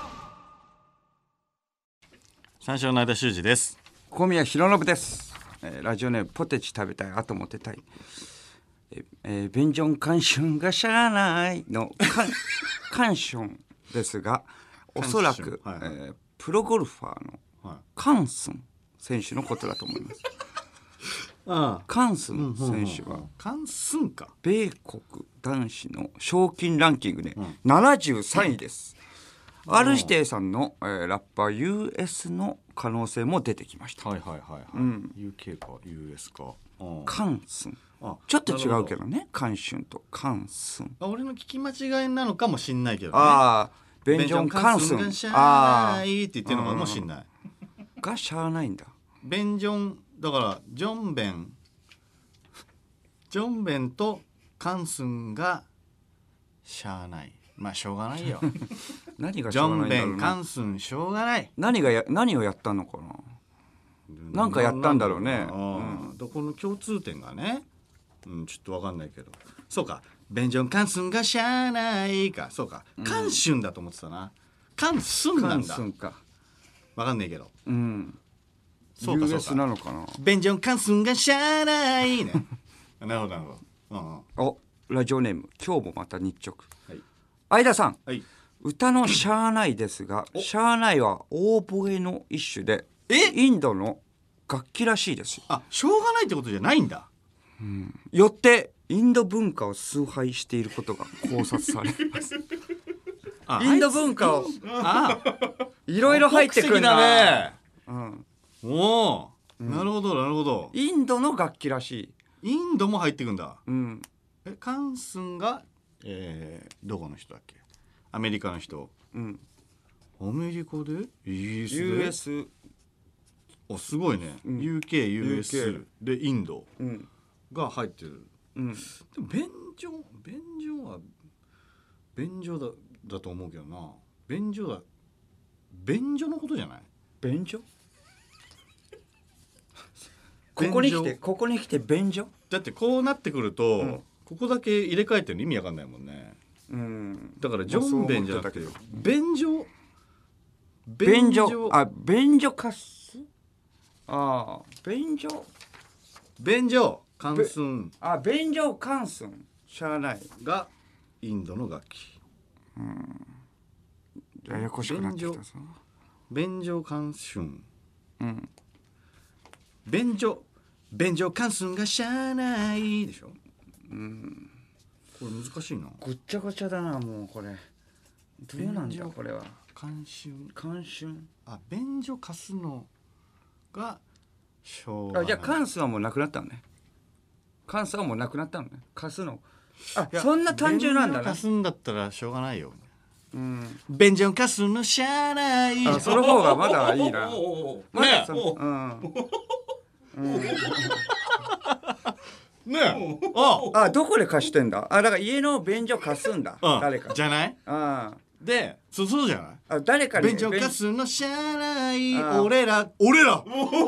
[SPEAKER 1] 三四郎の間修二です。
[SPEAKER 2] 小宮弘信です、ラジオネームポテチ食べたいあとモテたいベンジョンカンシュンがしゃあないのカンシュンですがおそらく、プロゴルファーのカンスン選手のことだと思いますカンスン選手は
[SPEAKER 1] カンスンか
[SPEAKER 2] 米国男子の賞金ランキングで73位です、R 指定さんの、ラッパー US の可能性も出てきました。
[SPEAKER 1] UK か US か
[SPEAKER 2] カンスンちょっと違うけどねカンシュンとカンスン
[SPEAKER 1] 俺の聞き間違いなのかもしんないけどね
[SPEAKER 2] ベンジョンカンスン
[SPEAKER 1] がしゃあないって言ってるのかもしんない
[SPEAKER 2] がしゃあないんだ
[SPEAKER 1] ベンジョンだからジョンベンとカンスンがしゃあないまあしょうがないよ
[SPEAKER 2] 何がしょうがないんだろうな
[SPEAKER 1] ジョンベンカンスンしょうがない
[SPEAKER 2] 何をやったのかななんかやったんだろうね
[SPEAKER 1] この共通点がねちょっと分かんないけどそうかベンジョンカンスンがしゃあないかそうか、カンシュンだと思ってたなカンスンなんだ
[SPEAKER 2] カンスンか
[SPEAKER 1] 分かんないけど
[SPEAKER 2] そうか US なのかな
[SPEAKER 1] ベンジョンカンスンがしゃあないねなるほどなるほ
[SPEAKER 2] どラジオネーム今日もまた日直相田さん、歌のしゃあないですがしゃあないはオーボエの一種でインドの楽器らしいですよ
[SPEAKER 1] しょうがないってことじゃないんだ
[SPEAKER 2] よってインド文化を崇拝していることが考察されますインド文化をいろいろ入ってくるな
[SPEAKER 1] おなるほどなるほど
[SPEAKER 2] インドの楽器らし
[SPEAKER 1] いインドも入ってくんだカンスンがどこの人だっけアメリカの人アメリカでイギリスで
[SPEAKER 2] US
[SPEAKER 1] すごいね、UK、US でインドが入ってる、でも便所は便所だと思うけどな便所のことじゃない
[SPEAKER 2] 便所ここに来て便所
[SPEAKER 1] だってこうなってくると、ここだけ入れ替えてるの意味わかんないもんねだからジョンベンじゃなくて便所
[SPEAKER 2] 便所カス便所カンスン便所カンスンしゃあない
[SPEAKER 1] がインドの楽器
[SPEAKER 2] ややこしくなってきたぞ
[SPEAKER 1] 便所カンスン便所カンスンがしゃあないでしょこれ難しいな
[SPEAKER 2] ぐっちゃぐちゃだなもうこれどうなんだこれは
[SPEAKER 1] 監春便所貸すのが
[SPEAKER 2] じゃあカンスンはもうなくなったのね関数はもうなくなったのね。貸すの。そんな単純なんだね。
[SPEAKER 1] 貸すんだったらしょうがないよ。便所貸すのしゃあない。
[SPEAKER 2] その方がまだいいな。まだ
[SPEAKER 1] ねえ。
[SPEAKER 2] どこで貸してんだ。だから家の便所貸すんだ。誰か。
[SPEAKER 1] じゃない？で、そうじゃない？
[SPEAKER 2] 誰かに。
[SPEAKER 1] 便所貸すのしゃあない。俺ら。俺ら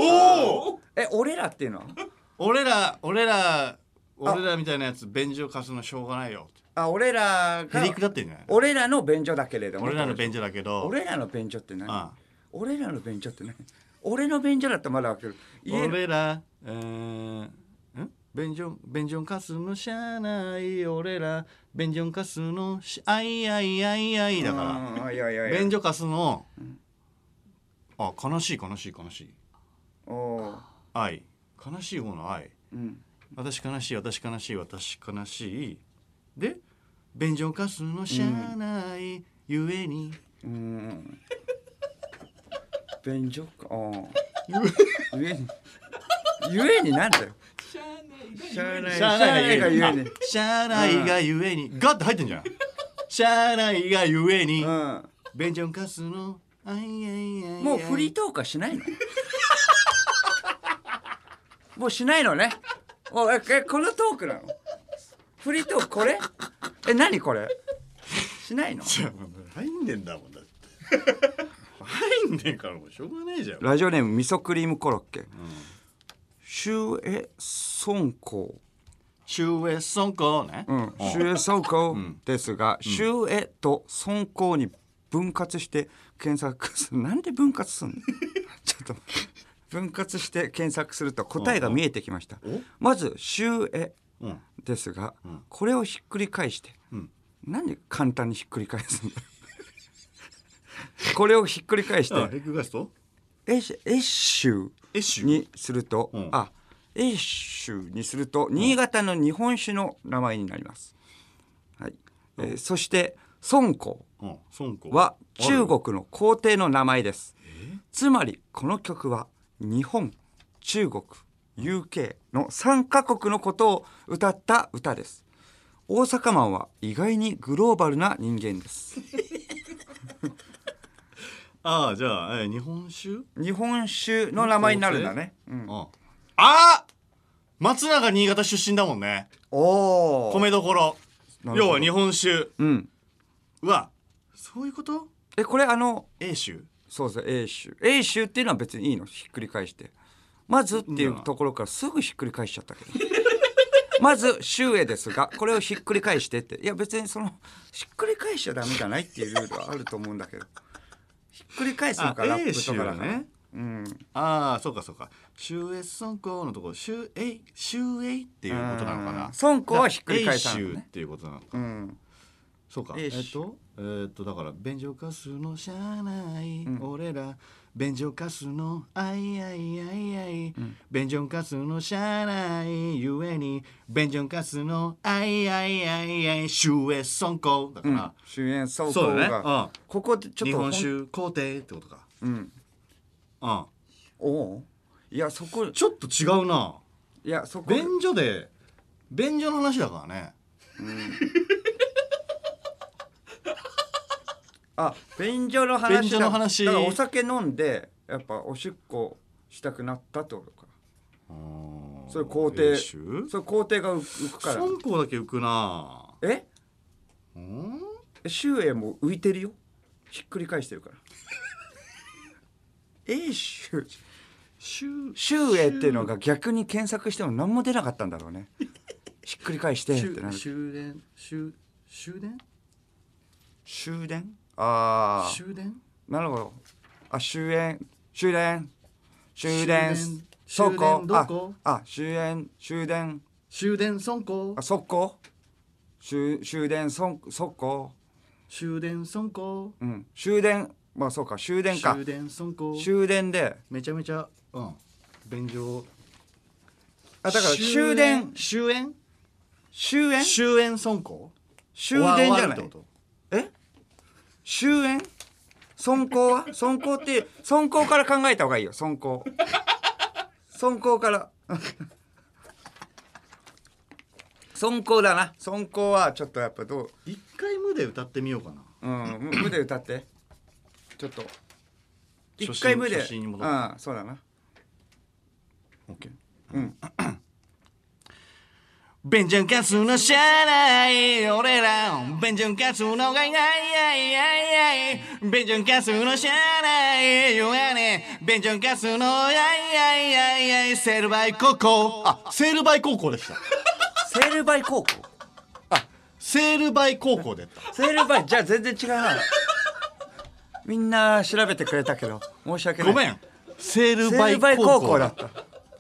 [SPEAKER 2] っていうのは？
[SPEAKER 1] 俺らみたいなやつ便所貸すのしょうがないよ。
[SPEAKER 2] 俺らが
[SPEAKER 1] へりくだってんじゃない？
[SPEAKER 2] 俺らの便所だけれども。
[SPEAKER 1] 俺らの便所だけど。
[SPEAKER 2] 俺らの便所って何？俺らの便所って何？俺の便所だったらまだわかる。
[SPEAKER 1] 俺ら便所貸すのしゃあない。俺ら便所貸すのあいあいあいあいだから。便所貸すの悲しい愛、悲しい方の愛。私悲しいで便所貸すのしゃあないゆえに
[SPEAKER 2] 便所ゆえになんだよ。しゃあないがゆえに。
[SPEAKER 1] しゃあないがゆえにガッて入ってんじゃん。しゃあないがゆえに便所貸すのあいあいあい。
[SPEAKER 2] もうフリートークはしないの？もうしないのね。このトークなの？フリートークこれ？何これ？しないの？
[SPEAKER 1] 入んねんだもんだって入んねんからもうしょうがねえじゃん。
[SPEAKER 2] ラジオネーム味噌クリームコロッケ。シュエソンコ
[SPEAKER 1] シュエソンコね。
[SPEAKER 2] シュエソンコですが、シュエとソンコに分割して検索する。なんで分割すんの？ちょっと分割して検索すると答えが見えてきました。まずシュエですが、これをひっくり返して、なんで簡単にひっくり返すんだこれをひっくり返してエッシュにすると、エッシュにすると新潟の日本酒の名前になります。そして孫公は中国の皇帝の名前です。つまりこの曲は日本、中国、UK の3カ国のことを歌った歌です。大阪マンは意外にグローバルな人間です
[SPEAKER 1] じゃあ、日本
[SPEAKER 2] 酒の名前になるんだね。
[SPEAKER 1] 松永新潟出身だもんね。米どころ。要は日本酒。そういうこと？
[SPEAKER 2] これ
[SPEAKER 1] 英酒？
[SPEAKER 2] そうです英酒。英酒っていうのは別にいいの？ひっくり返してまずっていうところからすぐひっくり返しちゃったけどまずシュエですがこれをひっくり返してって。いや別にひっくり返しちゃダメじゃないっていうルールはあると思うんだけどひっくり返すのかラップとかだね。
[SPEAKER 1] そうかシュエソンコのところシュエイっていうことなのかな。
[SPEAKER 2] ソンコはひっくり返さないのね。
[SPEAKER 1] っていうことなのか。そうか。だから便所貸すのしゃあない、俺ら便所貸すのあいあいあいあい、便所貸すのしゃあないゆえに便所貸すのあいあいあいあいシュエソンコだから、
[SPEAKER 2] シュエソンコが、ここでちょっと
[SPEAKER 1] 日本酒皇帝ってことか。
[SPEAKER 2] いやそこ
[SPEAKER 1] ちょっと違うな。いやそこ便所の話だからね。
[SPEAKER 2] 便所の話だからお酒飲んでやっぱおしっこしたくなったってことか。それ皇帝が浮くから。
[SPEAKER 1] 3個だけ浮くな。
[SPEAKER 2] シュエも浮いてるよ。ひっくり返してるからシュエっていうのが逆に検索しても何も出なかったんだろうねひっくり返してってなる。終電なるほど。終電走行終電
[SPEAKER 1] 損行
[SPEAKER 2] 速攻終電速攻
[SPEAKER 1] 終電損行
[SPEAKER 2] 終電そうか終電か終電で
[SPEAKER 1] めちゃめちゃ便所
[SPEAKER 2] だから終電
[SPEAKER 1] 損行
[SPEAKER 2] 終電じゃない終電損行って損行から考えた方がいいよ。損行から尊高だな。尊高はちょっとやっぱどう。
[SPEAKER 1] 一回無で歌ってみようかな。
[SPEAKER 2] 無で歌って。ちょっと。一回無で。
[SPEAKER 1] 初心に戻って。
[SPEAKER 2] そうだな。
[SPEAKER 1] オッケー。
[SPEAKER 3] 便所カスのしゃあない俺ら便所カスのがいない便所カスのしゃあないよやね便所カスのセールバイ高校。
[SPEAKER 1] あ、セールバイ高校でした。
[SPEAKER 2] セールバイ高校。
[SPEAKER 1] セールバイ高校でった。
[SPEAKER 2] セールバイじゃあ全然違うな。みんな調べてくれたけど申し訳ない。
[SPEAKER 1] ごめん。セールバイ高校だった。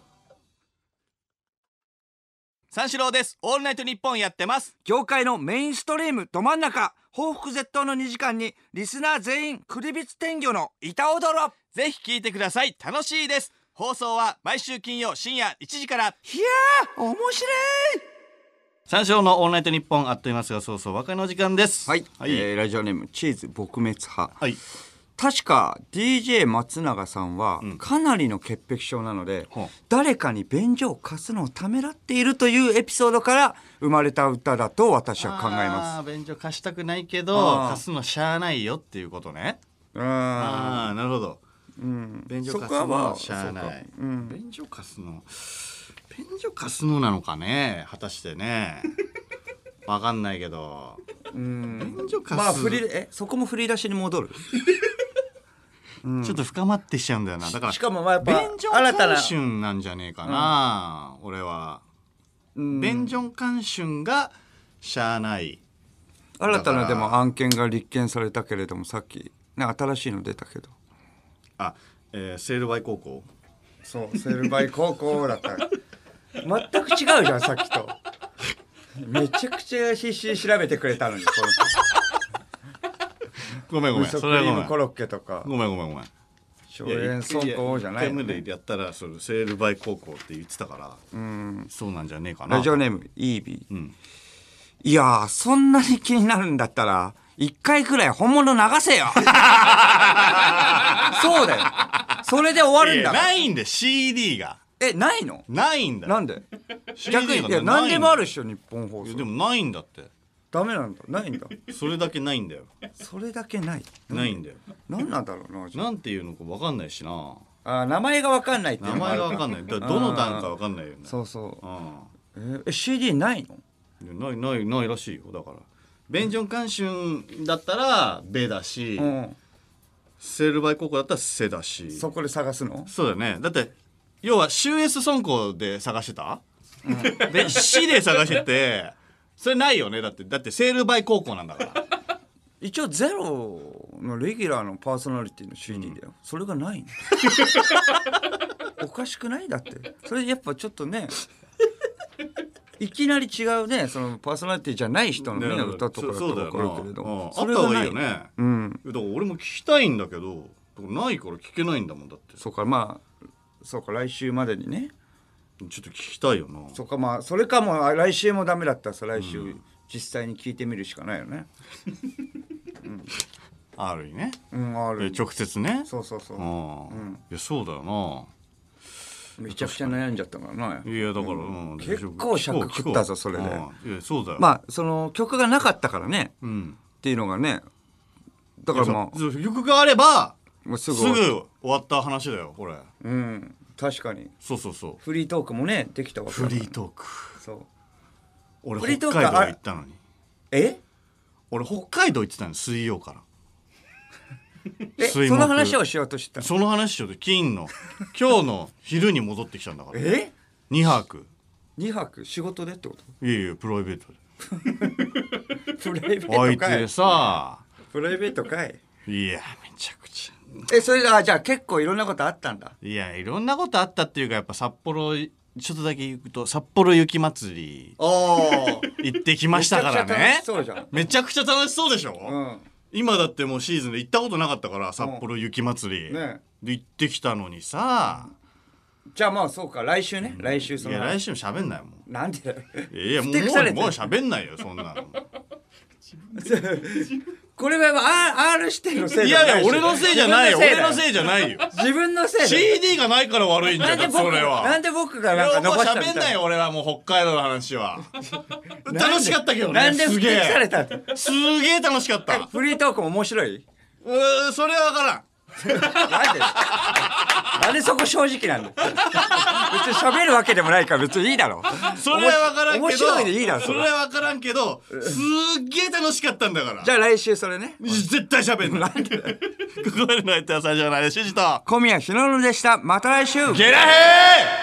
[SPEAKER 3] 三四郎です。オールナイトニッポンやってます。
[SPEAKER 2] 業界のメインストリームど真ん中、報復絶倒の2時間にリスナー全員クリビツ天魚の板踊ろ。
[SPEAKER 3] ぜひ聞いてください。楽しいです。放送は毎週金曜深夜1時から。いや
[SPEAKER 2] ー面白い。
[SPEAKER 3] 三四郎のオールナイトニッポンあっという間ですが、そうそう別れの時間です。
[SPEAKER 2] はい、ラジオネームチーズ撲滅派。
[SPEAKER 1] はい。
[SPEAKER 2] 確か DJ 松永さんはかなりの潔癖症なので、誰かに便所を貸すのをためらっているというエピソードから生まれた歌だと私は考えます。
[SPEAKER 1] 便所貸したくないけど貸すのしゃあないよっていうことね。なるほど。便所貸すのしゃあない。便所貸すのなのかね、果たしてね。わかんないけど。便所貸す。
[SPEAKER 2] そこも振り出しに戻る。
[SPEAKER 1] ちょっと深まってしちゃうんだよな。だから
[SPEAKER 2] しかもやっぱ
[SPEAKER 1] 便所監春なんじゃねえかな、俺は。便所監春がしゃあない。
[SPEAKER 2] 新たなでも案件が立件されたけれども、さっき新しいの出たけど、
[SPEAKER 1] セールバイ高校。
[SPEAKER 2] そうセールバイ高校だった全く違うじゃんさっきと。めちゃくちゃ必死に調べてくれたのに。
[SPEAKER 1] ごめん。
[SPEAKER 2] それはごめん。コロッケとか。
[SPEAKER 1] ごめん。
[SPEAKER 2] 荘園尊高じゃない。
[SPEAKER 1] 1回目でやったらそれセールバイ高校って言ってたから。そうなんじゃねえかな。
[SPEAKER 2] ラジオネームイービー。いやーそんなに気になるんだったら1回くらい本物流せよ。そうだよ。それで終わるんだ。
[SPEAKER 1] ないんで CD が。
[SPEAKER 2] ないの？
[SPEAKER 1] ないんだ。
[SPEAKER 2] なんで？逆に何でもあるっしょ日本放送。
[SPEAKER 1] でもないんだって。
[SPEAKER 2] ダメなんだ。ないんだ。
[SPEAKER 1] それだけないんだよ。
[SPEAKER 2] それだけない。
[SPEAKER 1] ないんだよ。
[SPEAKER 2] 何なんだろうな。
[SPEAKER 1] なんていうのか分かんないしな。
[SPEAKER 2] 名前が分かんないっていう
[SPEAKER 1] 名前が分かんない。どの段か分かんないよね。
[SPEAKER 2] そうそう。CD ない
[SPEAKER 1] の？ないらしいよ。だから便所監春だったらベだし、セールバイ高校だったらセだし。
[SPEAKER 2] そこで探すの？
[SPEAKER 1] そうだよね。だって要は修 S 尊高で探してた？で C で探してて。それないよね。だってセールバイ高校なんだから。
[SPEAKER 2] 一応ゼロのレギュラーのパーソナリティの CD だよ、それがないの。おかしくない？だってそれやっぱちょっとねいきなり違うね、そのパーソナリティじゃない人のね歌とかだったら分かるけれど、
[SPEAKER 1] それがないよね。だから俺も聞きたいんだけどないから聞けないんだもん。だって
[SPEAKER 2] そうかそうか来週までにね
[SPEAKER 1] ちょっと聞きたいよな。
[SPEAKER 2] そうかそれかも来週もダメだったらさ、来週実際に聞いてみるしかないよね。
[SPEAKER 1] ある意味ね。
[SPEAKER 2] ある。
[SPEAKER 1] 直接ね。
[SPEAKER 2] そう。い
[SPEAKER 1] やそうだよな。
[SPEAKER 2] めちゃくちゃ悩んじゃったからな。
[SPEAKER 1] いやだから
[SPEAKER 2] 結構尺食ったぞそれで。いや
[SPEAKER 1] そうだよ。
[SPEAKER 2] その曲がなかったからね。っていうのがね。だから
[SPEAKER 1] 曲があれば
[SPEAKER 2] もうすぐ
[SPEAKER 1] 終わった話だよこれ。
[SPEAKER 2] 確かに。
[SPEAKER 1] そう。
[SPEAKER 2] フリートークもねできたわけ
[SPEAKER 1] だから。フリートーク。
[SPEAKER 2] そう。
[SPEAKER 1] 俺北海道行ったのに。俺北海道行ってたの水曜から。
[SPEAKER 2] その話をしようとしてた。
[SPEAKER 1] その話しようと今日の昼に戻ってきたんだから。2泊。
[SPEAKER 2] 2泊仕事でってこと？
[SPEAKER 1] いやプライベートで。
[SPEAKER 2] プライベートかい。
[SPEAKER 1] 相手さ。
[SPEAKER 2] プライベートかい。
[SPEAKER 1] いやめちゃくちゃ。
[SPEAKER 2] それじゃあ結構いろんなことあったんだ。
[SPEAKER 1] いやいろんなことあったっていうかやっぱ札幌ちょっとだけ行くと札幌雪まつり行ってきましたからね。めちゃくちゃ楽しそうでしょ。今だってもうシーズンで行ったことなかったから札幌雪まつりで行ってきたのにさ。
[SPEAKER 2] じゃあそうか来週ね。来週
[SPEAKER 1] いや来週も喋んないもん。
[SPEAKER 2] なんで？
[SPEAKER 1] いやもう喋んないよそんなの。
[SPEAKER 2] これは R してのせい
[SPEAKER 1] い
[SPEAKER 2] じゃないし。
[SPEAKER 1] やいや俺のせいじゃないよ。
[SPEAKER 2] 自分のせいだよ
[SPEAKER 1] 俺のせいじゃないよ。
[SPEAKER 2] 自分のせいだよ。
[SPEAKER 1] CD がないから悪いんじゃん。それは。
[SPEAKER 2] なんで僕がなんか
[SPEAKER 1] もう
[SPEAKER 2] 残したみたい
[SPEAKER 1] 喋んないよ俺はもう北海道の話は。楽しかったけどね。
[SPEAKER 2] なんで不適
[SPEAKER 1] すげえ
[SPEAKER 2] されたの？
[SPEAKER 1] すげえ楽しかった。
[SPEAKER 2] フリートークも面白い？
[SPEAKER 1] それは分からん。
[SPEAKER 2] なんでそこ正直なんだよ。別に喋るわけでもないから別にいいだろ。
[SPEAKER 1] それは分からんけど。
[SPEAKER 2] 面白いでいいだろ
[SPEAKER 1] それは分からんけど、すっげえ楽しかったんだから。
[SPEAKER 2] じゃあ来週それね。
[SPEAKER 1] 絶対喋んない。ここまでの相手は最初のあれ、主人と
[SPEAKER 2] 小宮浩信でした。また来週。
[SPEAKER 1] ゲラヘー